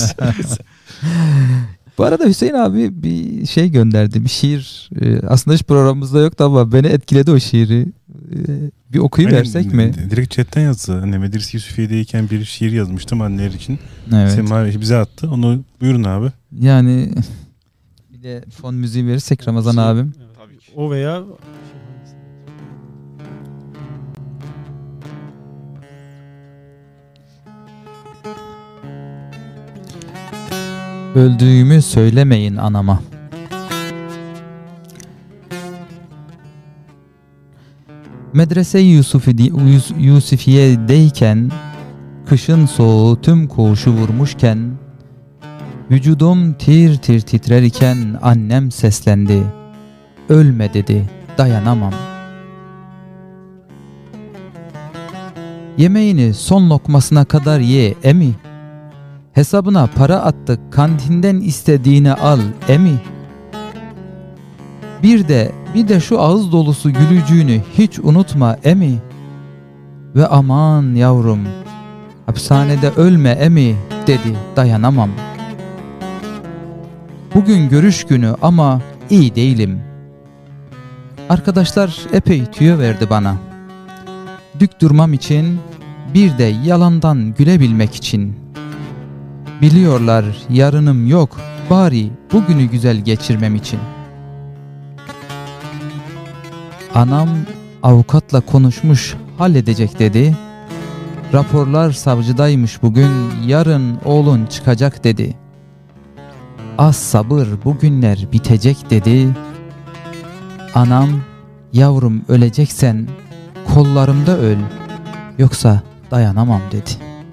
Bu arada Hüseyin abi bir şey gönderdi. Bir şiir. Ee, aslında hiç programımızda yoktu ama beni etkiledi o şiiri. Ee, bir okuyuversek mi? Direkt chatten yazdı. Hani Medrese Yusufiye'deyken bir şiir yazmıştım anneler için. Evet. Sema bize attı. Onu buyurun abi. Yani bir de fon müziği verirsek Ramazan abim. Tabii ki. O veya Öldüğümü söylemeyin anama. Medrese-i Yusufi, Yus, Yusufiye'deyken, kışın soğuğu tüm koğuşu vurmuşken, vücudum tir tir titrer iken annem seslendi. Ölme dedi, dayanamam. Yemeğini son lokmasına kadar ye emi. Hesabına para attık, kantinden istediğini al emi. Bir de bir de şu ağız dolusu gülücüğünü hiç unutma emi. Ve aman yavrum, hapishanede ölme emi dedi, dayanamam. Bugün görüş günü ama iyi değilim. Arkadaşlar epey tüyo verdi bana. Dük durmam için, bir de yalandan gülebilmek için. Biliyorlar yarınım yok, bari bugünü güzel geçirmem için. Anam avukatla konuşmuş, halledecek dedi. Raporlar savcıdaymış bugün, yarın oğlun çıkacak dedi. Az sabır, bugünler bitecek dedi. Anam, yavrum öleceksen kollarımda öl, yoksa dayanamam dedi.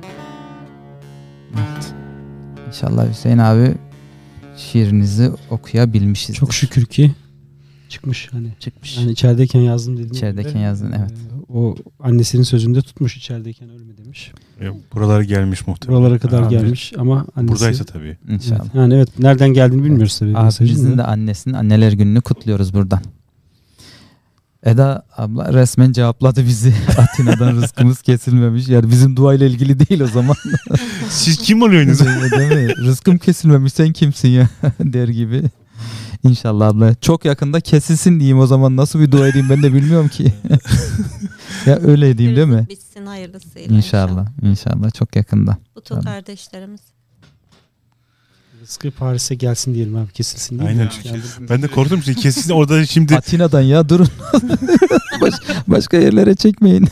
Evet. İnşallah Hüseyin abi şiirinizi okuyabilmişiz. çok şükür ki çıkmış hani. çıkmış. Yani içerideyken yazdım dedim. İçerideyken yazdın, evet. O annesinin sözünde tutmuş, içerideyken ölme demiş. Ya, buralara gelmiş muhtemelen. Buralara kadar Abi, gelmiş ama annesi. Buradaysa tabii. İnşallah. Evet, yani evet, nereden geldiğini bilmiyoruz tabii. mesajın Abimizin da. de annesinin anneler gününü kutluyoruz buradan. Eda abla resmen cevapladı bizi. Atina'dan rızkımız kesilmemiş. Yani bizim duayla ilgili değil o zaman. Siz kim oluyorsunuz? Değil mi? Rızkım kesilmemiş, sen kimsin ya der gibi. İnşallah abla. Çok yakında kesilsin diyeyim o zaman. Nasıl bir dua edeyim ben de bilmiyorum ki. Ya öyle edeyim değil mi? Bitsin hayırlısıyla. İnşallah. İnşallah çok yakında. Kutu Tabii. kardeşlerimiz. Rızkı Paris'e gelsin diyelim abi, kesilsin değil Aynen. mi? çünkü Yani- Ben de korktum şimdi kesin orada şimdi Atina'dan ya durun. Baş- başka yerlere çekmeyin.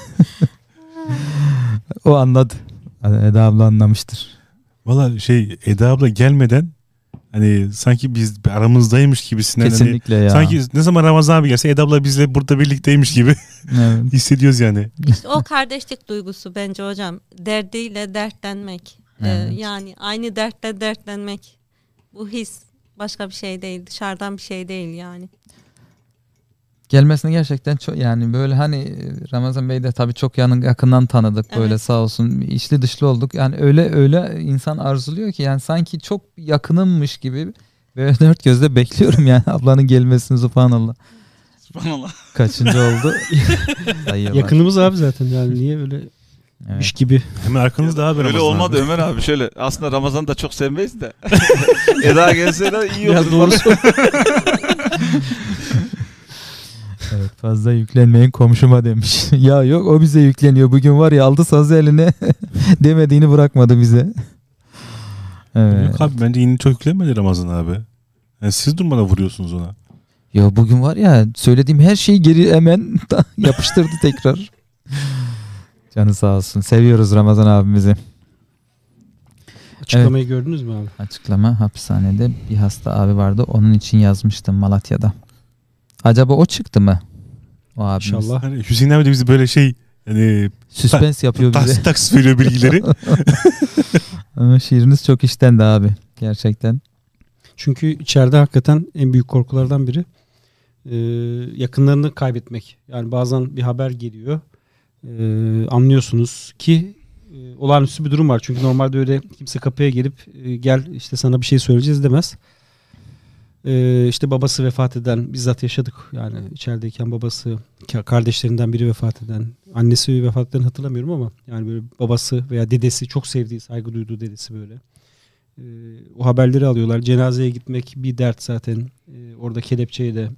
O anladı. Eda abla anlamıştır. valla şey Eda abla gelmeden hani sanki biz aramızdaymış gibisinden hani, Kesinlikle ya. sanki ne zaman Ramazan abi gelse Eda abla bizle burada birlikteymiş gibi Evet. hissediyoruz yani. İşte o kardeşlik duygusu bence hocam. Derdiyle dertlenmek. Ee, Evet. yani aynı dertle dertlenmek. Bu his başka bir şey değil. Dışarıdan bir şey değil yani. Gelmesini gerçekten çok yani böyle hani Ramazan Bey de tabii çok yanın, yakından tanıdık Evet. böyle sağ olsun içli dışlı olduk. Yani öyle öyle insan arzuluyor ki yani sanki çok yakınımmış gibi böyle dört gözle bekliyorum yani ablanın gelmesini subhanallah. Subhanallah. Kaçıncı oldu? Sayıyorlar. Yakınımız abi zaten, yani niye öyle Evet. iş gibi. Hemen arkanızda abi Öyle Ramazan olmadı abi. Ömer abi şöyle. Aslında Ramazan'ı da çok sevmeyiz de. Eda gelse de iyi olur. Ya doğrusu. Evet, fazla yüklenmeyin komşuma demiş. Ya yok o bize yükleniyor. Bugün var ya aldı sazı eline demediğini bırakmadı bize. Evet. Yok abi bence yine çok yüklenmedi Ramazan abi. Yani siz durmadan vuruyorsunuz ona. Ya bugün var ya söylediğim her şeyi geri hemen yapıştırdı tekrar. Canı sağ olsun. Seviyoruz Ramazan abimizi. Açıklamayı gördünüz mü abi? Açıklama: hapishanede bir hasta abi vardı. Onun için yazmıştım Malatya'da. Acaba o çıktı mı? O abimiz. İnşallah. Hani Hüseyin abi de bizi böyle şey hani Süspens yapıyor bize. taks taks veriyor bilgileri. Ama şiiriniz çok iştendi abi. Gerçekten. Çünkü içeride hakikaten en büyük korkulardan biri e, yakınlarını kaybetmek. Yani bazen bir haber geliyor. E, anlıyorsunuz ki e, olağanüstü bir durum var. Çünkü normalde öyle kimse kapıya gelip e, gel işte sana bir şey söyleyeceğiz demez. E, işte babası vefat eden, bizzat yaşadık. Yani içerideyken babası, kardeşlerinden biri vefat eden, annesi vefat eden hatırlamıyorum ama yani böyle babası veya dedesi, çok sevdiği, saygı duyduğu dedesi böyle. Ee, o haberleri alıyorlar. Cenazeye gitmek bir dert zaten. Ee, orada kelepçeyi de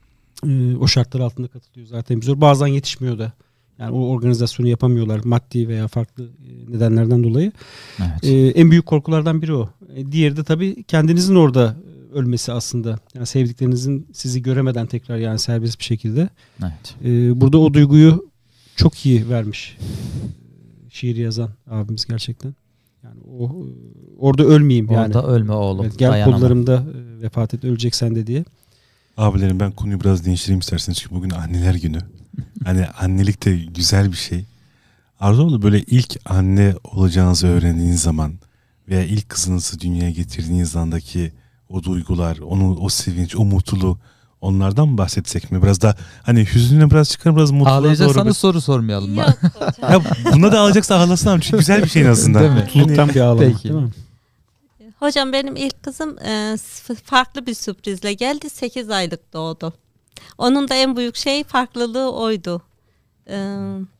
e, o şartlar altında katılıyor zaten. Zor. Bazen yetişmiyor da. Yani o organizasyonu yapamıyorlar maddi veya farklı e, nedenlerden dolayı. Evet. Ee, en büyük korkulardan biri o. E, diğeri de tabii kendinizin orada ölmesi aslında. Yani sevdiklerinizin sizi göremeden tekrar yani serbest bir şekilde. Evet. Ee, burada o duyguyu çok iyi vermiş. Ee, şiir yazan abimiz gerçekten. Yani o orada ölmeyeyim yani. Orada ölme oğlum. Evet, gel dayanamam. kollarımda e, vefat et, öleceksen de diye. Abilerim, ben konuyu biraz değiştireyim isterseniz çünkü bugün anneler günü. Hani annelik de güzel bir şey. Arzuoğlu, böyle ilk anne olacağınızı öğrendiğiniz zaman veya ilk kızınızı dünyaya getirdiğiniz andaki o duygular, onu, o sevinç, o mutluluğu, onlardan mı bahsetsek mi? Biraz da hani hüznüne biraz çıkar, biraz mutluluğa doğru. Ağlayacaksanız bir- soru sormayalım. Yok hocam. Ya buna da ağlayacaksa ağlasın abi çünkü güzel bir şey aslında. Değil mi? Mutluluktan bir ağlama. Peki. Değil mi? Hocam benim ilk kızım e, s- farklı bir sürprizle geldi. sekiz aylık doğdu. Onun da en büyük şey farklılığı oydu. E,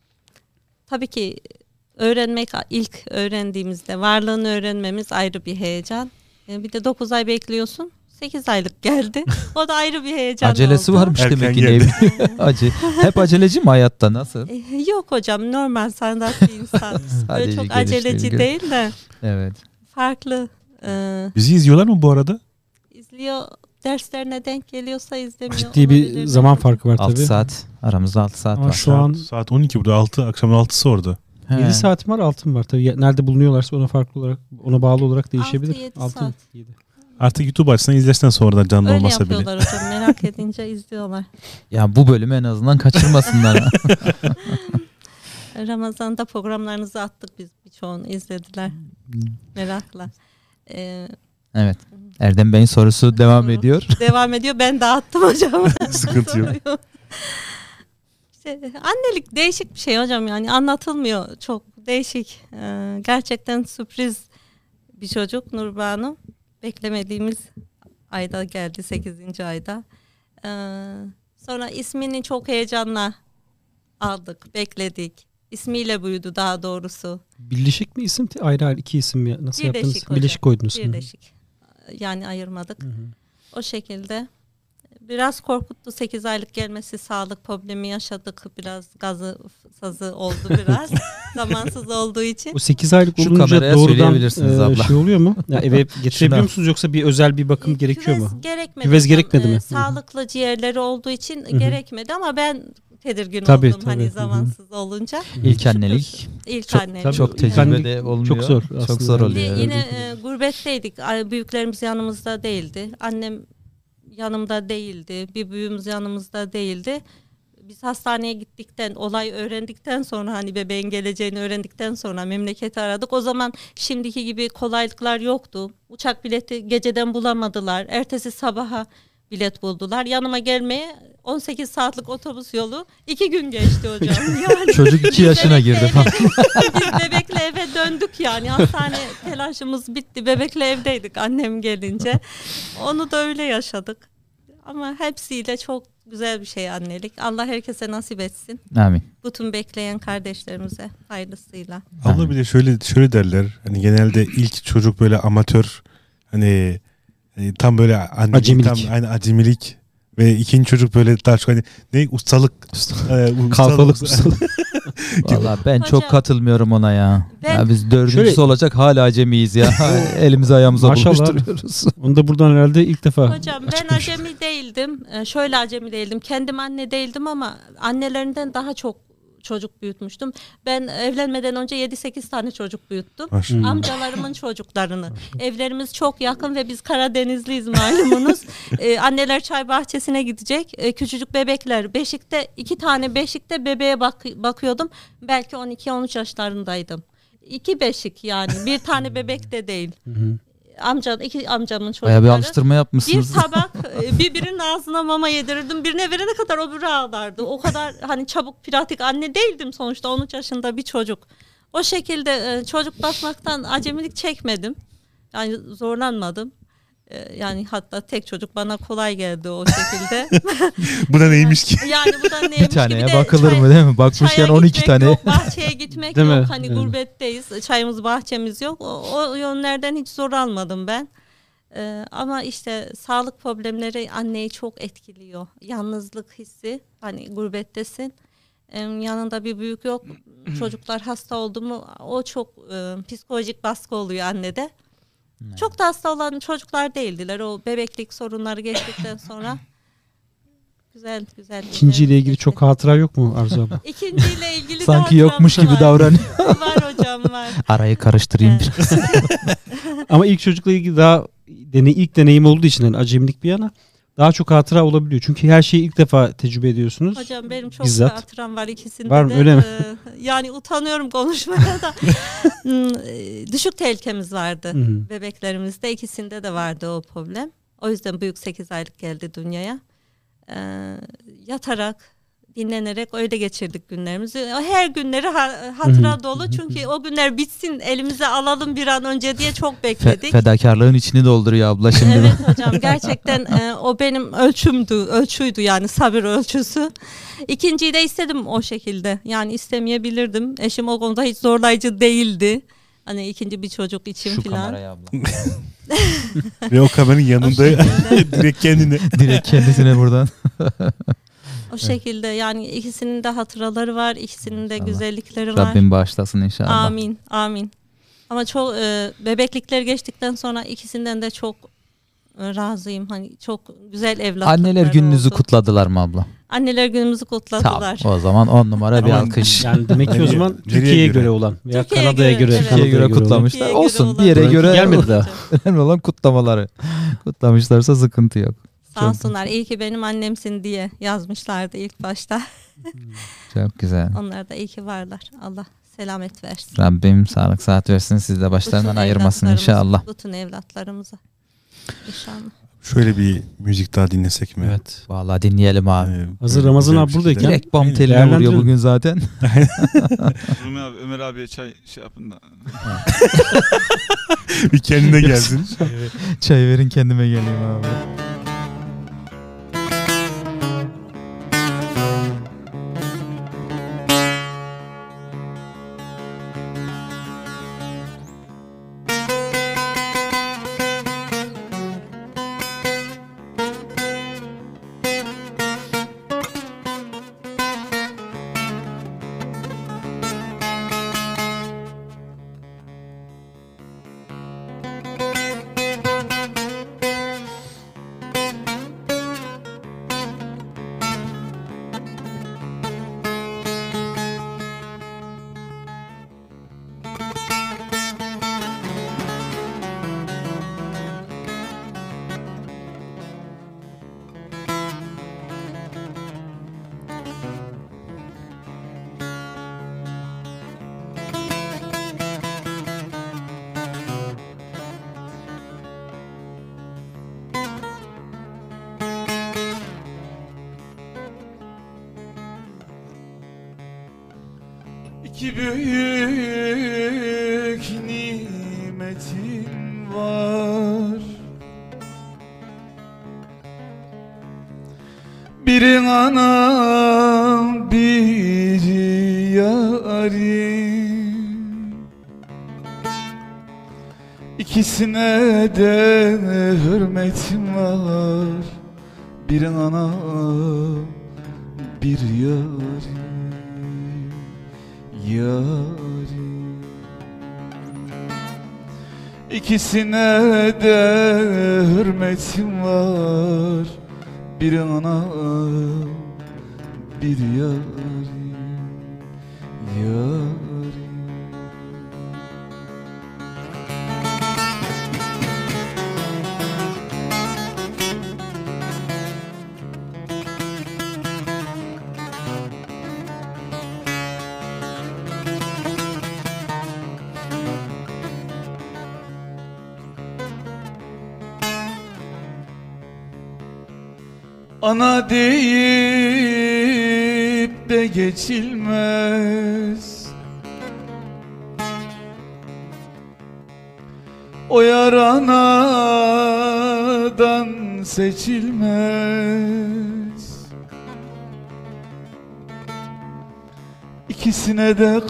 tabii ki öğrenmek, ilk öğrendiğimizde varlığını öğrenmemiz ayrı bir heyecan. E, bir de dokuz ay bekliyorsun. sekiz aylık geldi. O da ayrı bir heyecan Acelesi oldu. varmış Erken demek ki. geldi. Ne bileyim. Acı. Hep aceleci mi hayatta, nasıl? E, yok hocam, normal standart bir insan. Böyle Sadece çok gelişleri aceleci gör- değil de Evet. farklı. E, Bizi izliyorlar mı bu arada? izliyor, derslerine denk geliyorsa izlemiyor. Ciddi bir olabilir. zaman farkı var altı tabii. saat. Aramızda altı saat Ama var. şu an Saat on iki burada, altı, akşamın altısı orada. He. yedi saatim var, altım var. Tabii ya- nerede bulunuyorlarsa ona farklı olarak, ona bağlı olarak değişebilir. Altı, yedi Altı, saat. yedi. Artık YouTube açsan izlersen sonradan canlı Öyle olmasa bile. yapıyorlar hocam, merak edince izliyorlar. Ya bu bölümü en azından kaçırmasınlar. Ramazan'da programlarınızı attık, biz birçoğunu izlediler merakla. Ee, Evet. Erdem Bey'in sorusu devam Soru. ediyor. devam ediyor, ben dağıttım hocam. Sıkıntı yok. Soruyu. İşte, annelik değişik bir şey hocam, yani anlatılmıyor, çok değişik. Ee, gerçekten sürpriz bir çocuk Nurbanu. Beklemediğimiz ayda geldi, sekizinci ayda. Ee, sonra ismini çok heyecanla aldık, bekledik. İsmiyle büyüdü daha doğrusu. Birleşik mi isim? Ayrı ayrı iki isim mi? Nasıl Birleşik yaptınız? hocam. Birleşik koydunuz. Hı hı. Birleşik. Yani ayırmadık. Hı hı. O şekilde. Biraz korkuttu sekiz aylık gelmesi, sağlık problemi yaşadık. Biraz gazı sazı oldu biraz. Zamansız olduğu için. O sekiz aylık Şu olunca kameraya doğrudan söyleyebilirsiniz e, abla. şey oluyor mu? Ya eve getirebiliyor Şuna. musunuz yoksa bir özel bir bakım E, gerekiyor küvez mu? Gerekmedi. Küvez hocam. gerekmedi mi? E, Hı hı. sağlıklı ciğerleri olduğu için hı. gerekmedi ama ben tedirgin Tabii, oldum tabii. hani Hı hı. zamansız olunca. İlk annelik. İlk Çok- annelik. tabii. Çok İlk tecrübede annelik olmuyor. çok zor Çok aslında zor yani. Bir de oluyor. yine e, gurbetteydik. Ay, büyüklerimiz yanımızda değildi. Annem yanımda değildi. Bir büyüğümüz yanımızda değildi. Biz hastaneye gittikten, olay öğrendikten sonra, hani bebeğin geleceğini öğrendikten sonra memleketi aradık. O zaman şimdiki gibi kolaylıklar yoktu. Uçak bileti geceden bulamadılar. Ertesi sabaha bilet buldular. Yanıma gelmeye on sekiz saatlik otobüs yolu iki gün geçti hocam. Yani Çocuk iki yaşına girdi falan. biz bebekle eve döndük yani. Hastane telaşımız bitti. Bebekle evdeydik annem gelince. Onu da öyle yaşadık. Ama hepsiyle çok güzel bir şey annelik. Allah herkese nasip etsin. Amin. Bütün bekleyen kardeşlerimize hayırlısıyla. Abla bir de şöyle şöyle derler. Hani genelde ilk çocuk böyle amatör, hani, hani tam böyle anne, Acemilik. tam aynı acemilik ve ikinci çocuk böyle daha çok hani ne ustalık, e, ustalık- Kalfalık ustalık. Valla ben Hocam, çok katılmıyorum ona ya. ben- Ya biz dördüncüsü Şöyle- olacak hala acemiyiz ya. Elimizi ayağımıza Maşallah. buluşturuyoruz. Onu da buradan herhalde ilk defa Hocam ben açıklamış. acemi değildim. Ee, şöyle acemi değildim. Kendim anne değildim ama annelerinden daha çok çocuk büyütmüştüm. Ben evlenmeden önce yedi sekiz tane çocuk büyüttüm. Maşallah. Amcalarımın çocuklarını. Evlerimiz çok yakın ve biz Karadenizliyiz malumunuz. Ee, anneler çay bahçesine gidecek. Ee, küçücük bebekler. Beşikte iki tane beşikte bebeğe bak bakıyordum. Belki on iki on üç yaşlarındaydım. İki beşik yani. Bir tane bebek de değil. Hı hı. Amca, iki amcamın çocukları. Bayağı bir alıştırma yapmışsınız. Bir tabak e, birbirinin ağzına mama yedirirdim. Birine verene kadar öbürü ağlardı. O kadar hani çabuk pratik anne değildim sonuçta. on üç yaşında bir çocuk. O şekilde e, çocuk bakmaktan acemilik çekmedim. Yani zorlanmadım. E, yani hatta tek çocuk bana kolay geldi o şekilde. Bu da neymiş ki? Yani bu da neymiş Bir ki? taneye de bakılır çay- mı değil mi? Bakmışken çaya on iki gitmek tane. yok, bahçeye gitmek Değil yok. mi? Hani Evet. gurbetteyiz. Çayımız, bahçemiz yok. O, o yönlerden hiç zor almadım ben. Ee, ama işte sağlık problemleri anneyi çok etkiliyor. Yalnızlık hissi. Hani gurbettesin. Ee, yanında bir büyük yok. Çocuklar hasta oldu mu o çok e, psikolojik baskı oluyor annede. Çok da hasta olan çocuklar değildiler. O bebeklik sorunları geçtikten sonra güzel güzel. İkinciyle ilgili çok hatıra yok mu Arzu abla? İkinciyle ilgili de Sanki yokmuş hatıramız gibi var. davranıyor. Var hocam var. Arayı karıştırayım Evet. biraz. Ama ilk çocukla ilgili daha deney, ilk deneyim olduğu için yani acemilik bir yana daha çok hatıra olabiliyor. Çünkü her şeyi ilk defa tecrübe ediyorsunuz. Hocam benim çok Bizzat. hatıram var ikisinde Var mı, de. öyle mi? Ee, yani utanıyorum konuşmaya da. Hmm, e, Düşük tehlikemiz vardı. Hı hı. Bebeklerimizde ikisinde de vardı o problem. O yüzden büyük sekiz aylık geldi dünyaya. Ee, yatarak, dinlenerek öyle geçirdik günlerimizi. Her günleri ha- hatıra dolu. Çünkü o günler bitsin, elimize alalım bir an önce diye çok Fe- bekledik. fedakarlığın içini dolduruyor abla şimdi. Evet hocam gerçekten e, o benim ölçümdü, ölçüydü yani sabır ölçüsü. İkinciyi de istedim o şekilde. Yani istemeyebilirdim. Eşim o konuda hiç zorlayıcı değildi. Hani ikinci bir çocuk için Şu filan. kameraya abla. Ve o kameranın yanında direkt kendine. Direkt kendisine buradan. O şekilde yani ikisinin de hatıraları var, ikisinin de İnşallah. güzellikleri var. Rabbim bağışlasın inşallah. Amin, amin. Ama çok e, bebeklikler geçtikten sonra ikisinden de çok e, razıyım. Hani çok güzel evlatlıkları Anneler gününüzü oldu. kutladılar mı abla? Anneler günümüzü kutladılar. Tamam. O zaman on numara bir Ama alkış. Yani demek ki o Nereye- zaman nereye Türkiye'ye göre? göre olan veya Türkiye'ye Kanada'ya göre, göre, evet. Türkiye'ye göre Kanada'ya olan. kutlamışlar. Türkiye'ye Olsun göre bir yere olan. göre Gelmedi daha. önemli olan kutlamaları. Kutlamışlarsa sıkıntı yok. Sağ olsunlar. İyi ki benim annemsin diye yazmışlardı ilk başta. Çok güzel. Onlar da iyi ki varlar. Allah selamet versin. Rabbim sağlık saat versin. Siz de başlarından Bütün ayırmasın evlatlarımıza, inşallah. Bütün evlatlarımıza. İnşallah. Şöyle bir müzik daha dinlesek mi? Evet. Vallahi dinleyelim abi. Ee, Hazır böyle Ramazan güzel abi bir buradayken- şekilde- Direkt bam Aynen. teline vuruyor Değerlendirelim. bugün zaten. Rumi abi, Ömer abiye çay şey yapın da. Bir kendine gelsin. Çay verin kendime geleyim abi. İki büyük nimetim var. Biri anam, biri yarim. İkisine de hürmetim var. Biri anam, bir yarim. Yarim. İkisine de hürmetim var. Bir anam, bir yarim. yarim. Ana deyip de geçilmez, o yar anadan seçilmez. İkisine de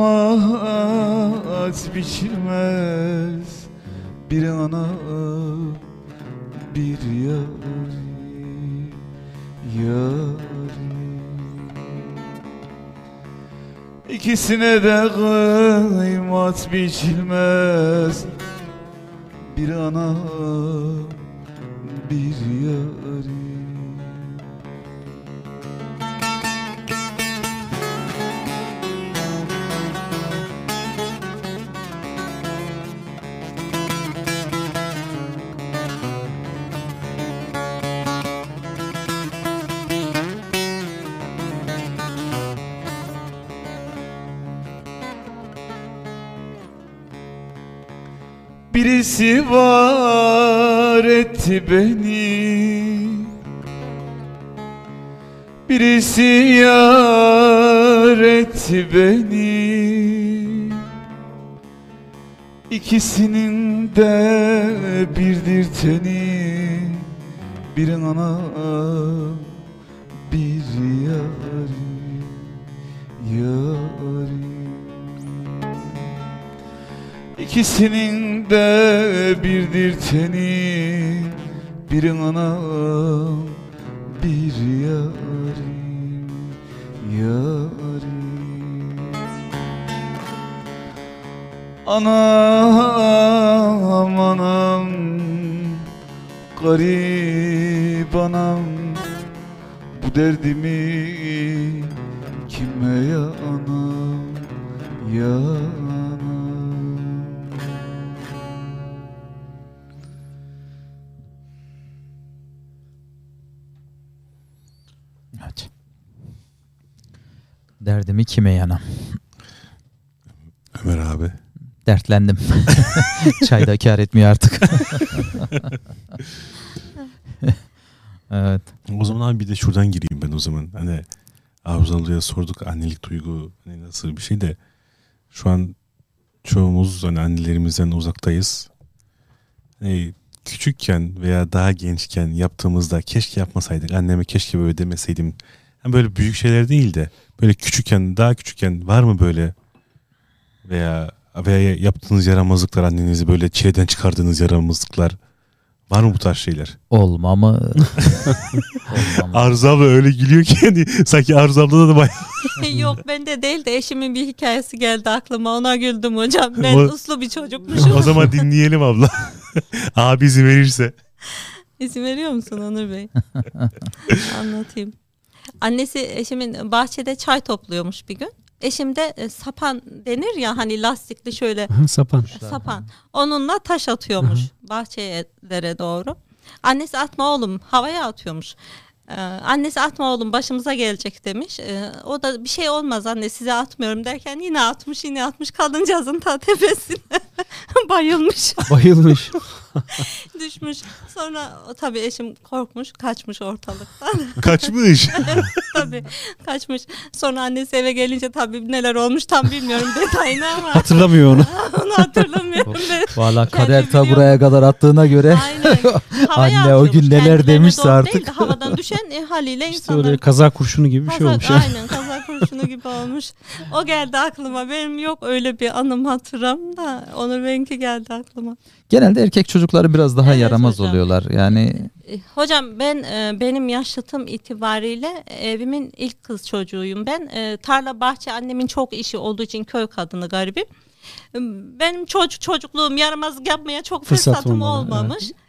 kıymat biçilmez, bir ana bir yar. Yarim, İkisine de kıymat biçilmez, bir ana bir yarim. Birisi var etti beni, birisi yar etti beni. İkisinin de birdir teni, bir ana bir yarim, yarim. İkisinin de birdir teni, bir ana bir yarim, yarim. Anam anam, garip anam, bu derdimi kime ya anam, ya anam. Evet. Derdimi kime yanam? Ömer abi. Dertlendim. Çay da kâr etmiyor artık. Evet. O zaman abi bir de şuradan gireyim ben o zaman. Hani Arzu'ya sorduk annelik duygu hani nasıl bir şey de şu an çoğumuz hani annelerimizden uzaktayız. Hani küçükken veya daha gençken yaptığımızda keşke yapmasaydık, anneme keşke böyle demeseydim. Yani böyle büyük şeyler değil de böyle küçükken, daha küçükken var mı böyle veya veya yaptığınız yaramazlıklar, annenizi böyle çileden çıkardığınız yaramazlıklar var mı bu tarz şeyler? Olma mı? Olma mı? Arzu abla öyle gülüyor ki hani sanki Arzu ablada da bayağı. Yok bende değil de eşimin bir hikayesi geldi aklıma, ona güldüm hocam. Ben O- uslu bir çocukmuşum. O zaman dinleyelim abla. Abi izin verirse. İzin veriyor musun Onur Bey? Anlatayım. Annesi eşimin bahçede çay topluyormuş bir gün. Eşim de e, sapan denir ya hani lastikli şöyle Sapan. sapan. Onunla taş atıyormuş bahçelere doğru. Annesi atma oğlum, havaya atıyormuş. Ee, annesi atma oğlum başımıza gelecek demiş. Ee, o da bir şey olmaz anne size atmıyorum derken yine atmış yine atmış, kadıncağızın ta tepesine bayılmış. Bayılmış. Düşmüş. Sonra o tabii eşim korkmuş, kaçmış ortalıktan. Kaçmış. Tabii kaçmış. Sonra annesi eve gelince tabii neler olmuş tam bilmiyorum detayını ama Hatırlamıyor onu. onu hatırlamıyorum ben. Valla Kendi kader ta biliyor. buraya kadar attığına göre Aynen. Havaya anne o atıyormuş. gün neler Kendilerine demişse doğru artık. değil de havadan düşen e, haliyle İşte insanların öyle kaza kurşunu gibi bir şey Kazak- olmuş. ya. Aynen kazak kurşunu gibi olmuş. O geldi aklıma. Benim yok öyle bir anım hatıram da Onur Bey'inki geldi aklıma. genelde erkek çocukları biraz daha Evet yaramaz hocam. oluyorlar. Yani E, Hocam ben e, benim yaşıtım itibariyle evimin ilk kız çocuğuyum ben. E, tarla bahçe annemin çok işi olduğu için köy kadını garibim. E, Benim çocuk çocukluğum yaramazlık yapmaya çok Fırsat fırsatım olmadı, olmamış.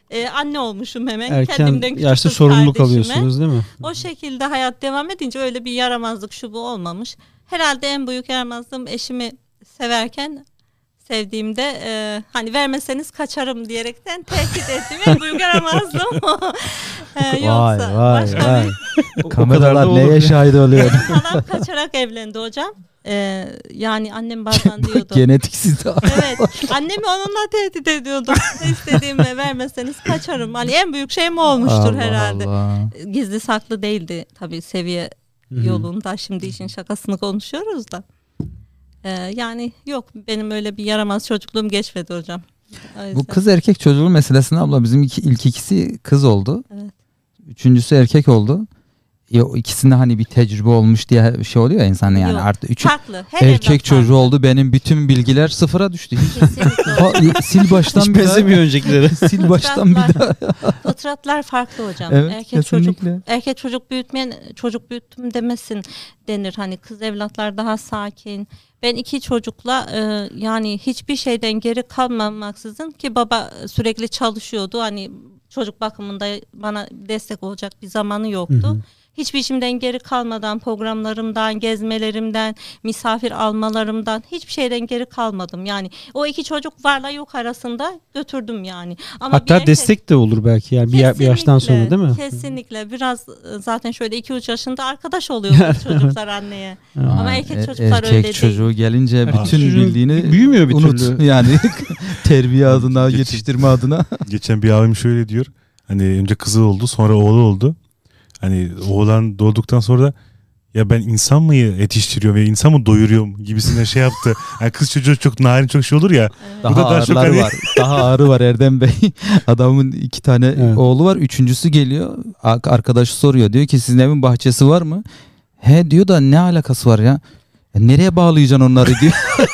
e, anne olmuşum hemen. Erken Kendimden küçük yaşta kız sorumluluk kardeşime. alıyorsunuz değil mi? O şekilde hayat devam edince öyle bir yaramazlık şu bu olmamış. Herhalde en büyük yaramazlığım eşimi severken sevdiğimde e, hani vermeseniz kaçarım diyerekten tehdit ettim. En büyük yaramazlığım o. E, yoksa Vay vay başka vay. bir O Kameralar kadar da neye olur. şahit oluyor? adam kaçarak evlendi hocam. E, yani annem bazen diyordu. Genetik sizde. Evet. Annemi onunla tehdit ediyordum. İstediğimle vermeseniz kaçarım. Hani en büyük şeyim o olmuştur Allah herhalde. Allah. Gizli saklı değildi tabii seviye Hı hı. yolunda. Şimdi işin şakasını konuşuyoruz da. Ee, yani yok benim öyle bir yaramaz çocukluğum geçmedi hocam. O Bu yüzden. kız erkek çocuğu meselesine abla bizim iki, ilk ikisi kız oldu. Evet. Üçüncüsü erkek oldu. Ya, o ikisinde hani bir tecrübe olmuş diye bir şey oluyor ya insanın yani. Yok. Artık üçü Farklı. Her erkek evlat çocuğu farklı. oldu. Benim bütün bilgiler sıfıra düştü. Kesinlikle. Ha, sil baştan Hiç bir daha. benzemiyor öncekilere. Sil baştan bir daha. Fıtratlar farklı hocam. Evet, erkek çocuk kesinlikle. erkek çocuk büyütmeyen çocuk büyüttüm demesin denir. Hani kız evlatlar daha sakin. Ben iki çocukla e, yani hiçbir şeyden geri kalmamaksızın ki baba sürekli çalışıyordu. Hani çocuk bakımında bana destek olacak bir zamanı yoktu. Hı hı. Hiçbir işimden geri kalmadan, programlarımdan, gezmelerimden, misafir almalarımdan hiçbir şeyden geri kalmadım. Yani o iki çocuk varla yok arasında götürdüm yani. Ama bir Hatta erkek- destek de olur belki yani bir, ya- bir yaştan sonra Kesinlikle, değil mi? Kesinlikle. Biraz e, zaten şöyle iki üç yaşında arkadaş oluyor çocuklar anneye. Ama Ha, erkek e- çocuklar erkek öyle değil. çocuğu gelince Erkek bütün çocuğu bildiğini büyümüyor bir unut. türlü. Yani terbiye adına, Geçin. yetiştirme adına. Geçen bir abim şöyle diyor. Hani önce kızı oldu, sonra oğlu oldu. Hani oğlan doğduktan sonra da ya ben insan mı yetiştiriyorum ya insan mı doyuruyorum gibisinden şey yaptı. Yani kız çocuğu çok narin çok şey olur ya. Evet. Daha Burada daha çok ağırları hani- var. Daha ağırı var Erdem Bey. Adamın iki tane Evet. oğlu var. Üçüncüsü geliyor. A- Arkadaşı soruyor. Diyor ki sizin evin bahçesi var mı? He diyor da ne alakası var ya? Ya nereye bağlayacaksın onları diyor.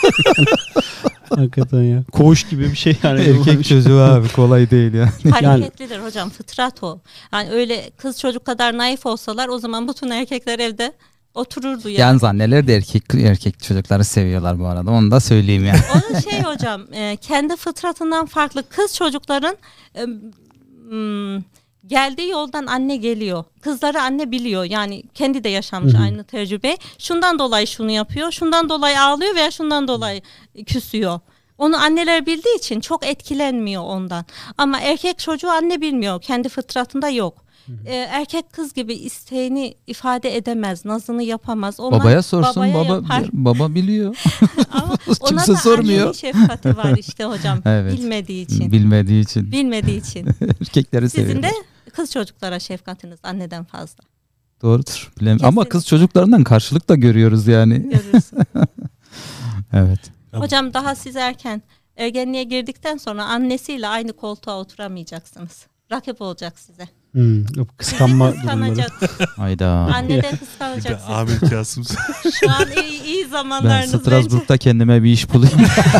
Hakikaten ya. Koğuş gibi bir şey yani. Erkek çocuğu abi kolay değil ya. Hareketlidir hocam, fıtrat o. Yani öyle kız çocuk kadar naif olsalar o zaman bütün erkekler evde otururdu yani. Yalnız anneler de erkek erkek çocukları seviyorlar bu arada. Onu da söyleyeyim yani. Onun şey hocam e, kendi fıtratından farklı kız çocukların e, m, geldiği yoldan anne geliyor. Kızları anne biliyor. Yani kendi de yaşamış Hı hı. aynı tecrübe. Şundan dolayı şunu yapıyor. Şundan dolayı ağlıyor veya şundan dolayı küsüyor. Onu anneler bildiği için çok etkilenmiyor ondan. Ama erkek çocuğu anne bilmiyor. Kendi fıtratında yok. Ee, erkek kız gibi isteğini ifade edemez, nazını yapamaz. Onlar Babaya sorsun babaya baba yapar. baba biliyor. Ama ona Kimse da sormuyor. annenin şefkati var işte hocam. Evet. Bilmediği için. Bilmediği için. Bilmediği için. Erkekleri Sizin seviyorlar. de kız çocuklara şefkatiniz anneden fazla. Doğrudur. Bilem- Ama Kesinlikle. kız çocuklarından karşılık da görüyoruz yani. Görürsün. Evet. Hocam daha siz erken ergenliğe girdikten sonra annesiyle aynı koltuğa oturamayacaksınız. Rakip olacak size. Hmm, o kıskanma Sizi durumları. kıskanacak. Hayda. Anne de Bir kıskanacak de sizi. Ahmet Kasım. Şu an iyi, iyi Ben zamanlarınız bence. Strasbourg'da kendime bir iş bulayım.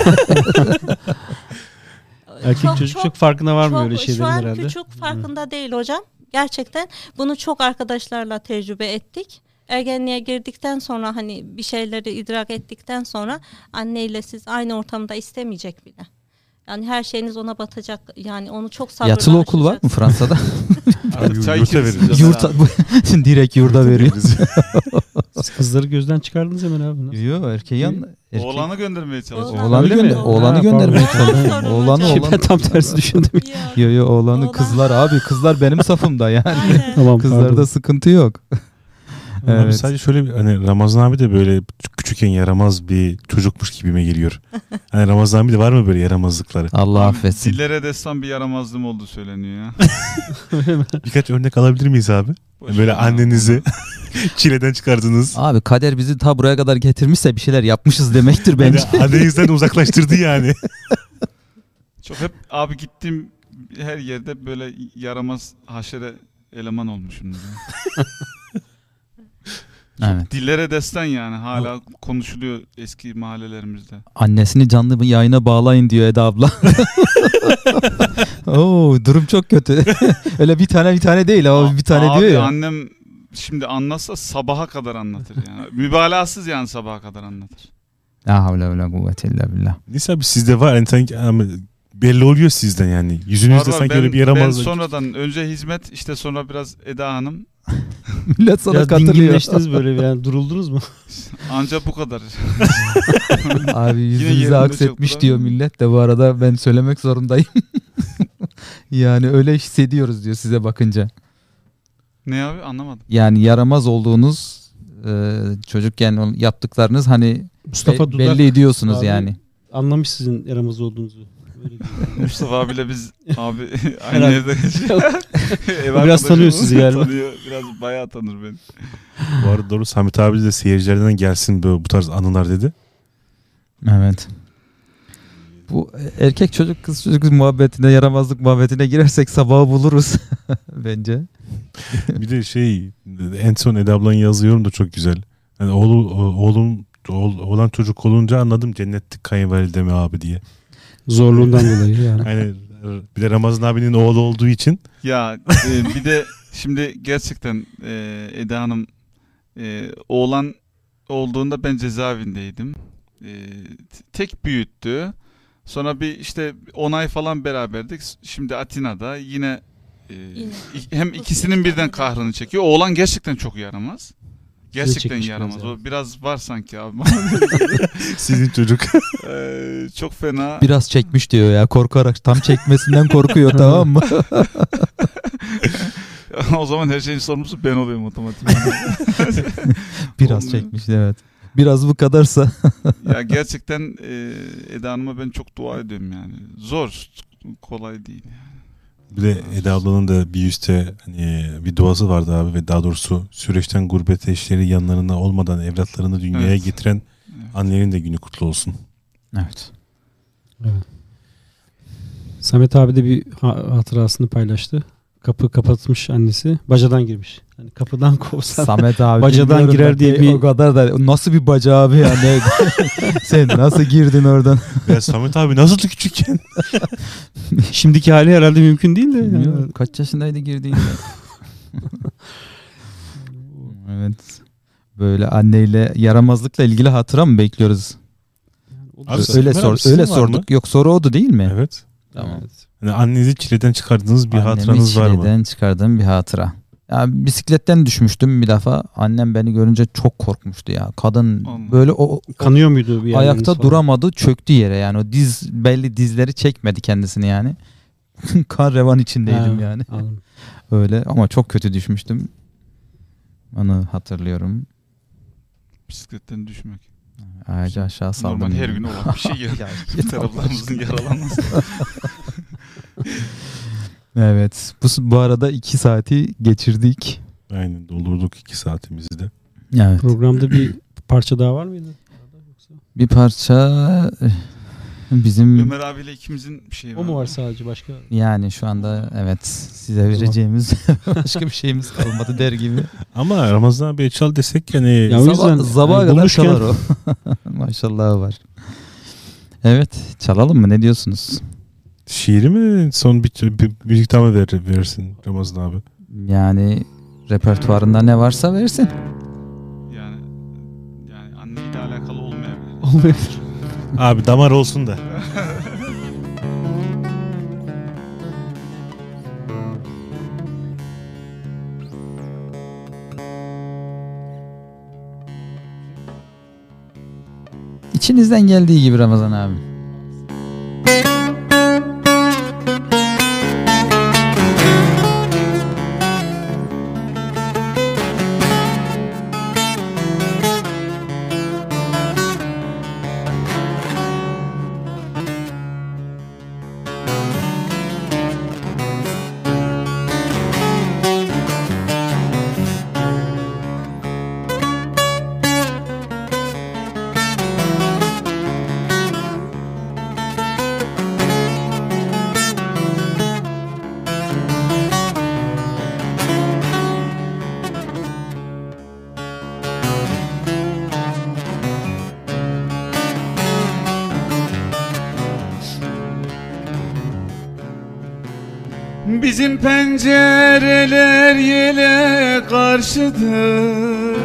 Erkek çocuk çok, farkına var mı öyle şeylerin Şu an herhalde? küçük farkında değil hocam. Gerçekten bunu çok arkadaşlarla tecrübe ettik. Ergenliğe girdikten sonra hani bir şeyleri idrak ettikten sonra anneyle siz aynı ortamda istemeyecek bile. Yani her şeyiniz ona batacak. Yani onu çok sabırla Yatılı okul var mı aşacaksınız. Fransa'da? Abi, Çay yurta ikimiz veririz. de Yurta, direkt yurda veriyor. Siz kızları gözden çıkardınız hemen abi. Nasıl? Yok erkeği yan. Erkek. Oğlanı göndermeye çalışıyor. Oğlan. Oğlanı Öyle gönder. mi? Oğlanı Ha, göndermeye pardon. çalışıyor. Sorun Oğlanı hocam. oğlan. Ben tam tersi düşündüm. Ya. Yo yo oğlanı Oğlan. kızlar abi kızlar benim safımda yani. Aynen. Tamam Kızlarda pardon. sıkıntı yok. Abi Evet. sadece şöyle bir hani Ramazan abi de böyle küçükken yaramaz bir çocukmuş gibime geliyor. Hani Ramazan abi de var mı böyle yaramazlıkları? Allah Abi, affetsin. Dillere destan bir yaramazlığım oldu söyleniyor ya. Birkaç örnek alabilir miyiz abi? Boş Böyle ver ya. annenizi çileden çıkardınız. Abi kader bizi ta buraya kadar getirmişse bir şeyler yapmışız demektir bence. Yani annenizden uzaklaştırdı yani. Çok hep abi gittiğim her yerde böyle yaramaz haşere eleman olmuşumdur. ya. Evet. Dillere destan yani hala konuşuluyor eski mahallelerimizde. Annesini canlı bir yayına bağlayın diyor Eda abla. Oo, durum çok kötü. Öyle bir tane bir tane değil ama bir tane Abi diyor ya. annem şimdi anlatsa sabaha kadar anlatır yani. Mübalağasız yani sabaha kadar anlatır. La havle ve la kuvvete illa billah. Neyse abi sizde var. Yani sanki ama belli oluyor sizden yani. Yüzünüzde Var var, sanki ben, öyle bir ben yaramazlık. sonradan önce hizmet, işte sonra biraz Eda Hanım. Millet sana Biraz katılıyor. dinginleştiniz böyle, yani duruldunuz mu? Ancak bu kadar. Abi Yine yüzünüze yerinde aksetmiş çok diyor duramıyor. millet de, bu arada ben söylemek zorundayım. Yani öyle hissediyoruz diyor size bakınca. Ne abi, anlamadım. Yani yaramaz olduğunuz e, çocukken o yaptıklarınız hani Mustafa be- Dudak belli ediyorsunuz abi yani. anlamış sizin yaramaz olduğunuzu. Öyle değil. Mustafa abiyle biz abi aynı Herhalde. evde Ev O biraz arkadaşım, tanıyor sizi galiba. Tanıyor, biraz bayağı tanır beni. Bu arada doğru, Samet abi de seyircilerden gelsin böyle bu tarz anılar dedi. Evet. Bu erkek çocuk kız çocuk muhabbetine, yaramazlık muhabbetine girersek sabahı buluruz bence. Bir de şey, en son Eda ablanın yazıyorum da çok güzel. Yani oğlu, oğlum oğul, oğlan çocuk olunca anladım cennetlik kayınvalidemi abi diye. Zorluğundan dolayı yani. Yani bir de Ramazan abinin oğlu olduğu için. Ya e, bir de şimdi gerçekten e, Eda Hanım e, oğlan olduğunda ben cezaevindeydim. E, t- tek büyüttü. Sonra bir işte on ay falan beraberdik. Şimdi Atina'da yine, e, Yine. i- hem ikisinin birden kahrını çekiyor. Oğlan gerçekten çok yaramaz. Gerçekten çekmiş yaramaz. biraz O biraz var sanki abi. Sizin çocuk. E, çok fena. Biraz çekmiş diyor ya, korkarak, tam çekmesinden korkuyor tamam mı? O zaman her şeyin sorumlusu ben oluyorum otomatik. Biraz Olmuyor. çekmiş evet. Biraz bu kadarsa. Ya gerçekten e, Eda Hanım'a ben çok dua ediyorum yani. Zor, kolay değil. Bir de Eda ablanın da bir üstte hani bir duası vardı abi, ve daha doğrusu süreçten gurbet eşleri yanlarında olmadan evlatlarını dünyaya Evet. getiren Evet. annelerin de günü kutlu olsun. Evet. Samet abi de bir ha- hatırasını paylaştı. Kapı kapatmış annesi. Bacadan girmiş. Yani kapıdan kovsan. Samet abi Bacadan bilmiyorum girer da diye bir bir- o kadar da nasıl bir bacağı abi ya, ne? Sen nasıl girdin oradan? Ya Samet abi nasıldı küçükken? Şimdiki hali herhalde mümkün değil de. Yani. Bilmiyorum, kaç yaşındaydı girdiğinde? Evet. Böyle anneyle yaramazlıkla ilgili hatıra mı bekliyoruz? Abi öyle Samet sor, abi, sizin öyle var mı? sorduk. Yok, soru oydu değil mi? Evet. Tamam. Evet. Yani annenizi çileden çıkardığınız bir Annemi hatıranız var mı? çileden çıkardığım bir hatıra. Ya bisikletten düşmüştüm bir defa. Annem beni görünce çok korkmuştu ya. Kadın Allah. böyle o, o Kanıyor muydu bir yerleriniz ayakta falan? duramadı, çöktü yere yani. O diz belli dizleri çekmedi kendisini yani. Kan revan içindeydim Ha, yani. anladım. Öyle ama çok kötü düşmüştüm. Onu hatırlıyorum. Bisikletten düşmek. Ağacı aşağı saldım. Normal her yani. gün olan bir şey ya. Ya, Bir taraflarımızın yaralanması. Evet. Bu, bu arada iki saati geçirdik. Aynen, doldurduk iki saatimizi de. Evet. Programda bir parça daha var mıydı? Bir parça bizim Ömer abiyle ikimizin bir şeyi var. O mu var sadece, başka? yani şu anda evet size vereceğimiz başka bir şeyimiz kalmadı der gibi. Ama Ramazan abi çal desek yani Ya o yüzden Sabah, sabaha yani kadar bulmuşken- çalar o. Maşallah var. Evet, çalalım mı? Ne diyorsunuz? şiiri mi son bir, bir müzik daha mı ver, verirsin Ramazan abi? Yani repertuarında ne varsa versin. Yani yani anneyle alakalı olmayabilir. Olmayabilir. Abi damar olsun da. İçinizden geldiği gibi Ramazan abi. Bizim pencereler yele karşıdır.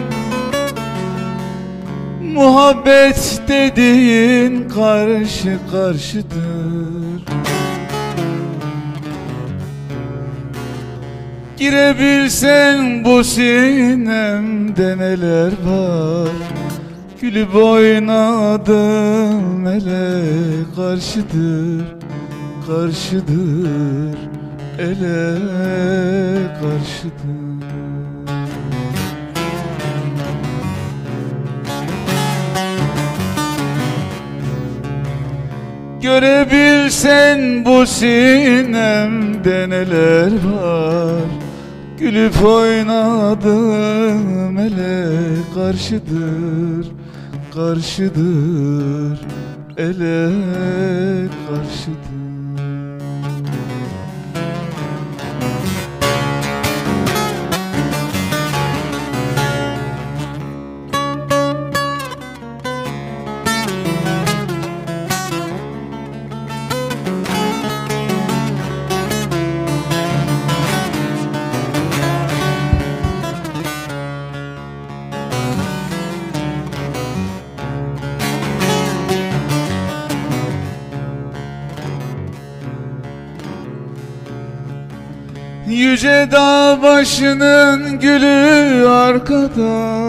Muhabbet dediğin karşı karşıdır. Girebilsen bu sinemde neler var. Gülüp oynadım ele karşıdır, karşıdır, ele karşıdır. Görebilsen bu sinemde neler var. Gülüp oynadım ele karşıdır, karşıdır, ele karşıdır. Yüce dağ başının gülü arkada,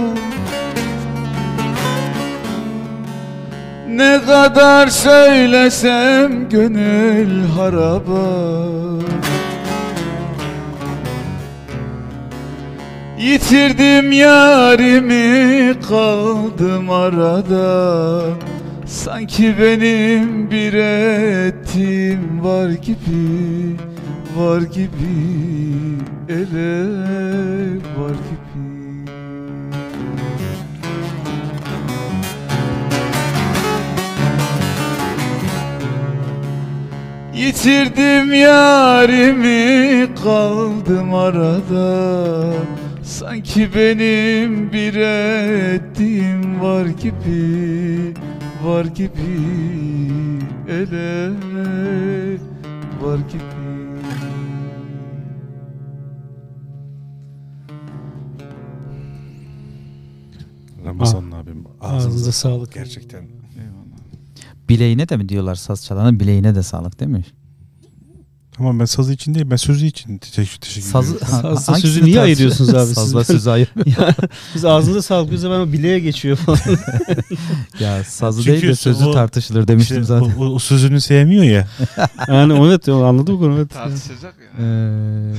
ne kadar söylesem gönül haraba. Yitirdim yarimi, kaldım arada. Sanki benim bir ettiğim var gibi, var gibi, ele var gibi. Yitirdim yarimi, kaldım arada. Sanki benim bir ettiğim var gibi, var gibi, ele var gibi. Ramazan abim ağzınıza, Ağzınıza sağlık. Gerçekten. Eyvallah. Bileğine de mi diyorlar saz çalanın, bileğine de sağlık değil mi? Ama ben sazı için değil, ben sözü için teşekkür, teşekkür Sazı, ederim. Sazla hangisini sözü niye tartış- ayırıyorsunuz abi siz? Sazla sözü ayır. Ya, biz ağzınıza sağlık diyoruz hemen bileğe geçiyor falan. Ya sazı Çünkü değil de sözü o- tartışılır demiştim İşte zaten. o, o, o sözünü sevmiyor ya. Yani evet anladım konu. Evet. Tartışacak ya. Ee,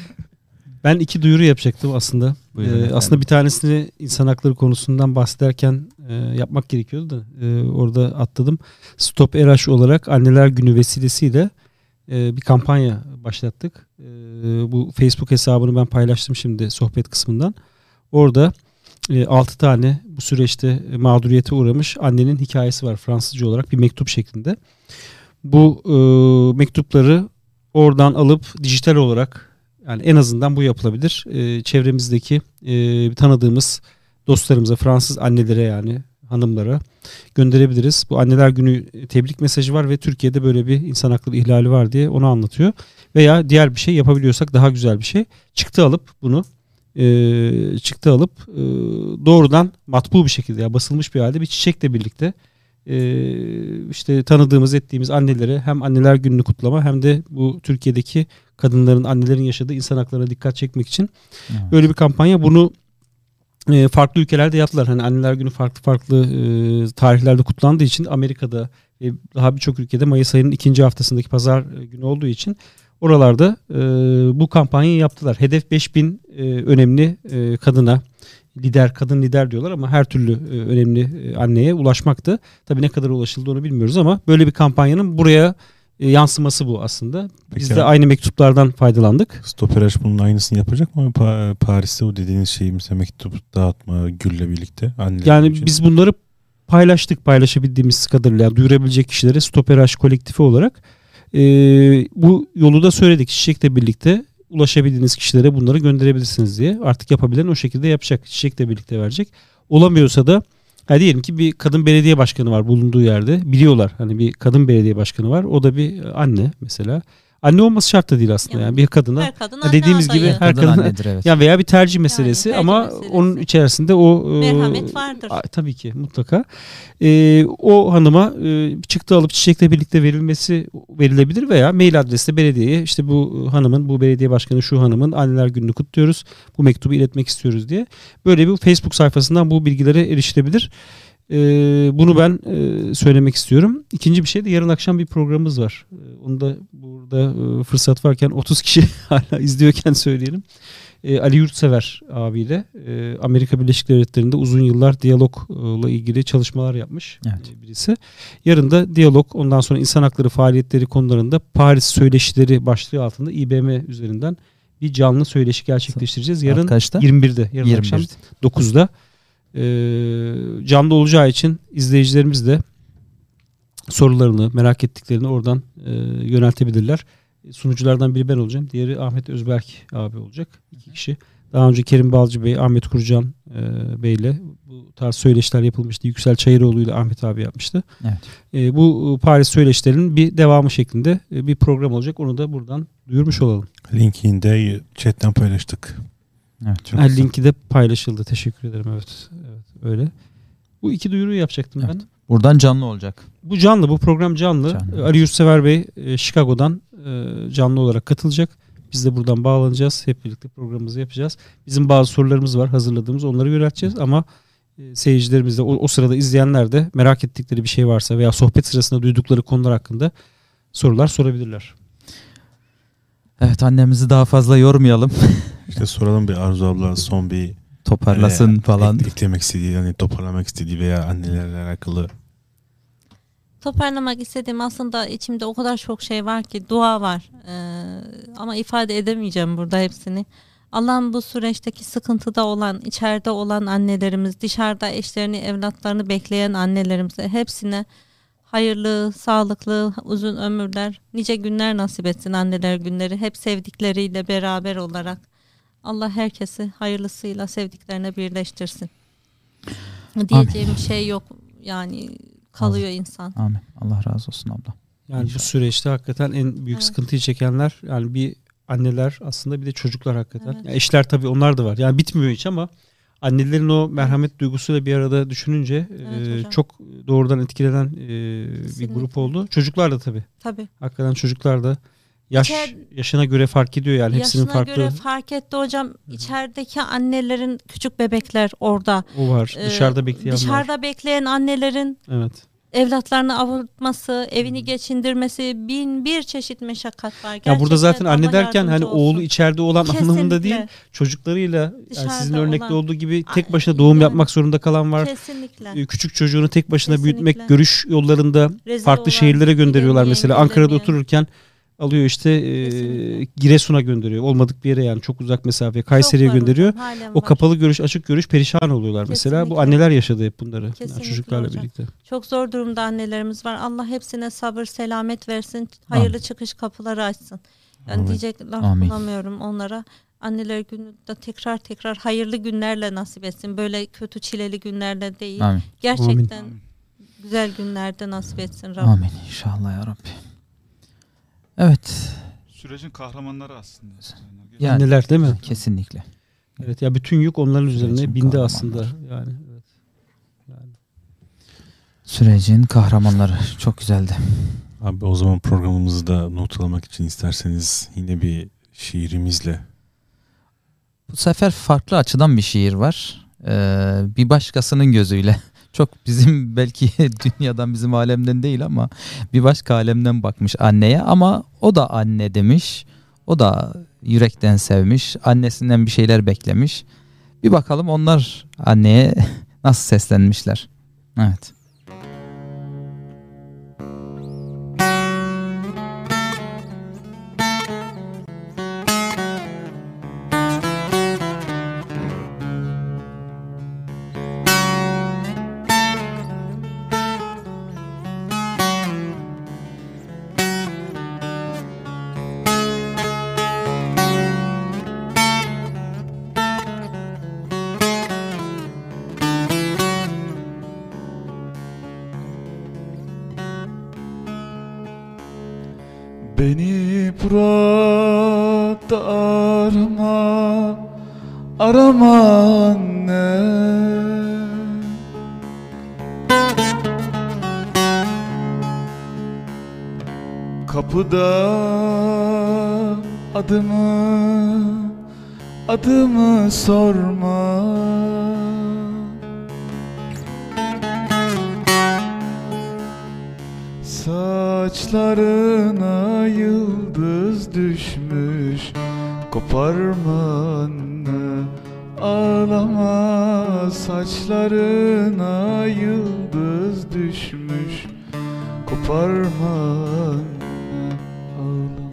Ben iki duyuru yapacaktım aslında. Buyurun Ee, efendim. aslında bir tanesini insan hakları konusundan bahsederken e, yapmak gerekiyordu da e, orada atladım. Stop R H olarak Anneler Günü vesilesiyle e, bir kampanya başlattık. E, bu Facebook hesabını ben paylaştım şimdi sohbet kısmından. Orada e, altı tane bu süreçte mağduriyete uğramış annenin hikayesi var Fransızca olarak bir mektup şeklinde. Bu e, mektupları oradan alıp dijital olarak, yani en azından bu yapılabilir. Ee, çevremizdeki e, tanıdığımız dostlarımıza, Fransız annelere yani hanımlara gönderebiliriz. Bu Anneler Günü tebrik mesajı var ve Türkiye'de böyle bir insan hakları ihlali var diye onu anlatıyor. Veya diğer bir şey yapabiliyorsak daha güzel bir şey. Çıktı alıp bunu e, çıktı alıp e, doğrudan matbu bir şekilde ya basılmış bir halde bir çiçekle birlikte e, işte tanıdığımız ettiğimiz annelere hem Anneler Günü'nü kutlama hem de bu Türkiye'deki kadınların, annelerin yaşadığı insan haklarına dikkat çekmek için Evet. böyle bir kampanya. Bunu e, farklı ülkelerde yaptılar. Hani Anneler Günü farklı farklı e, tarihlerde kutlandığı için Amerika'da ve daha birçok ülkede Mayıs ayının ikinci haftasındaki pazar günü olduğu için oralarda e, bu kampanyayı yaptılar. Hedef beş bin e, önemli e, kadına, lider, kadın lider diyorlar ama her türlü e, önemli e, anneye ulaşmaktı. Tabii ne kadar ulaşıldı onu bilmiyoruz ama böyle bir kampanyanın buraya e, yansıması bu aslında. Biz Peki de abi, aynı mektuplardan faydalandık. Stoperaj bunun aynısını yapacak mı? Pa- Paris'te o dediğiniz şeyi mesela mektup dağıtma gülle birlikte. Anneler Yani için. biz bunları paylaştık, paylaşabildiğimiz kadarıyla yani duyurabilecek kişilere Stoperaj kolektifi olarak e, bu yolu da söyledik. Çiçekle birlikte ulaşabildiğiniz kişilere bunları gönderebilirsiniz diye. Artık yapabilen o şekilde yapacak. Çiçekle birlikte verecek. Olamıyorsa da ha diyelim ki bir kadın belediye başkanı var bulunduğu yerde. Biliyorlar hani bir kadın belediye başkanı var. O da bir anne mesela. Anne olması şart da değil aslında. Yani, Yani bir kadına Her kadın ha, anne dediğimiz adayı. gibi her Kadın kadın annedir, evet. yani veya bir tercih meselesi tercih ama meselesi. onun içerisinde o e, Merhamet vardır. a- tabii ki mutlaka. E, o hanıma e, çıktı alıp çiçekle birlikte verilmesi verilebilir veya mail adresle belediyeye işte bu hanımın, bu belediye başkanı şu hanımın anneler gününü kutluyoruz. Bu mektubu iletmek istiyoruz diye. Böyle bir Facebook sayfasından bu bilgilere erişilebilir. E, bunu ben e, söylemek istiyorum. İkinci bir şey de yarın akşam bir programımız var. E, onu da burada e, fırsat varken otuz kişi hala izliyorken söyleyelim. E, Ali Yurtsever abiyle e, Amerika Birleşik Devletleri'nde uzun yıllar diyalogla ilgili çalışmalar yapmış Evet. e, birisi. Yarın da diyalog, ondan sonra insan hakları faaliyetleri konularında Paris Söyleşileri başlığı altında İ B M üzerinden bir canlı söyleşi gerçekleştireceğiz. Yarın Saat kaçta? yirmi birde, yarın yirmi akşam bir. dokuzda. E, canlı olacağı için izleyicilerimiz de sorularını, merak ettiklerini oradan e, yöneltebilirler. Sunuculardan biri ben olacağım. Diğeri Ahmet Özberk abi olacak. İki kişi. Daha önce Kerim Balcı Bey, Ahmet Kurcan e, Bey ile bu tarz söyleşiler yapılmıştı. Yüksel Çayıroğlu ile Ahmet abi yapmıştı. Evet. E, bu Paris söyleşilerinin bir devamı şeklinde e, bir program olacak. Onu da buradan duyurmuş olalım. Linkini de chatten paylaştık. Evet. Çok Ha, güzel. linki de paylaşıldı. Teşekkür ederim. Evet. Evet, öyle. Bu iki duyuruyu yapacaktım Evet. ben. Buradan canlı olacak. Bu canlı, bu program canlı. Canlı. Ali Yurtsever Bey e, Chicago'dan e, canlı olarak katılacak. Biz de buradan bağlanacağız. Hep birlikte programımızı yapacağız. Bizim bazı sorularımız var hazırladığımız. Onları yönelteceğiz ama e, seyircilerimiz de o, o sırada izleyenler de merak ettikleri bir şey varsa veya sohbet sırasında duydukları konular hakkında sorular sorabilirler. Evet, annemizi daha fazla yormayalım. İşte soralım bir Arzu abla son bir Toparlasın e, falan. ek- eklemek istediği, yani toparlamak istediği veya annelerle alakalı. Toparlamak istediğim aslında içimde o kadar çok şey var ki, dua var. Ee, ama ifade edemeyeceğim burada hepsini. Allah'ım bu süreçteki sıkıntıda olan, içeride olan annelerimiz, dışarıda eşlerini, evlatlarını bekleyen annelerimize hepsine hayırlı, sağlıklı, uzun ömürler, nice günler nasip etsin anneler günleri. Hep sevdikleriyle beraber olarak. Allah herkesi hayırlısıyla sevdiklerine birleştirsin. Diyeceğim bir şey yok. Yani kalıyor insan. Amin. Allah razı olsun abla. Yani İnşallah. bu süreçte hakikaten en büyük Evet. sıkıntıyı çekenler yani bir anneler aslında bir de çocuklar hakikaten. Evet. Ya eşler tabii onlar da var. Yani bitmiyor hiç ama annelerin o merhamet duygusuyla bir arada düşününce Evet e, hocam. çok doğrudan etkilenen e, bir Kesinlikle. grup oldu. Çocuklar da tabii. Tabii. Hakikaten çocuklar da yaş İçer- yaşına göre fark ediyor yani hepsinin Yaşına farklı göre fark etti hocam. İçerideki annelerin küçük bebekler orada. o var. Ee, Dışarıda bekleyen var. Dışarıda bekleyen annelerin Evet. evlatlarını avutması, evini geçindirmesi, bin bir çeşit meşakkat var. Ya Gerçekten burada zaten anne Allah derken hani yardımcı oğlu olsun. içeride olan anlamında değil, Kesinlikle. çocuklarıyla yani Dışarıda sizin örnekte olan- olduğu gibi tek Ay, başına doğum yani- yapmak zorunda kalan var. Kesinlikle. Ee, Küçük çocuğunu tek başına Kesinlikle. büyütmek, görüş yollarında Rezil farklı olan, şehirlere gönderiyorlar gidemeyen, mesela. Ankara'da gidemeyen. otururken alıyor işte e, Kesinlikle. Giresun'a gönderiyor. Olmadık bir yere yani çok uzak mesafeye Kayseri'ye Çok var gönderiyor. hocam, halen O var. kapalı görüş, açık görüş perişan oluyorlar mesela. Bu Kesinlikle. anneler yaşadı hep bunları. Yani Kesinlikle çocuklarla hocam. birlikte. Çok zor durumda annelerimiz var. Allah hepsine sabır, selamet versin. Hayırlı çıkış kapıları açsın. Yani Amin. diyecek laf Amin. bulamıyorum onlara. Anneler günü de tekrar tekrar hayırlı günlerle nasip etsin. Böyle kötü çileli günlerle değil. Amin. Gerçekten Amin. güzel günlerde nasip etsin Rabbim. Amin inşallah ya Rabbi. Evet. Sürecin kahramanları aslında. Yani- Anneler değil mi? Kesinlikle. Evet ya bütün yük onların üzerine Sürecin bindi kahramanlar. aslında. Yani evet. Yani Sürecin kahramanları. Çok güzeldi. Abi o zaman programımızı da not almak için isterseniz yine bir şiirimizle. Bu sefer farklı açıdan bir şiir var. Ee, bir başkasının gözüyle. Çok bizim belki dünyadan, bizim alemden değil ama bir başka alemden bakmış anneye, ama o da anne demiş. O da yürekten sevmiş. Annesinden bir şeyler beklemiş. Bir bakalım onlar anneye nasıl seslenmişler. Evet. Beni burada arama, arama anne. Kapıda adımı, adımı sorma. Saçlarına yıldız düşmüş, koparma anne, ağlama. Saçlarına yıldız düşmüş, koparma anne, ağlama.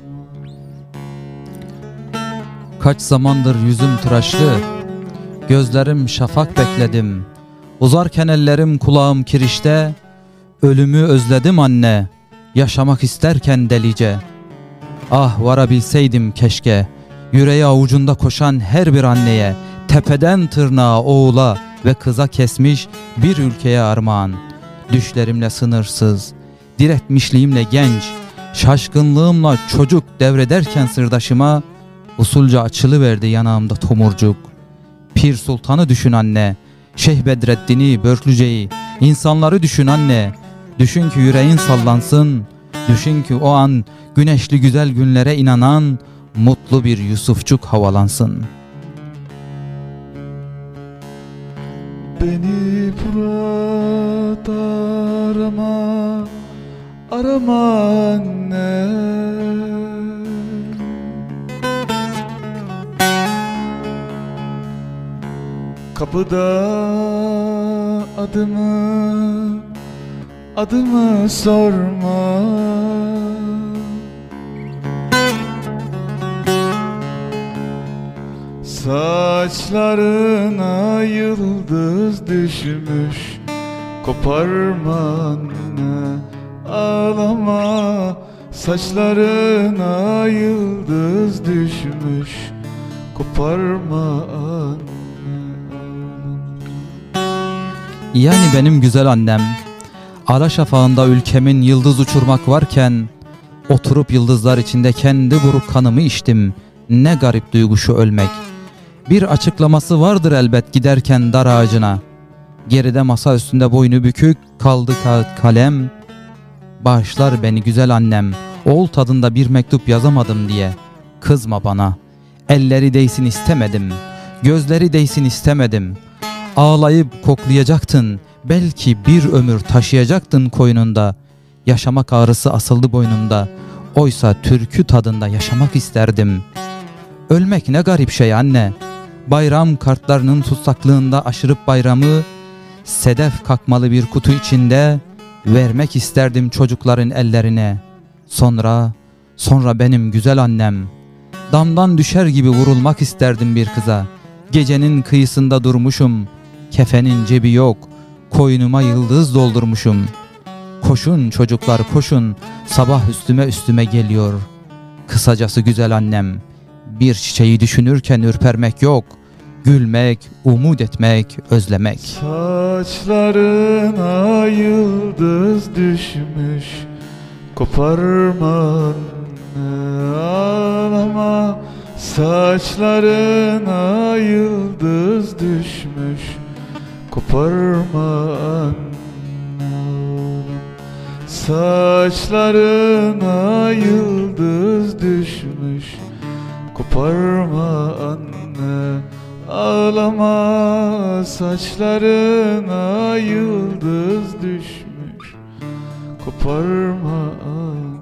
Kaç zamandır yüzüm tıraşlı, gözlerim şafak bekledim. Uzarken ellerim kulağım kirişte, ölümü özledim anne, yaşamak isterken delice. Ah varabilseydim keşke, yüreği avucunda koşan her bir anneye, tepeden tırnağa oğula ve kıza kesmiş bir ülkeye armağan. Düşlerimle sınırsız, diretmişliğimle genç, şaşkınlığımla çocuk devrederken sırdaşıma, usulca açılıverdi yanağımda tomurcuk. Pir Sultan'ı düşün anne, Şeyh Bedreddin'i, Börklüce'yi, insanları düşün anne. Düşün ki yüreğin sallansın, düşün ki o an güneşli güzel günlere inanan mutlu bir Yusufçuk havalansın. Beni burada arama, arama anne. Kapıda adımı, adımı sorma. Saçlarına yıldız düşmüş, koparma anne, ağlama. Saçlarına yıldız düşmüş, koparma anne, ağlama. Yani benim güzel annem, ara şafağında ülkemin yıldız uçurmak varken, oturup yıldızlar içinde kendi buruk kanımı içtim. Ne garip duygu şu ölmek. Bir açıklaması vardır elbet giderken dar ağacına. Geride masa üstünde boynu bükük kaldı kalem. Bağışlar beni güzel annem, oğul tadında bir mektup yazamadım diye. Kızma bana, elleri değsin istemedim, gözleri değsin istemedim. Ağlayıp koklayacaktın, belki bir ömür taşıyacaktın koynunda. Yaşamak ağrısı asıldı boynumda, oysa türkü tadında yaşamak isterdim. Ölmek ne garip şey anne, bayram kartlarının tutsaklığında aşırıp bayramı, sedef kakmalı bir kutu içinde vermek isterdim çocukların ellerine. Sonra, sonra benim güzel annem, damdan düşer gibi vurulmak isterdim bir kıza. Gecenin kıyısında durmuşum, kefenin cebi yok, koynuma yıldız doldurmuşum. Koşun çocuklar koşun, sabah üstüme üstüme geliyor. Kısacası güzel annem, bir çiçeği düşünürken ürpermek yok, gülmek, umut etmek, özlemek. Saçlarına yıldız düşmüş, koparma anne, ağlama. Saçlarına yıldız düşmüş, koparma anne. Saçlarına yıldız düşmüş, koparma anne, ağlama. Saçlarına yıldız düşmüş, koparma anne.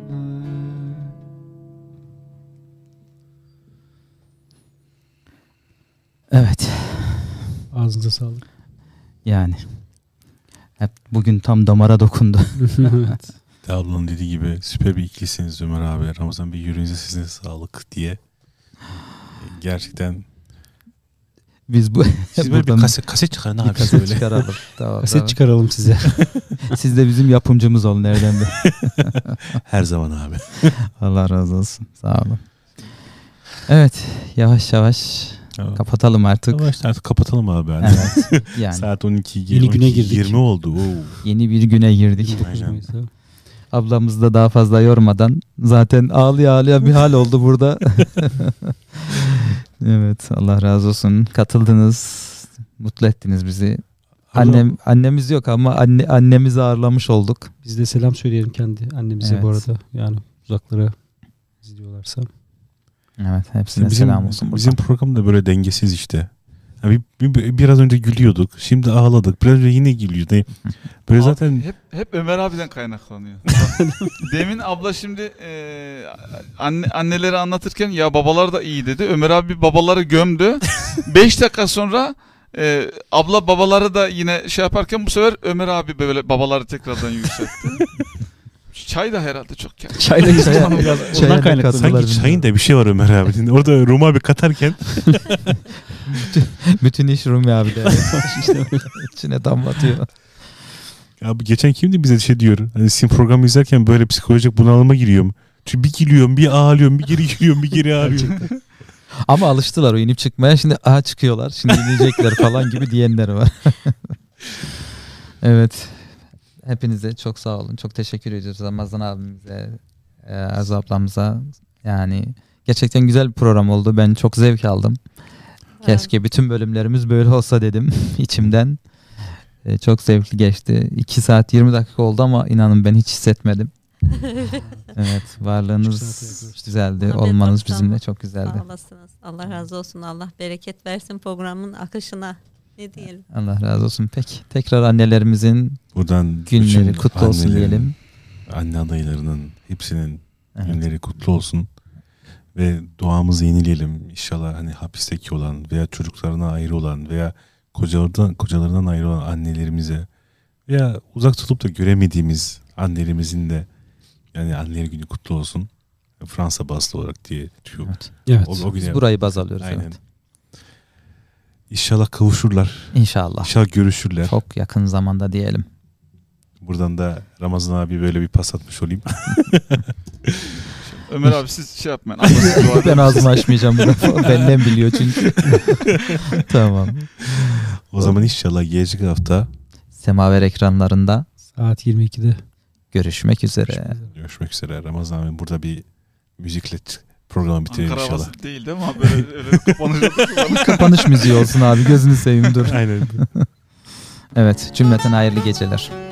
Evet. Ağzınıza sağlık. Yani hep bugün tam damara dokundu. Evet. Ablanın dediği gibi süper bir ikilisiniz Ömer abi. Ramazan bir yüreğinize sizin sağlık diye. Gerçekten. Biz bu Siz böyle bir kaset, kaset çıkarın abi. bir kaset böyle. çıkaralım. Tamam, Kaset tamam. çıkaralım size. Siz de bizim yapımcımız olun nereden be. Her zaman abi. Allah razı olsun. Sağ olun. Evet, yavaş yavaş Evet. kapatalım artık. Yavaş artık kapatalım abi. Yani. Evet. Yani Saat on iki Yeni güne girdik. yirmi oldu. Oo. yeni bir güne girdik. Aynen. Ablamızı da daha fazla yormadan, zaten ağlaya ağlaya bir hal oldu burada. Evet, Allah razı olsun. Katıldınız, mutlu ettiniz bizi. Annem annemiz yok ama anne annemizi ağırlamış olduk. Biz de selam söyleyelim kendi annemize Evet. bu arada. Yani uzaklara izliyorlarsa. Evet, hepsine Bizim, selam olsun buradan. bizim program da böyle dengesiz işte. Yani bir, bir- biraz önce gülüyorduk. Şimdi ağladık. Biraz önce yine gülüyordu. Böyle Abi zaten hep hep Ömer abiden kaynaklanıyor. Demin abla şimdi e, anne, anneleri anlatırken ya babalar da iyi dedi. Ömer abi babaları gömdü. Beş dakika sonra e, abla babaları da yine şey yaparken bu sefer Ömer abi böyle babaları tekrardan yükseltti. Çay da herhalde çok geldi. Çayla Çaya- biraz çaya ondan da kaynaklanıyor. katıldılar. sanki çayın da bir şey var Ömer abinin. Orada Rum abi katarken Bütün iş Rumi abi de. İçine damlatıyor. abi geçen kimdi bize şey diyor. Hani sizin programı izlerken böyle psikolojik bunalıma giriyorum. Çünkü bir gülüyorum, bir ağlıyorum, bir geri gülüyorum, bir geri ağlıyorum. Ama alıştılar o inip çıkmaya. Şimdi aha çıkıyorlar. Şimdi inecekler falan gibi diyenler var. Evet. Hepinize çok sağ olun. Çok teşekkür ediyoruz Ramazan abimize, e, Arzu ablamıza. Yani gerçekten güzel bir program oldu. Ben çok zevk aldım. Keşke bütün bölümlerimiz böyle olsa dedim içimden. E, çok zevkli geçti. iki saat yirmi dakika oldu ama inanın ben hiç hissetmedim. Evet, varlığınız güzeldi. Ahmet Olmanız Aktan, bizimle çok güzeldi. Sağ olasınız. Allah razı olsun. Allah bereket versin programın akışına. Ne diyelim? Allah razı olsun. Peki tekrar annelerimizin Buradan günleri bütün kutlu olsun annelerin, diyelim. Anne adaylarının hepsinin Evet. günleri kutlu olsun. Ve duamızı yenileyelim. İnşallah hani hapisteki olan veya çocuklarına ayrı olan veya kocalarından, kocalarından ayrı olan annelerimize veya uzak tutup da göremediğimiz annelerimizin de yani anneler günü kutlu olsun. Fransa baslı olarak diye çok. Evet. Evet. O, o Biz güne- burayı baz alıyoruz. Aynen. Evet. İnşallah kavuşurlar. İnşallah. İnşallah görüşürler. Çok yakın zamanda diyelim. Buradan da Ramazan abi böyle bir pas atmış olayım. Ömer abi siz şey yapmayın. Ablası dua edin. Ben ağzımı açmayacağım bu defa. Benden biliyor çünkü. Tamam. O zaman inşallah gelecek hafta Semaver ekranlarında Saat yirmi ikide. görüşmek üzere. görüşmek üzere. Ramazan abi burada bir müzikle t- programı bitirelim Ankara inşallah. havası değil değil mi abi? Böyle, öyle kapanış Kapanış müziği olsun abi. Gözünü seveyim dur. Aynen. Evet, cümleten hayırlı geceler.